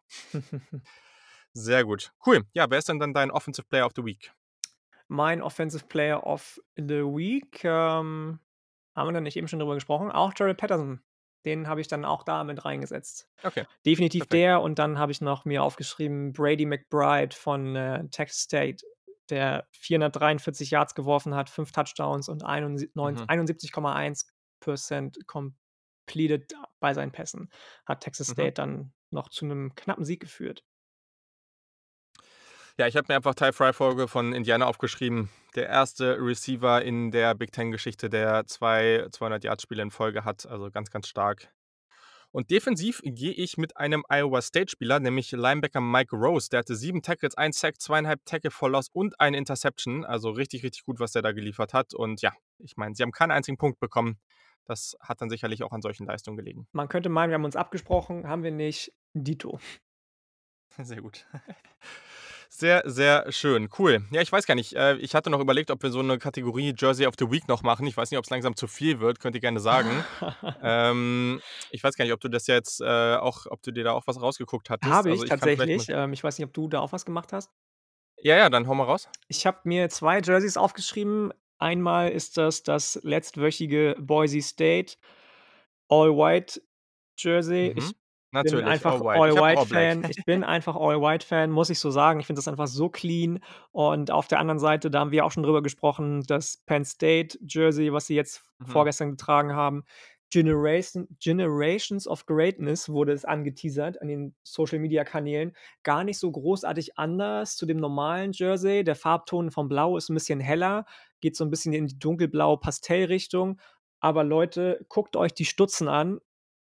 [SPEAKER 1] Sehr gut. Cool. Ja, wer ist denn dann dein Offensive Player of the Week?
[SPEAKER 2] Mein Offensive Player of the Week, ähm, haben wir da nicht eben schon drüber gesprochen? Auch Jaret Patterson. Den habe ich dann auch da mit reingesetzt.
[SPEAKER 1] Okay,
[SPEAKER 2] Definitiv
[SPEAKER 1] perfekt.
[SPEAKER 2] der und dann habe ich noch mir aufgeschrieben, Brady McBride von, äh, Texas State, der vierhundertdreiundvierzig Yards geworfen hat, fünf Touchdowns und einundsieb neun
[SPEAKER 1] Mhm.
[SPEAKER 2] einundsiebzig Komma eins Percent completed bei seinen Pässen. Hat Texas
[SPEAKER 1] Mhm.
[SPEAKER 2] State dann noch zu 'nem knappen Sieg geführt.
[SPEAKER 1] Ja, ich habe mir einfach Ty Fryfogle von Indiana aufgeschrieben. der erste Receiver in der Big Ten-Geschichte, der zwei zweihundert-Yard-Spiele in Folge hat. Also ganz, ganz stark. Und defensiv gehe ich mit einem Iowa State-Spieler, nämlich Linebacker Mike Rose. Der hatte sieben Tackles, ein Sack, zweieinhalb Tackle for Loss und eine Interception. Also richtig, richtig gut, was der da geliefert hat. Und ja, ich meine, sie haben keinen einzigen Punkt bekommen. Das hat dann sicherlich auch an solchen Leistungen gelegen.
[SPEAKER 2] Man könnte meinen, wir haben uns abgesprochen, haben wir nicht. Dito.
[SPEAKER 1] Sehr gut. Sehr, sehr schön. Cool. Ja, ich weiß gar nicht. Äh, ich hatte noch überlegt, ob wir so eine Kategorie Jersey of the Week noch machen. Ich weiß nicht, ob es langsam zu viel wird. Könnt ihr gerne sagen. Ähm, ich weiß gar nicht, ob du das jetzt äh, auch ob du dir da auch was rausgeguckt hattest.
[SPEAKER 2] Habe
[SPEAKER 1] Also,
[SPEAKER 2] ich
[SPEAKER 1] ich kann vielleicht mal
[SPEAKER 2] tatsächlich. Ähm, ich weiß nicht, ob du da auch was gemacht hast?
[SPEAKER 1] ja, ja, dann hau mal raus.
[SPEAKER 2] Ich habe mir zwei Jerseys aufgeschrieben. Einmal ist das das letztwöchige Boise State All-White Jersey.
[SPEAKER 1] Mhm.
[SPEAKER 2] Ich bin
[SPEAKER 1] Natürlich,
[SPEAKER 2] einfach
[SPEAKER 1] All White. Ich habe All Black.
[SPEAKER 2] All-White-Fan. Ich bin einfach All-White-Fan, muss ich so sagen. Ich finde das einfach so clean. Und auf der anderen Seite, da haben wir auch schon drüber gesprochen, das Penn State Jersey, was sie jetzt
[SPEAKER 1] Mhm.
[SPEAKER 2] vorgestern getragen haben. Generation Generations of Greatness wurde es angeteasert an den Social-Media-Kanälen. Gar nicht so großartig anders zu dem normalen Jersey. Der Farbton vom Blau ist 'n bisschen heller, geht so 'n bisschen in die dunkelblaue Pastellrichtung. Aber Leute, guckt euch die Stutzen an.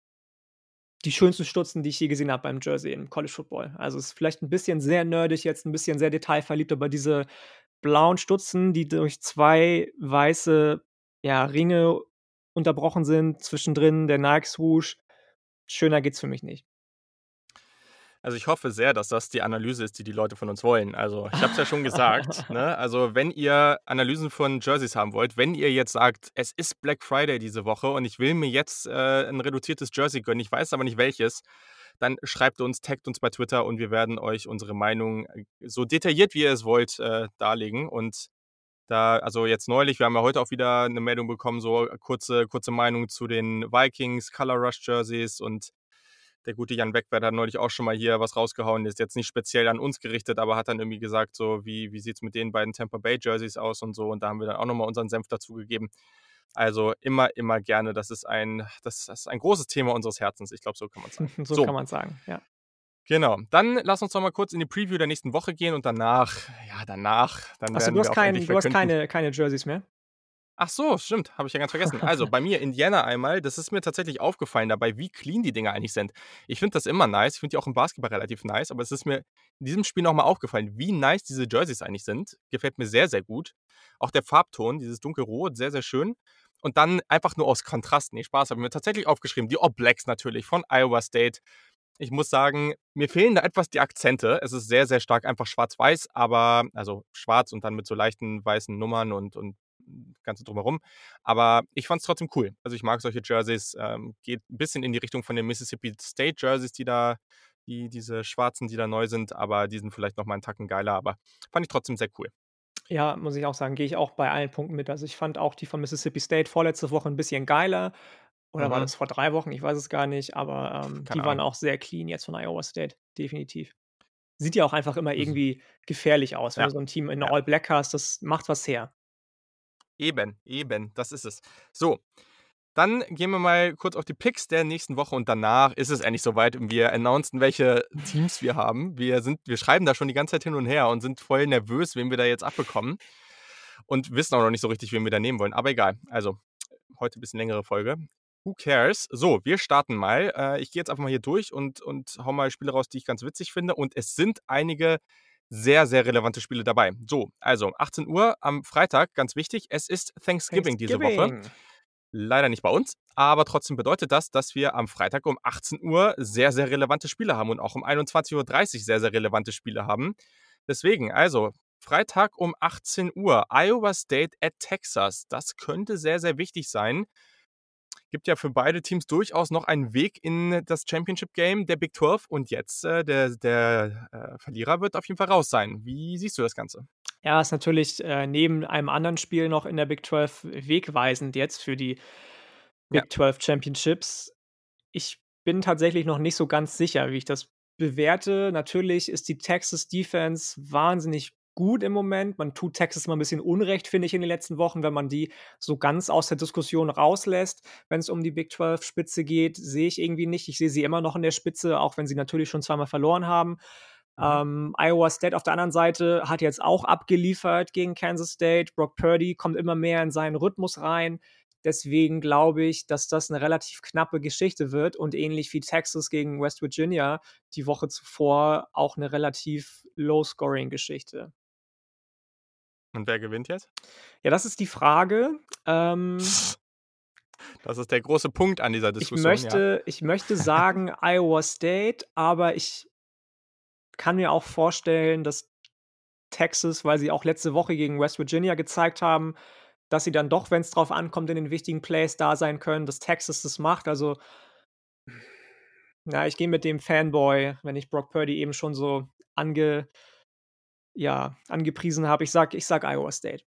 [SPEAKER 2] Die schönsten Stutzen, die ich je gesehen habe beim Jersey im College Football. Also, ist vielleicht 'n bisschen sehr nerdig jetzt, 'n bisschen sehr detailverliebt, aber diese blauen Stutzen, die durch zwei weiße, ja, Ringe unterbrochen sind, zwischendrin der Nike Swoosh. Schöner geht's für mich nicht.
[SPEAKER 1] Also, ich hoffe sehr, dass das die Analyse ist, die die Leute von uns wollen. Also, ich habe es ja schon gesagt, ne? Also, wenn ihr Analysen von Jerseys haben wollt, wenn ihr jetzt sagt: „Es ist Black Friday diese Woche und ich will mir jetzt, äh, 'n reduziertes Jersey gönnen, ich weiß aber nicht welches“, dann schreibt uns, taggt uns bei Twitter und wir werden euch unsere Meinung, äh, so detailliert, wie ihr es wollt, äh, darlegen. Und da also, jetzt neulich wir haben ja heute auch wieder 'ne Meldung bekommen, so kurze kurze Meinung zu den Vikings Color Rush Jerseys und der gute Jan Wegwert hat neulich auch schon mal hier was rausgehauen. Ist jetzt nicht speziell an uns gerichtet, aber hat dann irgendwie gesagt, so: „Wie wie sieht's mit den beiden Tampa Bay Jerseys aus?“ und so. Und da haben wir dann auch noch mal unseren Senf dazu gegeben. Also, immer, immer gerne. Das ist ein das das ist ein großes Thema unseres Herzens. Ich glaube, so kann man's sagen.
[SPEAKER 2] So
[SPEAKER 1] So,
[SPEAKER 2] kann man's sagen, ja.
[SPEAKER 1] genau. Dann lass uns doch mal kurz in die Preview der nächsten Woche gehen und danach ja, danach, dann
[SPEAKER 2] Ach so, du
[SPEAKER 1] werden
[SPEAKER 2] hast
[SPEAKER 1] wir auch endlich
[SPEAKER 2] kein du hast
[SPEAKER 1] verkünden
[SPEAKER 2] keine keine Jerseys mehr?
[SPEAKER 1] Ach so, stimmt, habe ich ja ganz vergessen. Also, bei mir Indiana einmal, das ist mir tatsächlich aufgefallen dabei, wie clean die Dinger eigentlich sind. Ich finde das immer nice, ich finde die auch im Basketball relativ nice, aber es ist mir in diesem Spiel noch mal aufgefallen, wie nice diese Jerseys eigentlich sind. Gefällt mir sehr, sehr gut. Auch der Farbton, dieses Dunkelrot, sehr, sehr schön. Und dann einfach nur aus Kontrast, ne, Spaß, habe ich mir tatsächlich aufgeschrieben, die All Blacks natürlich von Iowa State. Ich muss sagen, mir fehlen da etwas die Akzente. Es ist sehr, sehr stark einfach schwarz-weiß, aber also schwarz und dann mit so leichten weißen Nummern und und Ganze drumherum. Aber ich fand es trotzdem cool. Also, ich mag solche Jerseys, ähm, geht 'n bisschen in die Richtung von den Mississippi State Jerseys, die da die diese schwarzen, die da neu sind, aber die sind vielleicht noch mal 'n Tacken geiler, aber fand ich trotzdem sehr cool.
[SPEAKER 2] Ja, muss ich auch sagen, gehe ich auch bei allen Punkten mit. Also, ich fand auch die von Mississippi State vorletzte Woche 'n bisschen geiler. Oder war
[SPEAKER 1] Mhm.
[SPEAKER 2] das vor drei Wochen? Ich weiß es gar nicht, aber, ähm,
[SPEAKER 1] Keine
[SPEAKER 2] die waren
[SPEAKER 1] Ahnung.
[SPEAKER 2] auch sehr clean jetzt von Iowa State, definitiv. Sieht ja auch einfach immer
[SPEAKER 1] S
[SPEAKER 2] irgendwie gefährlich aus, wenn
[SPEAKER 1] Ja,
[SPEAKER 2] du so 'n Team in
[SPEAKER 1] ja.
[SPEAKER 2] All Black hast, das macht was her.
[SPEAKER 1] Eben, eben, das ist es. So, dann gehen wir mal kurz auf die Picks der nächsten Woche und danach ist es endlich so weit und wir announcen, welche Teams wir haben. Wir sind wir schreiben da schon die ganze Zeit hin und her und sind voll nervös, wen wir da jetzt abbekommen und wissen auch noch nicht so richtig, wen wir da nehmen wollen. Aber egal. Also, heute bisschen längere Folge. Who cares? So, wir starten mal. Äh, ich gehe jetzt einfach mal hier durch und und haue mal Spiele raus, die ich ganz witzig finde. Und es sind einige sehr, sehr relevante Spiele dabei. So, also achtzehn Uhr am Freitag, ganz wichtig, es ist Thanksgiving diese Woche.
[SPEAKER 2] Thanksgiving.
[SPEAKER 1] Leider nicht bei uns, aber trotzdem bedeutet das, dass wir am Freitag um achtzehn Uhr sehr, sehr relevante Spiele haben und auch um einundzwanzig Uhr dreißig sehr, sehr relevante Spiele haben. Deswegen, also Freitag um achtzehn Uhr, Iowa State at Texas. Das könnte sehr, sehr wichtig sein. Gibt ja für beide Teams durchaus noch einen Weg in das Championship Game der Big zwölf und jetzt, äh, der der, äh, Verlierer wird auf jeden Fall raus sein. Wie siehst du das Ganze?
[SPEAKER 2] Ja, ist natürlich, äh, neben einem anderen Spiel noch in der Big zwölf wegweisend jetzt für die
[SPEAKER 1] Ja.
[SPEAKER 2] Big zwölf Championships. Ich bin tatsächlich noch nicht so ganz sicher, wie ich das bewerte. Natürlich ist die Texas Defense wahnsinnig gut im Moment. Man tut Texas immer 'n bisschen Unrecht, finde ich, in den letzten Wochen, wenn man die so ganz aus der Diskussion rauslässt. Wenn's um die Big zwölf Spitze geht, sehe ich irgendwie nicht. Ich sehe sie immer noch in der Spitze, auch wenn sie natürlich schon zweimal verloren haben.
[SPEAKER 1] Mhm.
[SPEAKER 2] Ähm, Iowa State auf der anderen Seite hat jetzt auch abgeliefert gegen Kansas State. Brock Purdy kommt immer mehr in seinen Rhythmus rein. Deswegen glaube ich, dass das 'ne relativ knappe Geschichte wird und ähnlich wie Texas gegen West Virginia die Woche zuvor auch 'ne relativ Low-Scoring-Geschichte.
[SPEAKER 1] Und wer gewinnt jetzt?
[SPEAKER 2] Ja, das ist die Frage. Ähm
[SPEAKER 1] Das ist der große Punkt an dieser
[SPEAKER 2] ich
[SPEAKER 1] Diskussion, ja.
[SPEAKER 2] möchte ich möchte sagen Iowa State, aber ich kann mir auch vorstellen, dass Texas, weil sie auch letzte Woche gegen West Virginia gezeigt haben, dass sie dann doch, wenn's drauf ankommt, in den wichtigen Plays da sein können, dass Texas das macht. Also na, ich gehe mit dem Fanboy, wenn ich Brock Purdy eben schon so ange ja, angepriesen habe. Ich sage ich sage Iowa State.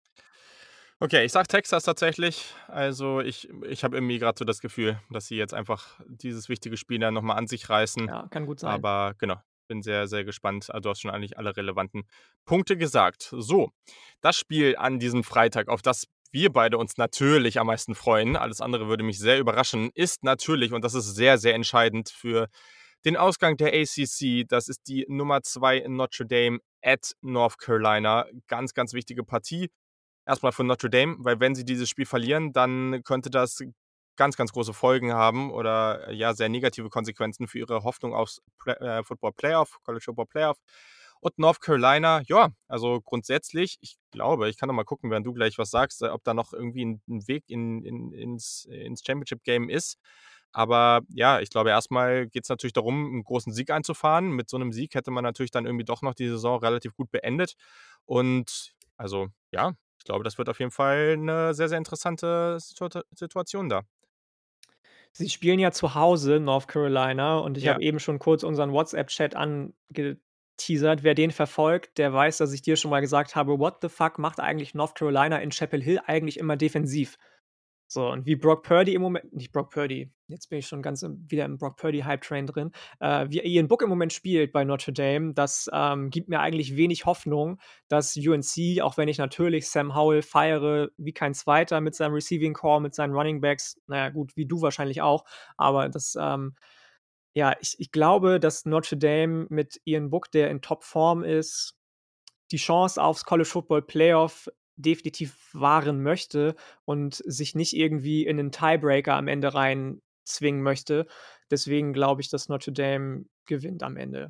[SPEAKER 1] Okay, ich sage Texas tatsächlich. Also, ich ich habe irgendwie grad so das Gefühl, dass sie jetzt einfach dieses wichtige Spiel dann noch mal an sich reißen.
[SPEAKER 2] Ja, kann gut sein.
[SPEAKER 1] Aber genau, bin sehr, sehr gespannt. Also, du hast schon eigentlich alle relevanten Punkte gesagt. So, das Spiel an diesem Freitag, auf das wir beide uns natürlich am meisten freuen, alles andere würde mich sehr überraschen, ist natürlich und das ist sehr, sehr entscheidend für den Ausgang der A-C-C. Das ist die Nummer zwei in Notre Dame at North Carolina. Ganz, ganz wichtige Partie. Erst mal für Notre Dame, weil wenn sie dieses Spiel verlieren, dann könnte das ganz, ganz große Folgen haben oder, ja, sehr negative Konsequenzen für ihre Hoffnung aufs Pla äh, Football Playoff College Football Playoff. Und North Carolina, ja, also grundsätzlich, ich glaube ich kann noch mal gucken, während du gleich was sagst, äh, ob da noch irgendwie 'n 'n Weg in in ins ins Championship Game ist. Aber ja, ich glaube, erst mal geht's natürlich darum, 'n großen Sieg einzufahren. Mit so 'nem Sieg hätte man natürlich dann irgendwie doch noch die Saison relativ gut beendet. Und also, ja, ich glaube, das wird auf jeden Fall 'ne sehr, sehr interessante Situata Situation da.
[SPEAKER 2] Sie spielen ja zu Hause, North Carolina, und ich
[SPEAKER 1] Ja.
[SPEAKER 2] habe eben schon kurz unseren WhatsApp-Chat angeteasert. Wer den verfolgt, der weiß, dass ich dir schon mal gesagt habe: „What the fuck macht eigentlich North Carolina in Chapel Hill eigentlich immer defensiv?“ So, und wie Brock Purdy im Moment nicht Brock Purdy, jetzt bin ich schon ganz im wieder im Brock Purdy Hype Train drin. Äh, wie Ian Book im Moment spielt bei Notre Dame, das, ähm, gibt mir eigentlich wenig Hoffnung, dass U N C, auch wenn ich natürlich Sam Howell feiere wie kein Zweiter mit seinem Receiving Core, mit seinen Running Backs, na ja gut, wie du wahrscheinlich auch, aber das, ähm ja, ich ich glaube, dass Notre Dame mit Ian Book, der in Topform ist, die Chance aufs College Football Playoff definitiv wahren möchte und sich nicht irgendwie in 'nen Tiebreaker am Ende reinzwingen möchte. Deswegen glaube ich, dass Notre Dame gewinnt am Ende.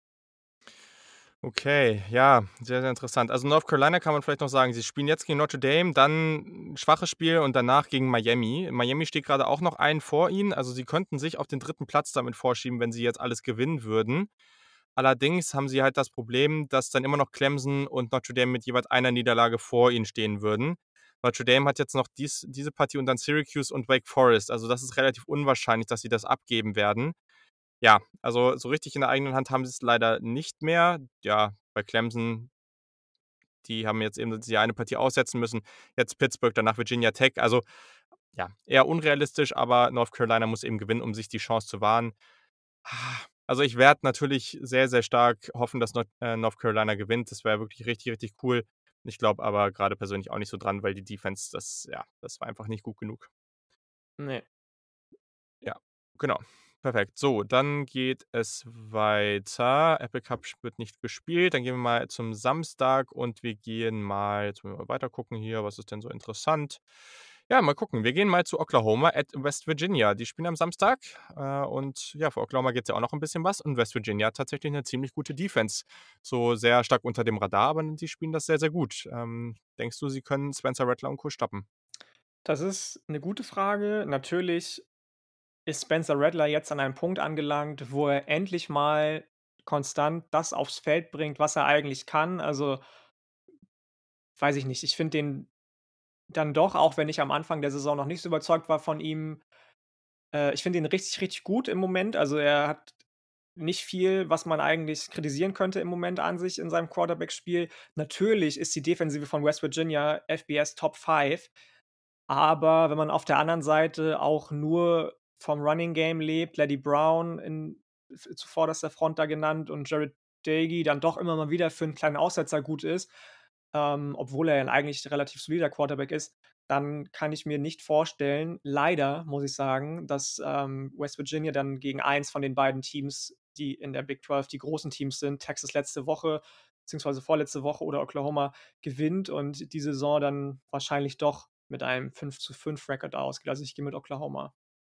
[SPEAKER 1] Okay, ja, sehr, sehr interessant. Also, North Carolina kann man vielleicht noch sagen, sie spielen jetzt gegen Notre Dame, dann 'n schwaches Spiel und danach gegen Miami. Miami steht grade auch noch einen vor ihnen. Also, sie könnten sich auf den dritten Platz damit vorschieben, wenn sie jetzt alles gewinnen würden. Allerdings haben sie halt das Problem, dass dann immer noch Clemson und Notre Dame mit jeweils einer Niederlage vor ihnen stehen würden. Notre Dame hat jetzt noch dies diese Partie und dann Syracuse und Wake Forest. Also, das ist relativ unwahrscheinlich, dass sie das abgeben werden. Ja, also, so richtig in der eigenen Hand haben sie's leider nicht mehr. Ja, bei Clemson die haben jetzt eben die eine Partie aussetzen müssen. Jetzt Pittsburgh, danach Virginia Tech. Also, ja, eher unrealistisch, aber North Carolina muss eben gewinnen, um sich die Chance zu wahren. Also, ich werde natürlich sehr, sehr stark hoffen, dass Nord äh, North Carolina gewinnt. Das wäre wirklich richtig, richtig cool. Ich glaube aber grade persönlich auch nicht so dran, weil die Defense, das ja, das war einfach nicht gut genug.
[SPEAKER 2] Ne.
[SPEAKER 1] Ja, genau. Perfekt. So, dann geht es weiter. Apple Cup sch wird nicht gespielt. Dann gehen wir mal zum Samstag und wir gehen mal jetzt wollen wir mal weiter gucken hier, was ist denn so interessant? Ja, mal gucken. Wir gehen mal zu Oklahoma at West Virginia. Die spielen am Samstag, äh, und ja, für Oklahoma geht's ja auch noch 'n bisschen was und West Virginia hat tatsächlich 'ne ziemlich gute Defense. So sehr stark unter dem Radar, aber die spielen das sehr, sehr gut. Ähm, denkst du, sie können Spencer Rattler und Co. stoppen?
[SPEAKER 2] Das ist 'ne gute Frage. Natürlich ist Spencer Rattler jetzt an einem Punkt angelangt, wo er endlich mal konstant das aufs Feld bringt, was er eigentlich kann. Also weiß ich nicht. Ich finde den dann doch, auch wenn ich am Anfang der Saison noch nicht so überzeugt war von ihm äh, ich finde ihn richtig, richtig gut im Moment. Also, er hat nicht viel, was man eigentlich kritisieren könnte im Moment an sich in seinem Quarterback-Spiel. Natürlich ist die Defensive von West Virginia F B S Top five, aber wenn man auf der anderen Seite auch nur vom Running Game lebt, Leddie Brown in f zuvorderster Front da genannt und Jarret Doege dann doch immer mal wieder für 'n kleinen Aussetzer gut ist ähm, obwohl er ja 'n eigentlich relativ solider Quarterback ist, dann kann ich mir nicht vorstellen, leider muss ich sagen, dass, ähm, West Virginia dann gegen eins von den beiden Teams, die in der Big zwölf die großen Teams sind, Texas letzte Woche beziehungsweise vorletzte Woche oder Oklahoma, gewinnt und die Saison dann wahrscheinlich doch mit einem fünf zu fünf Record ausgeht. Also, ich gehe mit Oklahoma.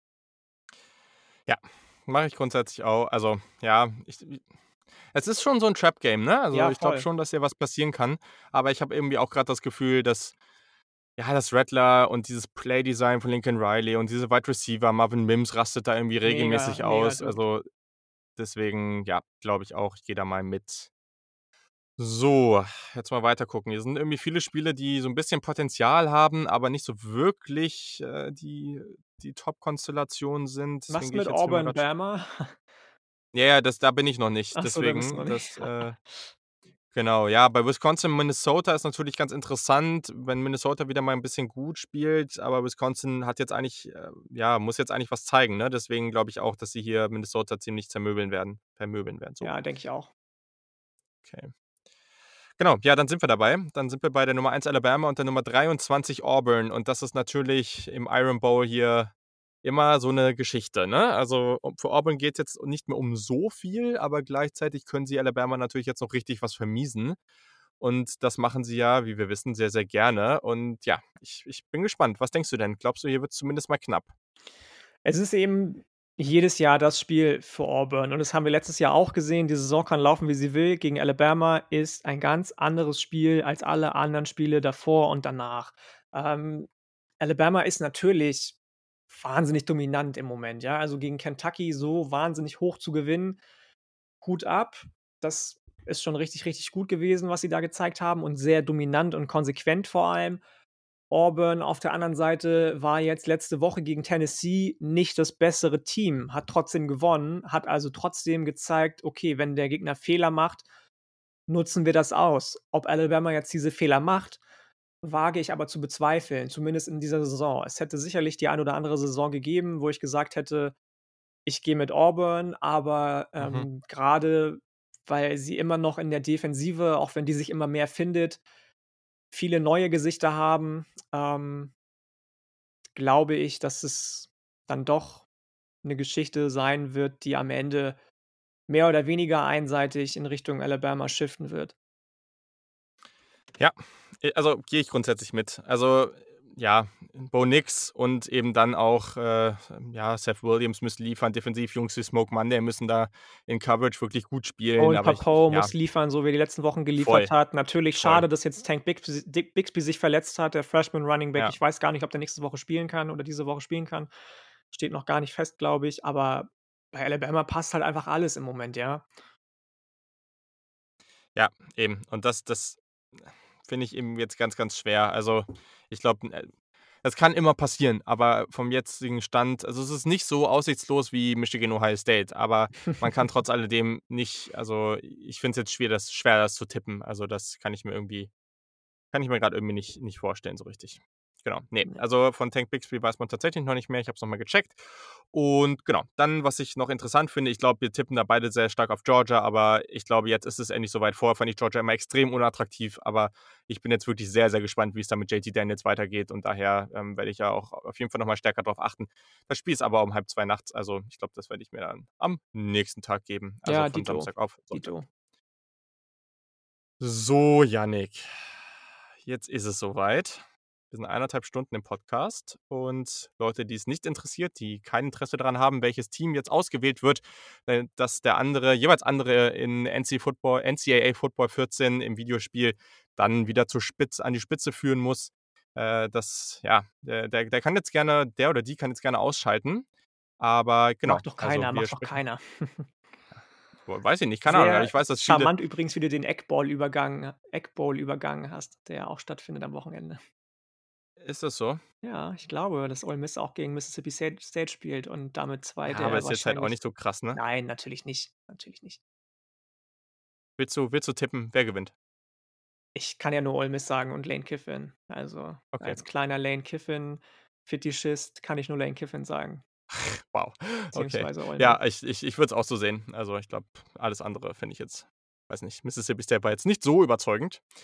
[SPEAKER 1] Ja, mache ich grundsätzlich auch. Also, ja, ich es ist schon so 'n Trap-Game, ne? Also,
[SPEAKER 2] Ja,
[SPEAKER 1] ich glaube
[SPEAKER 2] voll.
[SPEAKER 1] schon, dass hier was passieren kann. Aber ich habe irgendwie auch grad das Gefühl, dass ja, dass Rattler und dieses Playdesign von Lincoln Riley und diese Wide Receiver, Marvin Mims rastet da irgendwie
[SPEAKER 2] Mega,
[SPEAKER 1] regelmäßig
[SPEAKER 2] mega
[SPEAKER 1] aus.
[SPEAKER 2] gut.
[SPEAKER 1] Also, deswegen, ja, glaube ich auch, ich gehe da mal mit. So, jetzt mal weiter gucken. Hier sind irgendwie viele Spiele, die so 'n bisschen Potenzial haben, aber nicht so wirklich, äh, die die Top-Konstellationen sind. Deswegen
[SPEAKER 2] Was
[SPEAKER 1] gehe ich
[SPEAKER 2] mit
[SPEAKER 1] jetzt hier mal
[SPEAKER 2] Auburn,
[SPEAKER 1] grad sch
[SPEAKER 2] Bama?
[SPEAKER 1] Ja, ja, das da bin ich noch nicht.
[SPEAKER 2] Ach so, da bist du
[SPEAKER 1] Deswegen,
[SPEAKER 2] noch nicht.
[SPEAKER 1] das, äh genau, ja, bei Wisconsin, Minnesota ist natürlich ganz interessant, wenn Minnesota wieder mal 'n bisschen gut spielt, aber Wisconsin hat jetzt eigentlich äh, ja, muss jetzt eigentlich was zeigen, ne? Deswegen glaube ich auch, dass sie hier Minnesota ziemlich zermöbeln werden vermöbeln werden, so.
[SPEAKER 2] Ja, denke ich auch.
[SPEAKER 1] Okay. Genau, ja, dann sind wir dabei. Dann sind wir bei der Nummer eins Alabama und der Nummer dreiundzwanzig Auburn. Und das ist natürlich im Iron Bowl hier immer so 'ne Geschichte, ne? Also, um für Auburn geht's jetzt nicht mehr um so viel, aber gleichzeitig können sie Alabama natürlich jetzt noch richtig was vermiesen. Und das machen sie ja, wie wir wissen, sehr, sehr gerne. Und ja, ich ich bin gespannt. Was denkst du denn? Glaubst du, hier wird's zumindest mal knapp?
[SPEAKER 2] Es ist eben jedes Jahr das Spiel für Auburn und das haben wir letztes Jahr auch gesehen. Die Saison kann laufen, wie sie will. Gegen Alabama ist ein ganz anderes Spiel als alle anderen Spiele davor und danach. Ähm, Alabama ist natürlich wahnsinnig dominant im Moment, ja? Also, gegen Kentucky so wahnsinnig hoch zu gewinnen, Hut ab. Das ist schon richtig, richtig gut gewesen, was sie da gezeigt haben und sehr dominant und konsequent vor allem. Auburn auf der anderen Seite war jetzt letzte Woche gegen Tennessee nicht das bessere Team, hat trotzdem gewonnen, hat also trotzdem gezeigt: „Okay, wenn der Gegner Fehler macht, nutzen wir das aus.“ Ob Alabama jetzt diese Fehler macht, wage ich aber zu bezweifeln, zumindest in dieser Saison. Es hätte sicherlich die ein oder andere Saison gegeben, wo ich gesagt hätte: „Ich gehe mit Auburn“, aber,
[SPEAKER 1] Mhm.
[SPEAKER 2] ähm, grade weil sie immer noch in der Defensive, auch wenn die sich immer mehr findet, viele neue Gesichter haben, ähm glaube ich, dass es dann doch 'ne Geschichte sein wird, die am Ende mehr oder weniger einseitig in Richtung Alabama shiften wird.
[SPEAKER 1] Ja, äh, also, gehe ich grundsätzlich mit. Also, ja, Bo Nix und eben dann auch, äh, ja, Seth Williams müssen liefern. Defensivjungs wie Smoke Monday müssen da in Coverage wirklich gut spielen,
[SPEAKER 2] Joel
[SPEAKER 1] aber ich ich
[SPEAKER 2] Pappoe
[SPEAKER 1] ja.
[SPEAKER 2] muss liefern, so wie er die letzten Wochen geliefert
[SPEAKER 1] Voll,
[SPEAKER 2] hat. Natürlich
[SPEAKER 1] voll.
[SPEAKER 2] schade, dass jetzt Tank Bixby Dick Bixby sich verletzt hat, der Freshman Running Back.
[SPEAKER 1] Ja.
[SPEAKER 2] Ich weiß gar nicht, ob der nächste Woche spielen kann oder diese Woche spielen kann. Steht noch gar nicht fest, glaube ich, aber bei Alabama passt halt einfach alles im Moment, ja.
[SPEAKER 1] Ja, eben. Und das das finde ich eben jetzt ganz, ganz schwer. Also, ich glaube, äh, es kann immer passieren, aber vom jetzigen Stand also, es ist nicht so aussichtslos wie Michigan, Ohio State, aber man kann trotz alledem nicht also, ich finde es jetzt schwer das schwer, das zu tippen. Also, das kann ich mir irgendwie kann ich mir grad irgendwie nicht nicht vorstellen so richtig. Genau, ne.
[SPEAKER 2] Ne.
[SPEAKER 1] Also, von Tank Bixby weiß man tatsächlich noch nicht mehr. Ich habe es noch mal gecheckt. Und genau, dann, was ich noch interessant finde, ich glaube, wir tippen da beide sehr stark auf Georgia, aber ich glaube, jetzt ist es endlich so weit. Vorher fand ich Georgia immer extrem unattraktiv, aber ich bin jetzt wirklich sehr, sehr gespannt, wie es da mit J T Daniels weitergeht und daher, ähm, werde ich ja auch auf jeden Fall noch mal stärker drauf achten. Das Spiel ist aber um halb zwei nachts, also, ich glaube, das werde ich mir dann am nächsten Tag geben, also,
[SPEAKER 2] Ja,
[SPEAKER 1] von
[SPEAKER 2] dito,
[SPEAKER 1] Samstag auf Sonntag.
[SPEAKER 2] dito.
[SPEAKER 1] So, Jannik, jetzt ist es so weit. Wir sind eineinhalb Stunden im Podcast und Leute, die es nicht interessiert, die kein Interesse daran haben, welches Team jetzt ausgewählt wird, äh, dass der andere jeweils andere in NC Football N C A A Football vierzehn im Videospiel dann wieder zur Spitze an die Spitze führen muss. Äh, das ja, der der der kann jetzt gerne der oder die kann jetzt gerne ausschalten. Aber genau,
[SPEAKER 2] Macht doch
[SPEAKER 1] also,
[SPEAKER 2] keiner,
[SPEAKER 1] wir
[SPEAKER 2] macht doch
[SPEAKER 1] sprechen
[SPEAKER 2] keiner.
[SPEAKER 1] Boah, weiß ich nicht, keine Ahnung, aber
[SPEAKER 2] Sehr
[SPEAKER 1] ich weiß, dass viele
[SPEAKER 2] charmant übrigens, wie du den Egg Bowl Übergang Egg Bowl übergangen hast, der auch stattfindet am Wochenende.
[SPEAKER 1] Ist das so?
[SPEAKER 2] Ja, ich glaube, dass Ole Miss auch gegen Mississippi State State spielt und damit zwei
[SPEAKER 1] Ja, aber
[SPEAKER 2] der
[SPEAKER 1] ist jetzt halt auch
[SPEAKER 2] wahrscheinlich
[SPEAKER 1] nicht so krass, ne?
[SPEAKER 2] nein, natürlich nicht, natürlich nicht.
[SPEAKER 1] Willst du willst du tippen, wer gewinnt?
[SPEAKER 2] Ich kann ja nur Ole Miss sagen und Lane Kiffin. Also,
[SPEAKER 1] Okay.
[SPEAKER 2] als kleiner Lane Kiffin-Fetischist kann ich nur Lane Kiffin sagen.
[SPEAKER 1] Wow, okay.
[SPEAKER 2] Beziehungsweise Ole Miss.
[SPEAKER 1] Ja, ich ich ich würde es auch so sehen. Also, ich glaube, alles andere finde ich jetzt weiß nicht, Mississippi State war jetzt nicht so überzeugend.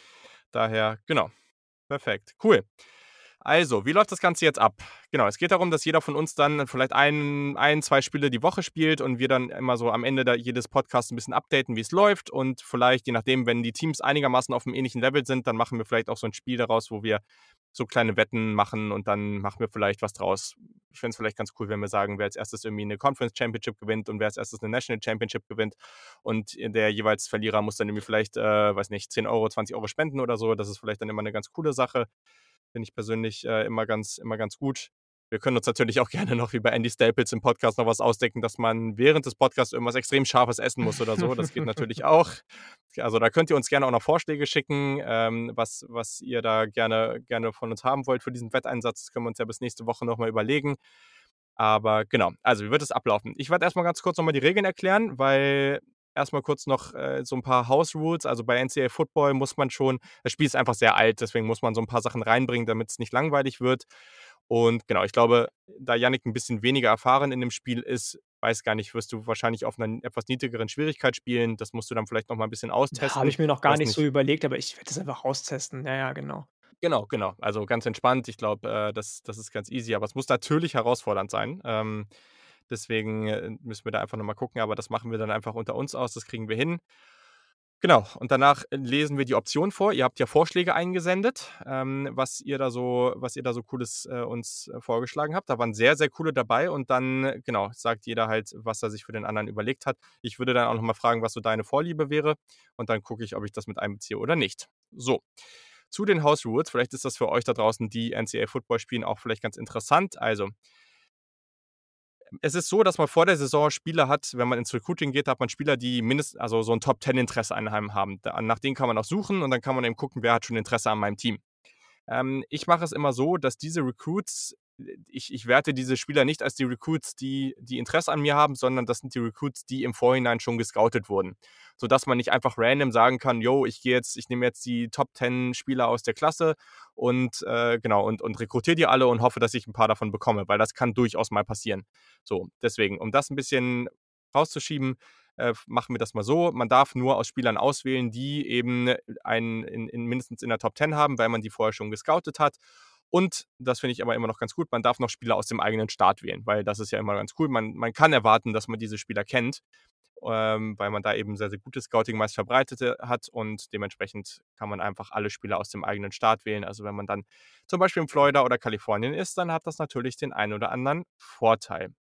[SPEAKER 1] Daher, genau, perfekt, cool. Also, wie läuft das Ganze jetzt ab? Genau, es geht darum, dass jeder von uns dann vielleicht ein ein, zwei Spiele die Woche spielt und wir dann immer so am Ende da jedes Podcasts 'n bisschen updaten, wie's läuft und vielleicht, je nachdem, wenn die Teams einigermaßen auf'm ähnlichen Level sind, dann machen wir vielleicht auch so 'n Spiel daraus, wo wir so kleine Wetten machen und dann machen wir vielleicht was draus. Ich fände es vielleicht ganz cool, wenn wir sagen, wer als Erstes irgendwie 'ne Conference Championship gewinnt und wer als Erstes 'ne National Championship gewinnt. Und der jeweils Verlierer muss dann irgendwie vielleicht, äh, weiß nicht, zehn Euro, zwanzig Euro spenden oder so. Das ist vielleicht dann immer 'ne ganz coole Sache. Finde ich persönlich, äh, immer ganz immer ganz gut. Wir können uns natürlich auch gerne noch wie bei Andy Staples im Podcast noch was ausdenken, dass man während des Podcasts irgendwas extrem Scharfes essen muss oder so. Das geht natürlich auch. Also, da könnt ihr uns gerne auch noch Vorschläge schicken, ähm, was was ihr da gerne gerne von uns haben wollt für diesen Wetteinsatz. Das können wir uns ja bis nächste Woche noch mal überlegen. Aber genau, also wie wird es ablaufen? Ich werde erst mal ganz kurz noch mal die Regeln erklären, weil erst mal kurz noch, äh, so 'n paar House Rules. Also, bei N C A A Football muss man schon das Spiel ist einfach sehr alt, deswegen muss man so 'n paar Sachen reinbringen, damit's nicht langweilig wird. Und genau, ich glaube, da Yannick 'n bisschen weniger erfahren in dem Spiel ist, weiß gar nicht, wirst du wahrscheinlich auf 'ner etwas niedrigeren Schwierigkeit spielen. Das musst du dann vielleicht noch mal 'n bisschen
[SPEAKER 2] Ja, habe
[SPEAKER 1] austesten.
[SPEAKER 2] ich mir noch gar
[SPEAKER 1] Weiß
[SPEAKER 2] nicht so
[SPEAKER 1] nicht
[SPEAKER 2] überlegt, aber ich werde das einfach austesten. Ja, ja, genau.
[SPEAKER 1] Genau, genau. Also, ganz entspannt. Ich glaube, äh, das das ist ganz easy, aber es muss natürlich herausfordernd sein. Ähm, deswegen, äh, müssen wir da einfach noch mal gucken, aber das machen wir dann einfach unter uns aus, das kriegen wir hin. Genau, und danach lesen wir die Optionen vor. Ihr habt ja Vorschläge eingesendet, ähm, was ihr da so was ihr da so Cooles, äh, uns vorgeschlagen habt. Da waren sehr, sehr coole dabei und dann, genau, sagt jeder halt, was er sich für den anderen überlegt hat. Ich würde dann auch noch mal fragen, was so deine Vorliebe wäre und dann gucke ich, ob ich das mit einbeziehe oder nicht. So, zu den House Rules. Vielleicht ist das für euch da draußen, die N C A A Football spielen, auch vielleicht ganz interessant. Also es ist so, dass man vor der Saison Spieler hat wenn man ins Recruiting geht, hat man Spieler, die mindest also, so 'n Top-Ten-Interesse an einem haben. Da nach denen kann man auch suchen und dann kann man eben gucken, wer hat schon Interesse an meinem Team. Ähm, ich mache es immer so, dass diese Recruits ich ich werte diese Spieler nicht als die Recruits, die die Interesse an mir haben, sondern das sind die Recruits, die im Vorhinein schon gescoutet wurden. Sodass man nicht einfach random sagen kann: „Jo, ich gehe jetzt ich nehme jetzt die Top Ten Spieler aus der Klasse und, äh, genau und und rekrutiere die alle und hoffe, dass ich 'n paar davon bekomme“, weil das kann durchaus mal passieren. So, deswegen, um das 'n bisschen rauszuschieben, äh, f machen wir das mal so. Man darf nur aus Spielern auswählen, die eben einen in in mindestens in der Top Ten haben, weil man die vorher schon gescoutet hat. Und, das finde ich aber immer noch ganz gut, man darf noch Spieler aus dem eigenen Staat wählen, weil das ist ja immer ganz cool. Man man kann erwarten, dass man diese Spieler kennt, ähm, weil man da eben sehr, sehr gutes Scouting meist verbreitete hat und dementsprechend kann man einfach alle Spieler aus dem eigenen Staat wählen. Also, wenn man dann zum Beispiel in Florida oder Kalifornien ist, dann hat das natürlich den einen oder anderen Vorteil.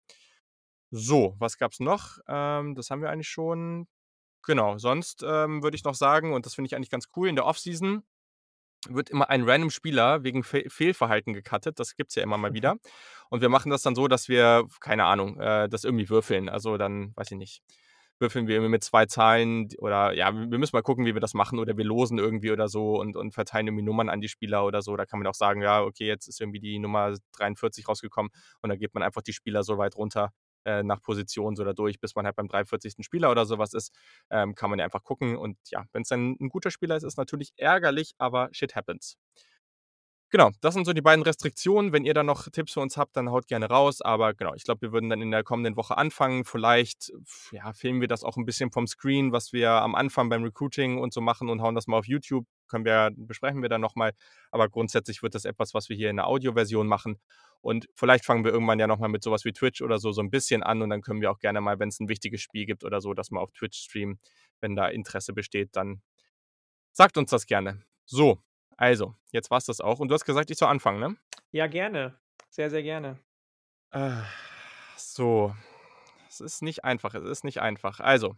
[SPEAKER 1] So, was gab's noch? Ähm, das haben wir eigentlich schon. Genau, sonst, ähm, würde ich noch sagen, und das finde ich eigentlich ganz cool, in der Offseason wird immer ein random Spieler wegen Fe Fehlverhalten gecuttet. Das gibt's ja immer mal wieder. Und wir machen das dann so, dass wir, keine Ahnung, äh, das irgendwie würfeln. Also, dann, weiß ich nicht, würfeln wir irgendwie mit zwei Zahlen d oder ja, wir müssen mal gucken, wie wir das machen oder wir losen irgendwie oder so und und verteilen irgendwie Nummern an die Spieler oder so. Da kann man auch sagen: „Ja, okay, jetzt ist irgendwie die Nummer dreiundvierzig rausgekommen“ und dann geht man einfach die Spieler so weit runter, äh, nach Position so da durch, bis man halt beim dreiundvierzigsten Spieler oder so was ist. Ähm, kann man ja einfach gucken und ja, wenn's dann 'n guter Spieler ist, ist natürlich ärgerlich, aber shit happens. Genau, das sind so die beiden Restriktionen. Wenn ihr da noch Tipps für uns habt, dann haut gerne raus. Aber genau, ich glaube, wir würden dann in der kommenden Woche anfangen. Vielleicht, f ja, filmen wir das auch 'n bisschen vom Screen, was wir am Anfang beim Recruiting und so machen und hauen das mal auf YouTube. Können wir besprechen wir dann noch mal. Aber grundsätzlich wird das etwas, was wir hier in der Audioversion machen. Und vielleicht fangen wir irgendwann ja noch mal mit so was wie Twitch oder so so 'n bisschen an und dann können wir auch gerne mal, wenn's 'n wichtiges Spiel gibt oder so, das mal auf Twitch streamen. Wenn da Interesse besteht, dann sagt uns das gerne. So, also, jetzt war's das auch. Und du hast gesagt, ich soll anfangen, ne?
[SPEAKER 2] Ja, gerne. Sehr, sehr gerne.
[SPEAKER 1] Äh, so. Es ist nicht einfach, es ist nicht einfach. Also,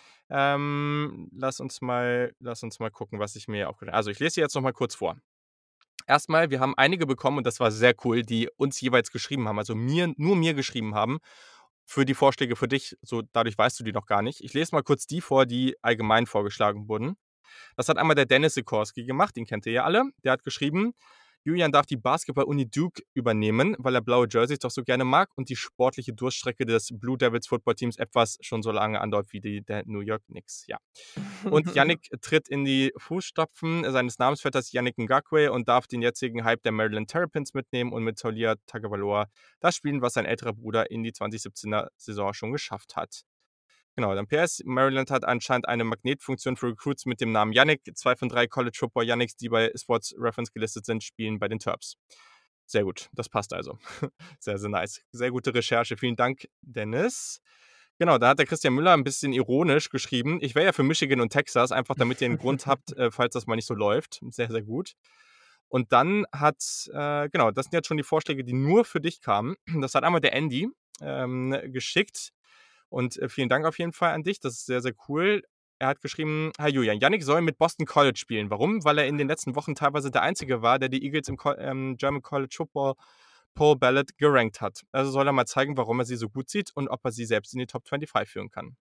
[SPEAKER 1] ähm, lass uns mal lass uns mal gucken, was ich mir aufgeschrieben also, ich lese dir jetzt noch mal kurz vor. Erst mal, wir haben einige bekommen und das war sehr cool, die uns jeweils geschrieben haben, also, mir nur mir geschrieben haben für die Vorschläge für dich. So, dadurch weißt du die noch gar nicht. Ich lese mal kurz die vor, die allgemein vorgeschlagen wurden. Das hat einmal der Dennis Sikorski gemacht, den kennt ihr ja alle. Der hat geschrieben: „Julian darf die Basketball-Uni Duke übernehmen, weil er blaue Jerseys doch so gerne mag und die sportliche Durststrecke des Blue Devils Footballteams etwas schon so lange andauert wie die der New York Knicks“, ja. Und Yannick tritt in die Fußstapfen seines Namensvetters Yannick Ngakoue und darf den jetzigen Hype der Maryland Terrapins mitnehmen und mit Taulia Tagovailoa das spielen, was sein älterer Bruder in die zwanzig siebzehner Saison schon geschafft hat. Genau, dann P S. Maryland hat anscheinend eine Magnetfunktion für Recruits mit dem Namen Yannick. Zwei von drei College Football Yannicks, die bei Sports Reference gelistet sind, spielen bei den Terps. Sehr gut, das passt also. Sehr, sehr nice. Sehr gute Recherche. Vielen Dank, Dennis. Genau, da hat der Christian Müller ein bisschen ironisch geschrieben: Ich wäre ja für Michigan und Texas, einfach damit ihr einen Grund habt, äh, falls das mal nicht so läuft. Sehr, sehr gut. Und dann hat, äh, genau, das sind jetzt schon die Vorschläge, die nur für dich kamen. Das hat einmal der Andy ähm, geschickt. Und äh, vielen Dank auf jeden Fall an dich. Das ist sehr, sehr cool. Er hat geschrieben: Hi Julian, Yannick soll mit Boston College spielen. Warum? Weil er in den letzten Wochen teilweise der Einzige war, der die Eagles im Co ähm, German College Football Poll Ballot gerankt hat. Also soll er mal zeigen, warum er sie so gut sieht und ob er sie selbst in die Top fünfundzwanzig führen kann.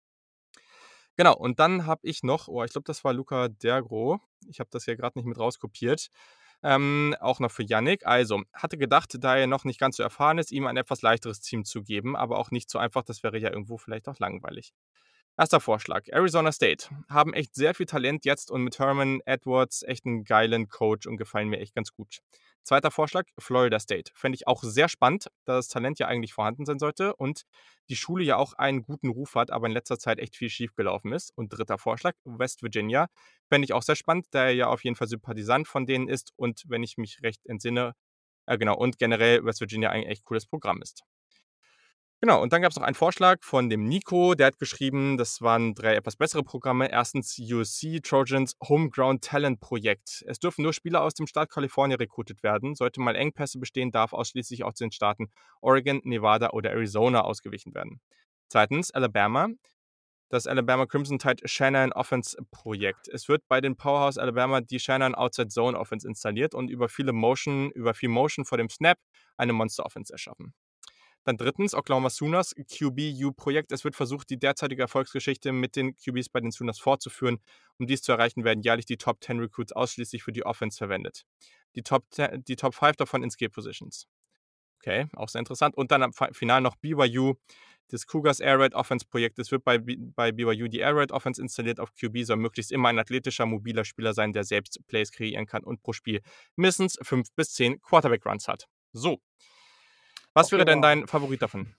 [SPEAKER 1] Genau, und dann habe ich noch, oh, ich glaube, das war Luca Dergro. Ich habe das hier gerade nicht mit rauskopiert. Ähm, auch noch für Yannick. Also, hatte gedacht, da er noch nicht ganz so erfahren ist, ihm ein etwas leichteres Team zu geben, aber auch nicht so einfach, das wäre ja irgendwo vielleicht auch langweilig. Erster Vorschlag: Arizona State. Haben echt sehr viel Talent jetzt und mit Herman Edwards echt einen geilen Coach und gefallen mir echt ganz gut. Zweiter Vorschlag: Florida State. Fände ich auch sehr spannend, da das Talent ja eigentlich vorhanden sein sollte und die Schule ja auch einen guten Ruf hat, aber in letzter Zeit echt viel schiefgelaufen ist. Und dritter Vorschlag: West Virginia. Fände ich auch sehr spannend, da er ja auf jeden Fall Sympathisant von denen ist und, wenn ich mich recht entsinne, äh, genau, und generell West Virginia ein echt cooles Programm ist. Genau, und dann gab es noch einen Vorschlag von dem Nico, der hat geschrieben, das waren drei etwas bessere Programme. Erstens U S C Trojans Homegrown Talent Projekt. Es dürfen nur Spieler aus dem Staat Kalifornien rekrutiert werden. Sollte mal Engpässe bestehen, darf ausschließlich aus den Staaten Oregon, Nevada oder Arizona ausgewichen werden. Zweitens Alabama. Das Alabama Crimson Tide Shannon Offense Projekt. Es wird bei den Powerhouse Alabama die Shannon Outside Zone Offense installiert und über viele Motion, über viel Motion vor dem Snap eine Monster Offense erschaffen. Dann drittens Oklahoma Sooners Q B U-Projekt. Es wird versucht, die derzeitige Erfolgsgeschichte mit den Q Bs bei den Sooners fortzuführen. Um dies zu erreichen, werden jährlich die Top zehn Recruits ausschließlich für die Offense verwendet. Die Top, zehn, die Top fünf davon in Skill Positions. Okay, auch sehr interessant. Und dann am Final noch B Y U, das Cougars Air Raid Offense Projekt. Es wird bei, B- bei B Y U die Air Raid Offense installiert. Auf Q B soll möglichst immer ein athletischer, mobiler Spieler sein, der selbst Plays kreieren kann und pro Spiel mindestens fünf bis zehn Quarterback-Runs hat. So, was
[SPEAKER 2] Okay,
[SPEAKER 1] wäre denn
[SPEAKER 2] wow.
[SPEAKER 1] dein Favorit davon?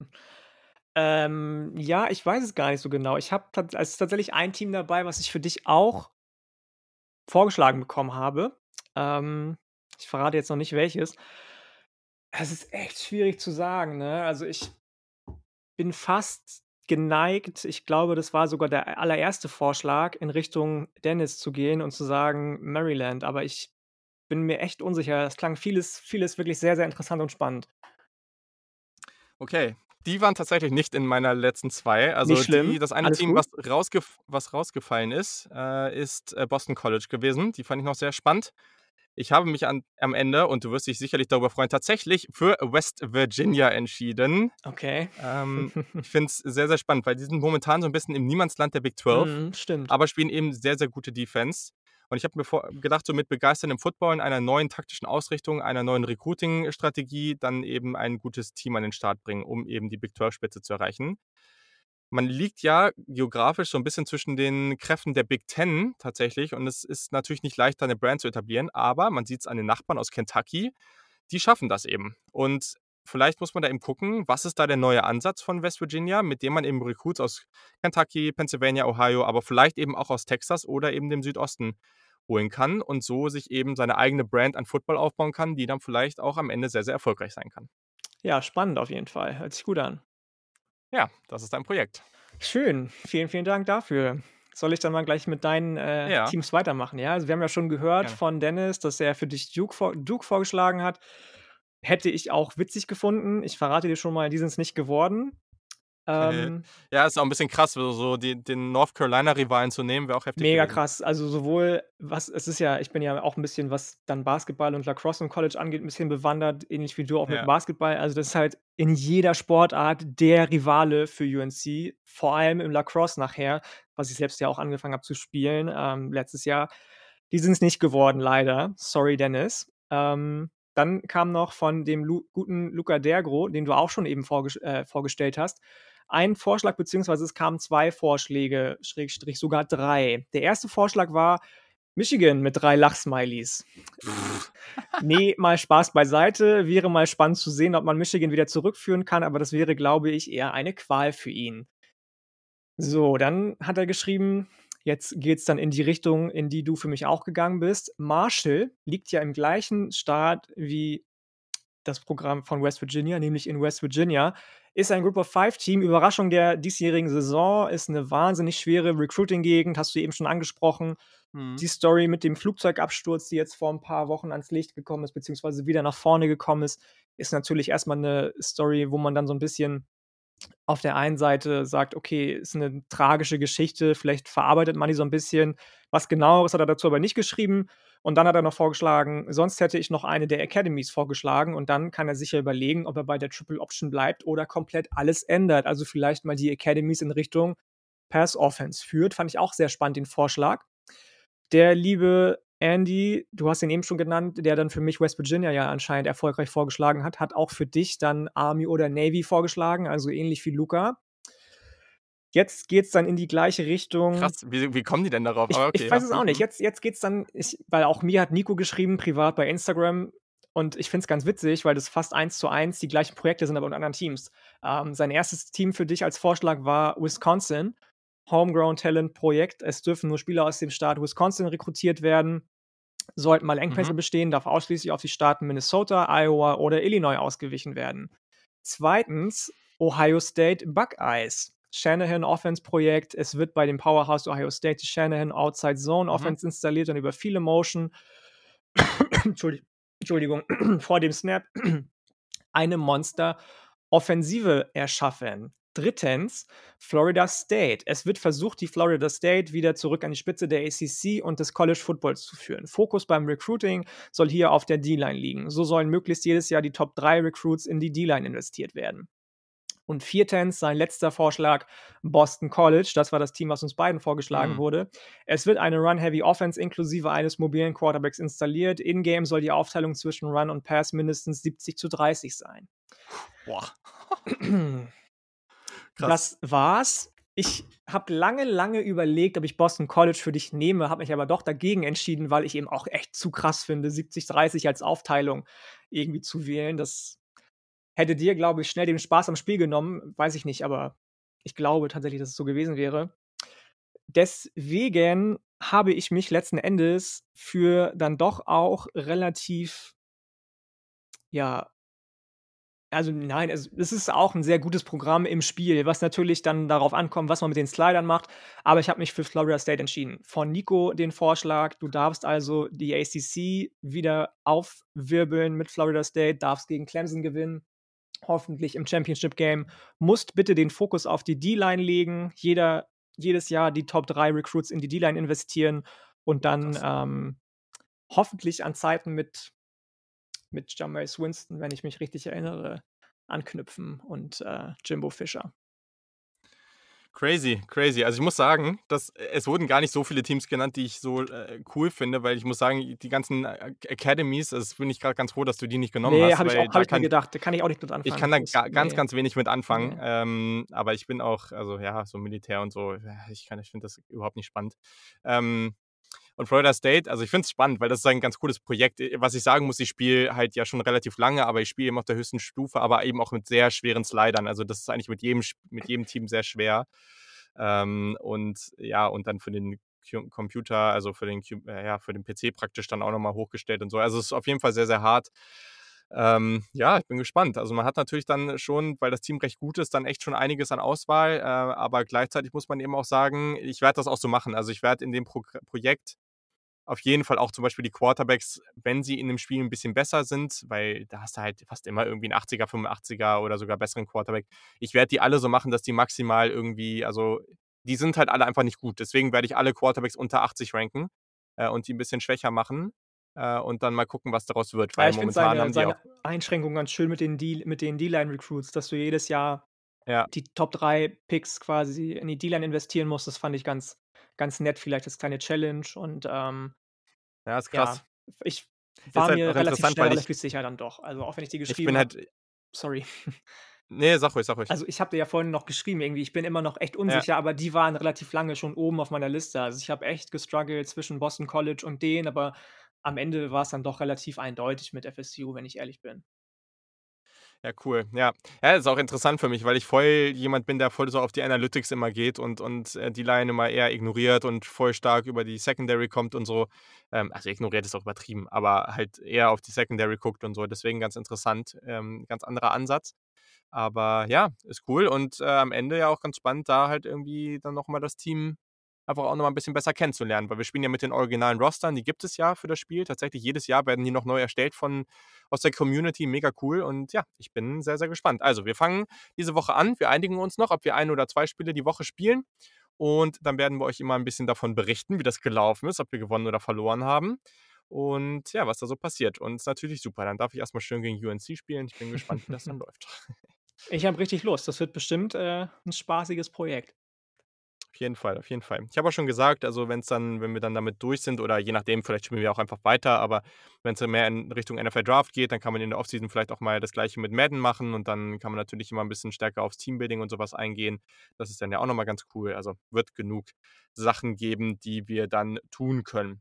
[SPEAKER 2] Ähm, ja, ich weiß es gar nicht so genau. Ich habe tats es ist tatsächlich ein Team dabei, was ich für dich auch vorgeschlagen bekommen habe. Ähm, ich verrate jetzt noch nicht welches. Es ist echt schwierig zu sagen, ne? Also, ich bin fast geneigt, ich glaube, das war sogar der allererste Vorschlag, in Richtung Dennis zu gehen und zu sagen Maryland, aber ich bin mir echt unsicher. Es klang vieles vieles wirklich sehr, sehr interessant und spannend.
[SPEAKER 1] Okay, die waren tatsächlich nicht in meiner letzten zwei.
[SPEAKER 2] Nicht
[SPEAKER 1] Also, die
[SPEAKER 2] schlimm,
[SPEAKER 1] das eine
[SPEAKER 2] alles
[SPEAKER 1] Team,
[SPEAKER 2] gut.
[SPEAKER 1] was rausgef was rausgefallen ist, äh, ist, äh, Boston College gewesen. Die fand ich noch sehr spannend. Ich habe mich an am Ende, und du wirst dich sicherlich darüber freuen, tatsächlich für West Virginia entschieden.
[SPEAKER 2] Okay.
[SPEAKER 1] Ähm, ich finde es sehr, sehr spannend, weil die sind momentan so ein bisschen im Niemandsland der Big zwölf,
[SPEAKER 2] Mhm, stimmt.
[SPEAKER 1] aber spielen eben sehr, sehr gute Defense. Und ich habe mir vor gedacht, so mit begeisterndem Football und einer neuen taktischen Ausrichtung, einer neuen Recruiting-Strategie dann eben ein gutes Team an den Start bringen, um eben die Big zwölf-Spitze zu erreichen. Man liegt ja geografisch so ein bisschen zwischen den Kräften der Big Ten tatsächlich und es ist natürlich nicht leicht, da 'ne Brand zu etablieren, aber man sieht es an den Nachbarn aus Kentucky, die schaffen das eben. Und vielleicht muss man da eben gucken, was ist da der neue Ansatz von West Virginia, mit dem man eben Recruits aus Kentucky, Pennsylvania, Ohio, aber vielleicht eben auch aus Texas oder eben dem Südosten holen kann und so sich eben seine eigene Brand an Football aufbauen kann, die dann vielleicht auch am Ende sehr, sehr erfolgreich sein kann.
[SPEAKER 2] Ja, spannend auf jeden Fall. Hört sich gut an.
[SPEAKER 1] Ja, das ist ein Projekt.
[SPEAKER 2] Schön. Vielen, vielen Dank dafür. Soll ich dann mal gleich mit deinen, äh,
[SPEAKER 1] Ja,
[SPEAKER 2] Teams weitermachen, ja? Also, wir haben ja schon gehört
[SPEAKER 1] gerne.
[SPEAKER 2] von Dennis, dass er für dich Duke vor Duke vorgeschlagen hat. Hätte ich auch witzig gefunden. Ich verrate dir schon mal, die sind's nicht geworden. Ähm
[SPEAKER 1] Ja, ist auch 'n bisschen krass, so so die den North Carolina-Rivalen zu nehmen, wäre auch heftig
[SPEAKER 2] Mega
[SPEAKER 1] gewesen.
[SPEAKER 2] krass. Also, sowohl was es ist ja ich bin ja auch 'n bisschen, was dann Basketball und Lacrosse im College angeht, 'n bisschen bewandert, ähnlich wie du auch mit
[SPEAKER 1] Ja.
[SPEAKER 2] Basketball. Also, das ist halt in jeder Sportart der Rivale für U N C, vor allem im Lacrosse nachher, was ich selbst ja auch angefangen habe zu spielen, ähm, letztes Jahr. Die sind's nicht geworden, leider. Sorry, Dennis. Ähm, dann kam noch von dem Lu guten Luca Dergro, den du auch schon eben vorgesch äh, vorgestellt hast, ein Vorschlag, beziehungsweise es kamen zwei Vorschläge, Schrägstrich sogar drei. Der erste Vorschlag war Michigan mit drei Lachsmileys. Ne, mal Spaß beiseite. Wäre mal spannend zu sehen, ob man Michigan wieder zurückführen kann, aber das wäre, glaube ich, eher eine Qual für ihn. So, dann hat er geschrieben, jetzt geht's dann in die Richtung, in die du für mich auch gegangen bist. Marshall liegt ja im gleichen Staat wie das Programm von West Virginia, nämlich in West Virginia. Ist ein Group of Five Team. Überraschung der diesjährigen Saison, ist eine wahnsinnig schwere Recruiting-Gegend, hast du eben schon angesprochen.
[SPEAKER 1] Mhm.
[SPEAKER 2] Die Story mit dem Flugzeugabsturz, die jetzt vor ein paar Wochen ans Licht gekommen ist, beziehungsweise wieder nach vorne gekommen ist, ist natürlich erst mal 'ne Story, wo man dann so ein bisschen auf der einen Seite sagt: „Okay, ist eine tragische Geschichte, vielleicht verarbeitet man die so ein bisschen.“ Was Genaueres hat er dazu aber nicht geschrieben. Und dann hat er noch vorgeschlagen, sonst hätte ich noch eine der Academies vorgeschlagen und dann kann er sich ja überlegen, ob er bei der Triple Option bleibt oder komplett alles ändert. Also, vielleicht mal die Academies in Richtung Pass Offense führt. Fand ich auch sehr spannend, den Vorschlag. Der liebe Andy, du hast ihn eben schon genannt, der dann für mich West Virginia ja anscheinend erfolgreich vorgeschlagen hat, hat auch für dich dann Army oder Navy vorgeschlagen, also ähnlich wie Luca. Jetzt geht's dann in die gleiche Richtung.
[SPEAKER 1] Krass, wie wie kommen die denn darauf?
[SPEAKER 2] Ich
[SPEAKER 1] Aber
[SPEAKER 2] ich
[SPEAKER 1] okay,
[SPEAKER 2] weiß
[SPEAKER 1] ja.
[SPEAKER 2] es auch
[SPEAKER 1] Mhm,
[SPEAKER 2] nicht.
[SPEAKER 1] mhm.
[SPEAKER 2] Jetzt jetzt geht's dann ich weil auch mir hat Nico geschrieben, privat bei Instagram, und ich finde es ganz witzig, weil das fast eins zu eins die gleichen Projekte sind, aber mit anderen Teams. Ähm, sein erstes Team für dich als Vorschlag war Wisconsin, Homegrown Talent Projekt. Es dürfen nur Spieler aus dem Staat Wisconsin rekrutiert werden. Sollten mal Engpässe
[SPEAKER 1] Mhm.
[SPEAKER 2] bestehen, darf ausschließlich auf die Staaten Minnesota, Iowa oder Illinois ausgewichen werden. Zweitens Ohio State Buckeyes. Shanahan Offense Projekt. Es wird bei dem Powerhouse Ohio State die Shanahan Outside Zone
[SPEAKER 1] Mhm.
[SPEAKER 2] Offense installiert und über viele Motion Entschuldi Entschuldigung, vor dem Snap eine Monster-Offensive erschaffen. Drittens, Florida State. Es wird versucht, die Florida State wieder zurück an die Spitze der A C C und des College Footballs zu führen. Fokus beim Recruiting soll hier auf der D-Line liegen. So sollen möglichst jedes Jahr die Top drei Recruits in die D-Line investiert werden. Und viertens, sein letzter Vorschlag, Boston College. Das war das Team, was uns beiden vorgeschlagen
[SPEAKER 1] Mhm.
[SPEAKER 2] wurde. Es wird eine Run-Heavy-Offense inklusive eines mobilen Quarterbacks installiert. In-game soll die Aufteilung zwischen Run und Pass mindestens siebzig zu dreißig sein.
[SPEAKER 1] Boah, krass.
[SPEAKER 2] Das war's. Ich habe lange, lange überlegt, ob ich Boston College für dich nehme, habe mich aber doch dagegen entschieden, weil ich eben auch echt zu krass finde, siebzig dreißig als Aufteilung irgendwie zu wählen. Das hätte dir, glaube ich, schnell den Spaß am Spiel genommen. Weiß ich nicht, aber ich glaube tatsächlich, dass es so gewesen wäre. Deswegen habe ich mich letzten Endes für dann doch auch relativ, ja, also nein, es es ist auch 'n sehr gutes Programm im Spiel, was natürlich dann darauf ankommt, was man mit den Slidern macht. Aber ich habe mich für Florida State entschieden. Von Nico den Vorschlag: „Du darfst also die A C C wieder aufwirbeln mit Florida State, darfst gegen Clemson gewinnen, hoffentlich im Championship Game, musst bitte den Fokus auf die D-Line legen, jeder jedes Jahr die Top drei Recruits in die D-Line investieren und dann,
[SPEAKER 1] Krass.
[SPEAKER 2] ähm, hoffentlich an Zeiten mit mit Jameis Winston, wenn ich mich richtig erinnere, anknüpfen und, äh, Jimbo Fisher.“
[SPEAKER 1] Crazy, crazy. Also, ich muss sagen, dass äh, es wurden gar nicht so viele Teams genannt, die ich so, äh, cool finde, weil ich muss sagen, die ganzen A Academies, das bin ich grad ganz froh, dass du die nicht genommen
[SPEAKER 2] Ne,
[SPEAKER 1] hast,
[SPEAKER 2] habe ich
[SPEAKER 1] weil
[SPEAKER 2] auch habe
[SPEAKER 1] da
[SPEAKER 2] ich mir
[SPEAKER 1] kann
[SPEAKER 2] gedacht, da kann ich auch nicht mit
[SPEAKER 1] ich
[SPEAKER 2] anfangen.
[SPEAKER 1] kann da
[SPEAKER 2] Das
[SPEAKER 1] ga ganz,
[SPEAKER 2] ne,
[SPEAKER 1] ganz wenig mit anfangen.
[SPEAKER 2] ne.
[SPEAKER 1] Ähm, aber ich bin auch also, ja, so Militär und so, ja, ich kann ich finde das überhaupt nicht spannend. Ähm, und Florida State, also, ich finde es spannend, weil das ist ein ganz cooles Projekt. Äh, was ich sagen muss, ich spiele halt ja schon relativ lange, aber ich spiele eben auf der höchsten Stufe, aber eben auch mit sehr schweren Slidern. Also, das ist eigentlich mit jedem Sp mit jedem Team sehr schwer. Ähm, und ja, und dann für den Q Computer, also für den Q äh, ja, für den P C praktisch dann auch noch mal hochgestellt und so. Also, es ist auf jeden Fall sehr, sehr hart. Ähm, ja, ich bin gespannt. Also, man hat natürlich dann schon, weil das Team recht gut ist, dann echt schon einiges an Auswahl, äh, aber gleichzeitig muss man eben auch sagen, ich werde das auch so machen. Also, ich werde in dem Progr Projekt auf jeden Fall auch zum Beispiel die Quarterbacks, wenn sie in dem Spiel ein bisschen besser sind, weil da hast du halt fast immer irgendwie 'n achtziger, fünfundachtziger oder sogar besseren Quarterback. Ich werde die alle so machen, dass die maximal irgendwie also, die sind halt alle einfach nicht gut. Deswegen werde ich alle Quarterbacks unter achtzig ranken, äh, und die 'n bisschen schwächer machen, äh, und dann mal gucken, was daraus wird,
[SPEAKER 2] Ja,
[SPEAKER 1] weil
[SPEAKER 2] ich finde
[SPEAKER 1] momentan
[SPEAKER 2] seine
[SPEAKER 1] haben die
[SPEAKER 2] seine
[SPEAKER 1] auch
[SPEAKER 2] Einschränkung ganz schön mit den D mit den D-Line-Recruits, dass du jedes Jahr
[SPEAKER 1] ja,
[SPEAKER 2] die Top drei Picks quasi in die D-Line investieren musst. Das fand ich ganz ganz nett, vielleicht als kleine Challenge und, ähm,
[SPEAKER 1] ja, ist krass.
[SPEAKER 2] ja, ich
[SPEAKER 1] Ist
[SPEAKER 2] war
[SPEAKER 1] halt
[SPEAKER 2] mir
[SPEAKER 1] auch
[SPEAKER 2] relativ
[SPEAKER 1] interessant,
[SPEAKER 2] schnell
[SPEAKER 1] weil ich
[SPEAKER 2] relativ sicher dann doch. Also, auch wenn ich dir
[SPEAKER 1] ich
[SPEAKER 2] geschrieben
[SPEAKER 1] bin
[SPEAKER 2] habe,
[SPEAKER 1] halt
[SPEAKER 2] sorry.
[SPEAKER 1] ne, sag ruhig, sag ruhig.
[SPEAKER 2] Also, ich habe dir ja vorhin noch geschrieben irgendwie, ich bin immer noch echt
[SPEAKER 1] Ja.
[SPEAKER 2] unsicher, aber die waren relativ lange schon oben auf meiner Liste. Also, ich habe echt gestruggelt zwischen Boston College und denen, aber am Ende war's dann doch relativ eindeutig mit F S U, wenn ich ehrlich bin.
[SPEAKER 1] Ja, cool. Ja. Ja, ist auch interessant für mich, weil ich voll jemand bin, der voll so auf die Analytics immer geht und und, äh, die Line immer eher ignoriert und voll stark über die Secondary kommt und so. Ähm, also ignoriert ist auch übertrieben, aber halt eher auf die Secondary guckt und so. Deswegen ganz interessant, ähm, ganz anderer Ansatz. Aber ja, ist cool und, äh, am Ende ja auch ganz spannend, da halt irgendwie dann noch mal das Team einfach auch noch mal 'n bisschen besser kennenzulernen, weil wir spielen ja mit den originalen Rostern, die gibt es ja für das Spiel. Tatsächlich jedes Jahr werden die noch neu erstellt von aus der Community, mega cool und ja, ich bin sehr, sehr gespannt. Also, wir fangen diese Woche an. Wir einigen uns noch, ob wir ein oder zwei Spiele die Woche spielen und dann werden wir euch immer 'n bisschen davon berichten, wie das gelaufen ist, ob wir gewonnen oder verloren haben und ja, was da so passiert. Und ist natürlich super. Dann darf ich erst mal schön gegen U N C spielen. Ich bin gespannt, wie das dann läuft.
[SPEAKER 2] Ich habe richtig Lust. Das wird bestimmt, äh, 'n spaßiges Projekt.
[SPEAKER 1] Auf jeden Fall, auf jeden Fall. Ich habe auch schon gesagt, also wenn's dann wenn wir dann damit durch sind oder je nachdem, vielleicht spielen wir auch einfach weiter, aber wenn's dann mehr in Richtung N F L Draft geht, dann kann man in der Offseason vielleicht auch mal das Gleiche mit Madden machen und dann kann man natürlich immer 'n bisschen stärker aufs Teambuilding und so was eingehen. Das ist dann ja auch noch mal ganz cool. Also, wird genug Sachen geben, die wir dann tun können.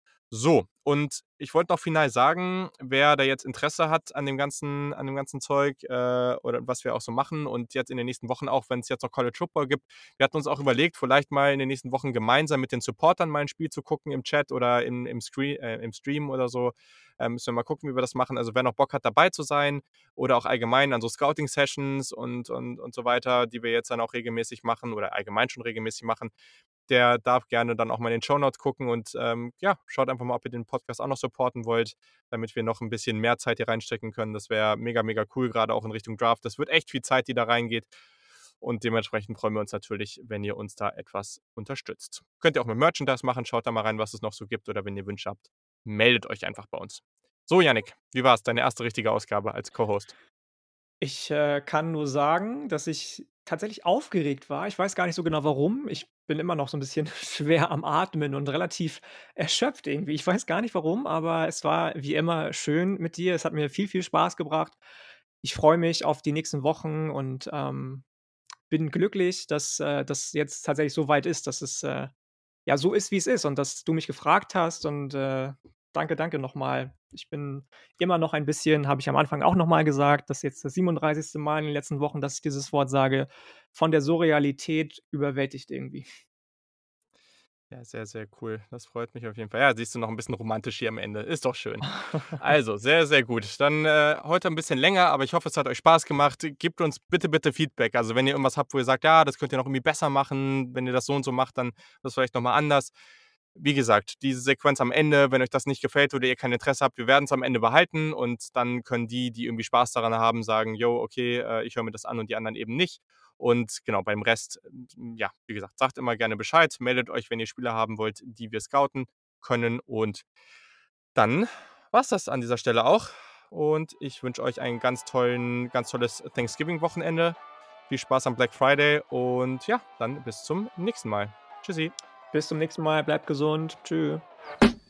[SPEAKER 1] So, und ich wollte noch final sagen, wer da jetzt Interesse hat an dem ganzen an dem ganzen Zeug, äh, oder was wir auch so machen und jetzt in den nächsten Wochen auch, wenn's jetzt noch College Football gibt. Wir hatten uns auch überlegt, vielleicht mal in den nächsten Wochen gemeinsam mit den Supportern mal 'n Spiel zu gucken im Chat oder in im Scree äh, im Stream oder so. Ähm, müssen wir mal gucken, wie wir das machen. Also, wer noch Bock hat, dabei zu sein oder auch allgemein an so Scouting-Sessions und und und so weiter, die wir jetzt dann auch regelmäßig machen oder allgemein schon regelmäßig machen, der darf gerne dann auch mal in den Shownotes gucken und, ähm, ja, schaut einfach mal, ob ihr den Podcast auch noch supporten wollt, damit wir noch 'n bisschen mehr Zeit hier reinstecken können. Das wäre mega, mega cool, grade auch in Richtung Draft. Das wird echt viel Zeit, die da reingeht und dementsprechend freuen wir uns natürlich, wenn ihr uns da etwas unterstützt. Könnt ihr auch mit Merchandise machen, schaut da mal rein, was es noch so gibt oder wenn ihr Wünsche habt, meldet euch einfach bei uns. So, Yannick, wie war's? Deine erste richtige Ausgabe als Co-Host?
[SPEAKER 2] Ich, äh, kann nur sagen, dass ich tatsächlich aufgeregt war. Ich weiß gar nicht so genau warum. Ich bin immer noch so 'n bisschen schwer am Atmen und relativ erschöpft irgendwie. Ich weiß gar nicht warum, aber es war wie immer schön mit dir. Es hat mir viel, viel Spaß gebracht. Ich freue mich auf die nächsten Wochen und, ähm, bin glücklich, dass, äh, das jetzt tatsächlich so weit ist, dass es, äh, ja, so ist, wie es ist und dass du mich gefragt hast und, äh, danke, danke noch mal. Ich bin immer noch ein bisschen habe ich am Anfang auch noch mal gesagt, das ist jetzt das siebenunddreißigste Mal in den letzten Wochen, dass ich dieses Wort sage, von der Surrealität überwältigt irgendwie.
[SPEAKER 1] Ja, sehr, sehr cool. Das freut mich auf jeden Fall. Ja, siehst du, noch 'n bisschen romantisch hier am Ende. Ist doch schön. Also, sehr, sehr gut. Dann, äh, heute 'n bisschen länger, aber ich hoffe, es hat euch Spaß gemacht. Gebt uns bitte, bitte Feedback. Also, wenn ihr irgendwas habt, wo ihr sagt: „Ja, das könnt ihr noch irgendwie besser machen. Wenn ihr das so und so macht, dann das vielleicht noch mal anders.“ Wie gesagt, diese Sequenz am Ende, wenn euch das nicht gefällt oder ihr kein Interesse habt, wir werden's am Ende behalten und dann können die, die irgendwie Spaß daran haben, sagen: „Jo, okay, äh, ich höre mir das an“ und die anderen eben nicht. Und genau, beim Rest, hm, ja, wie gesagt, sagt immer gerne Bescheid. Meldet euch, wenn ihr Spieler haben wollt, die wir scouten können und dann war's das an dieser Stelle auch und ich wünsche euch einen ganz tollen ganz tolles Thanksgiving-Wochenende. Viel Spaß am Black Friday und ja, dann bis zum nächsten Mal. Tschüssi.
[SPEAKER 2] Bis zum nächsten Mal. Bleibt gesund. Tschü.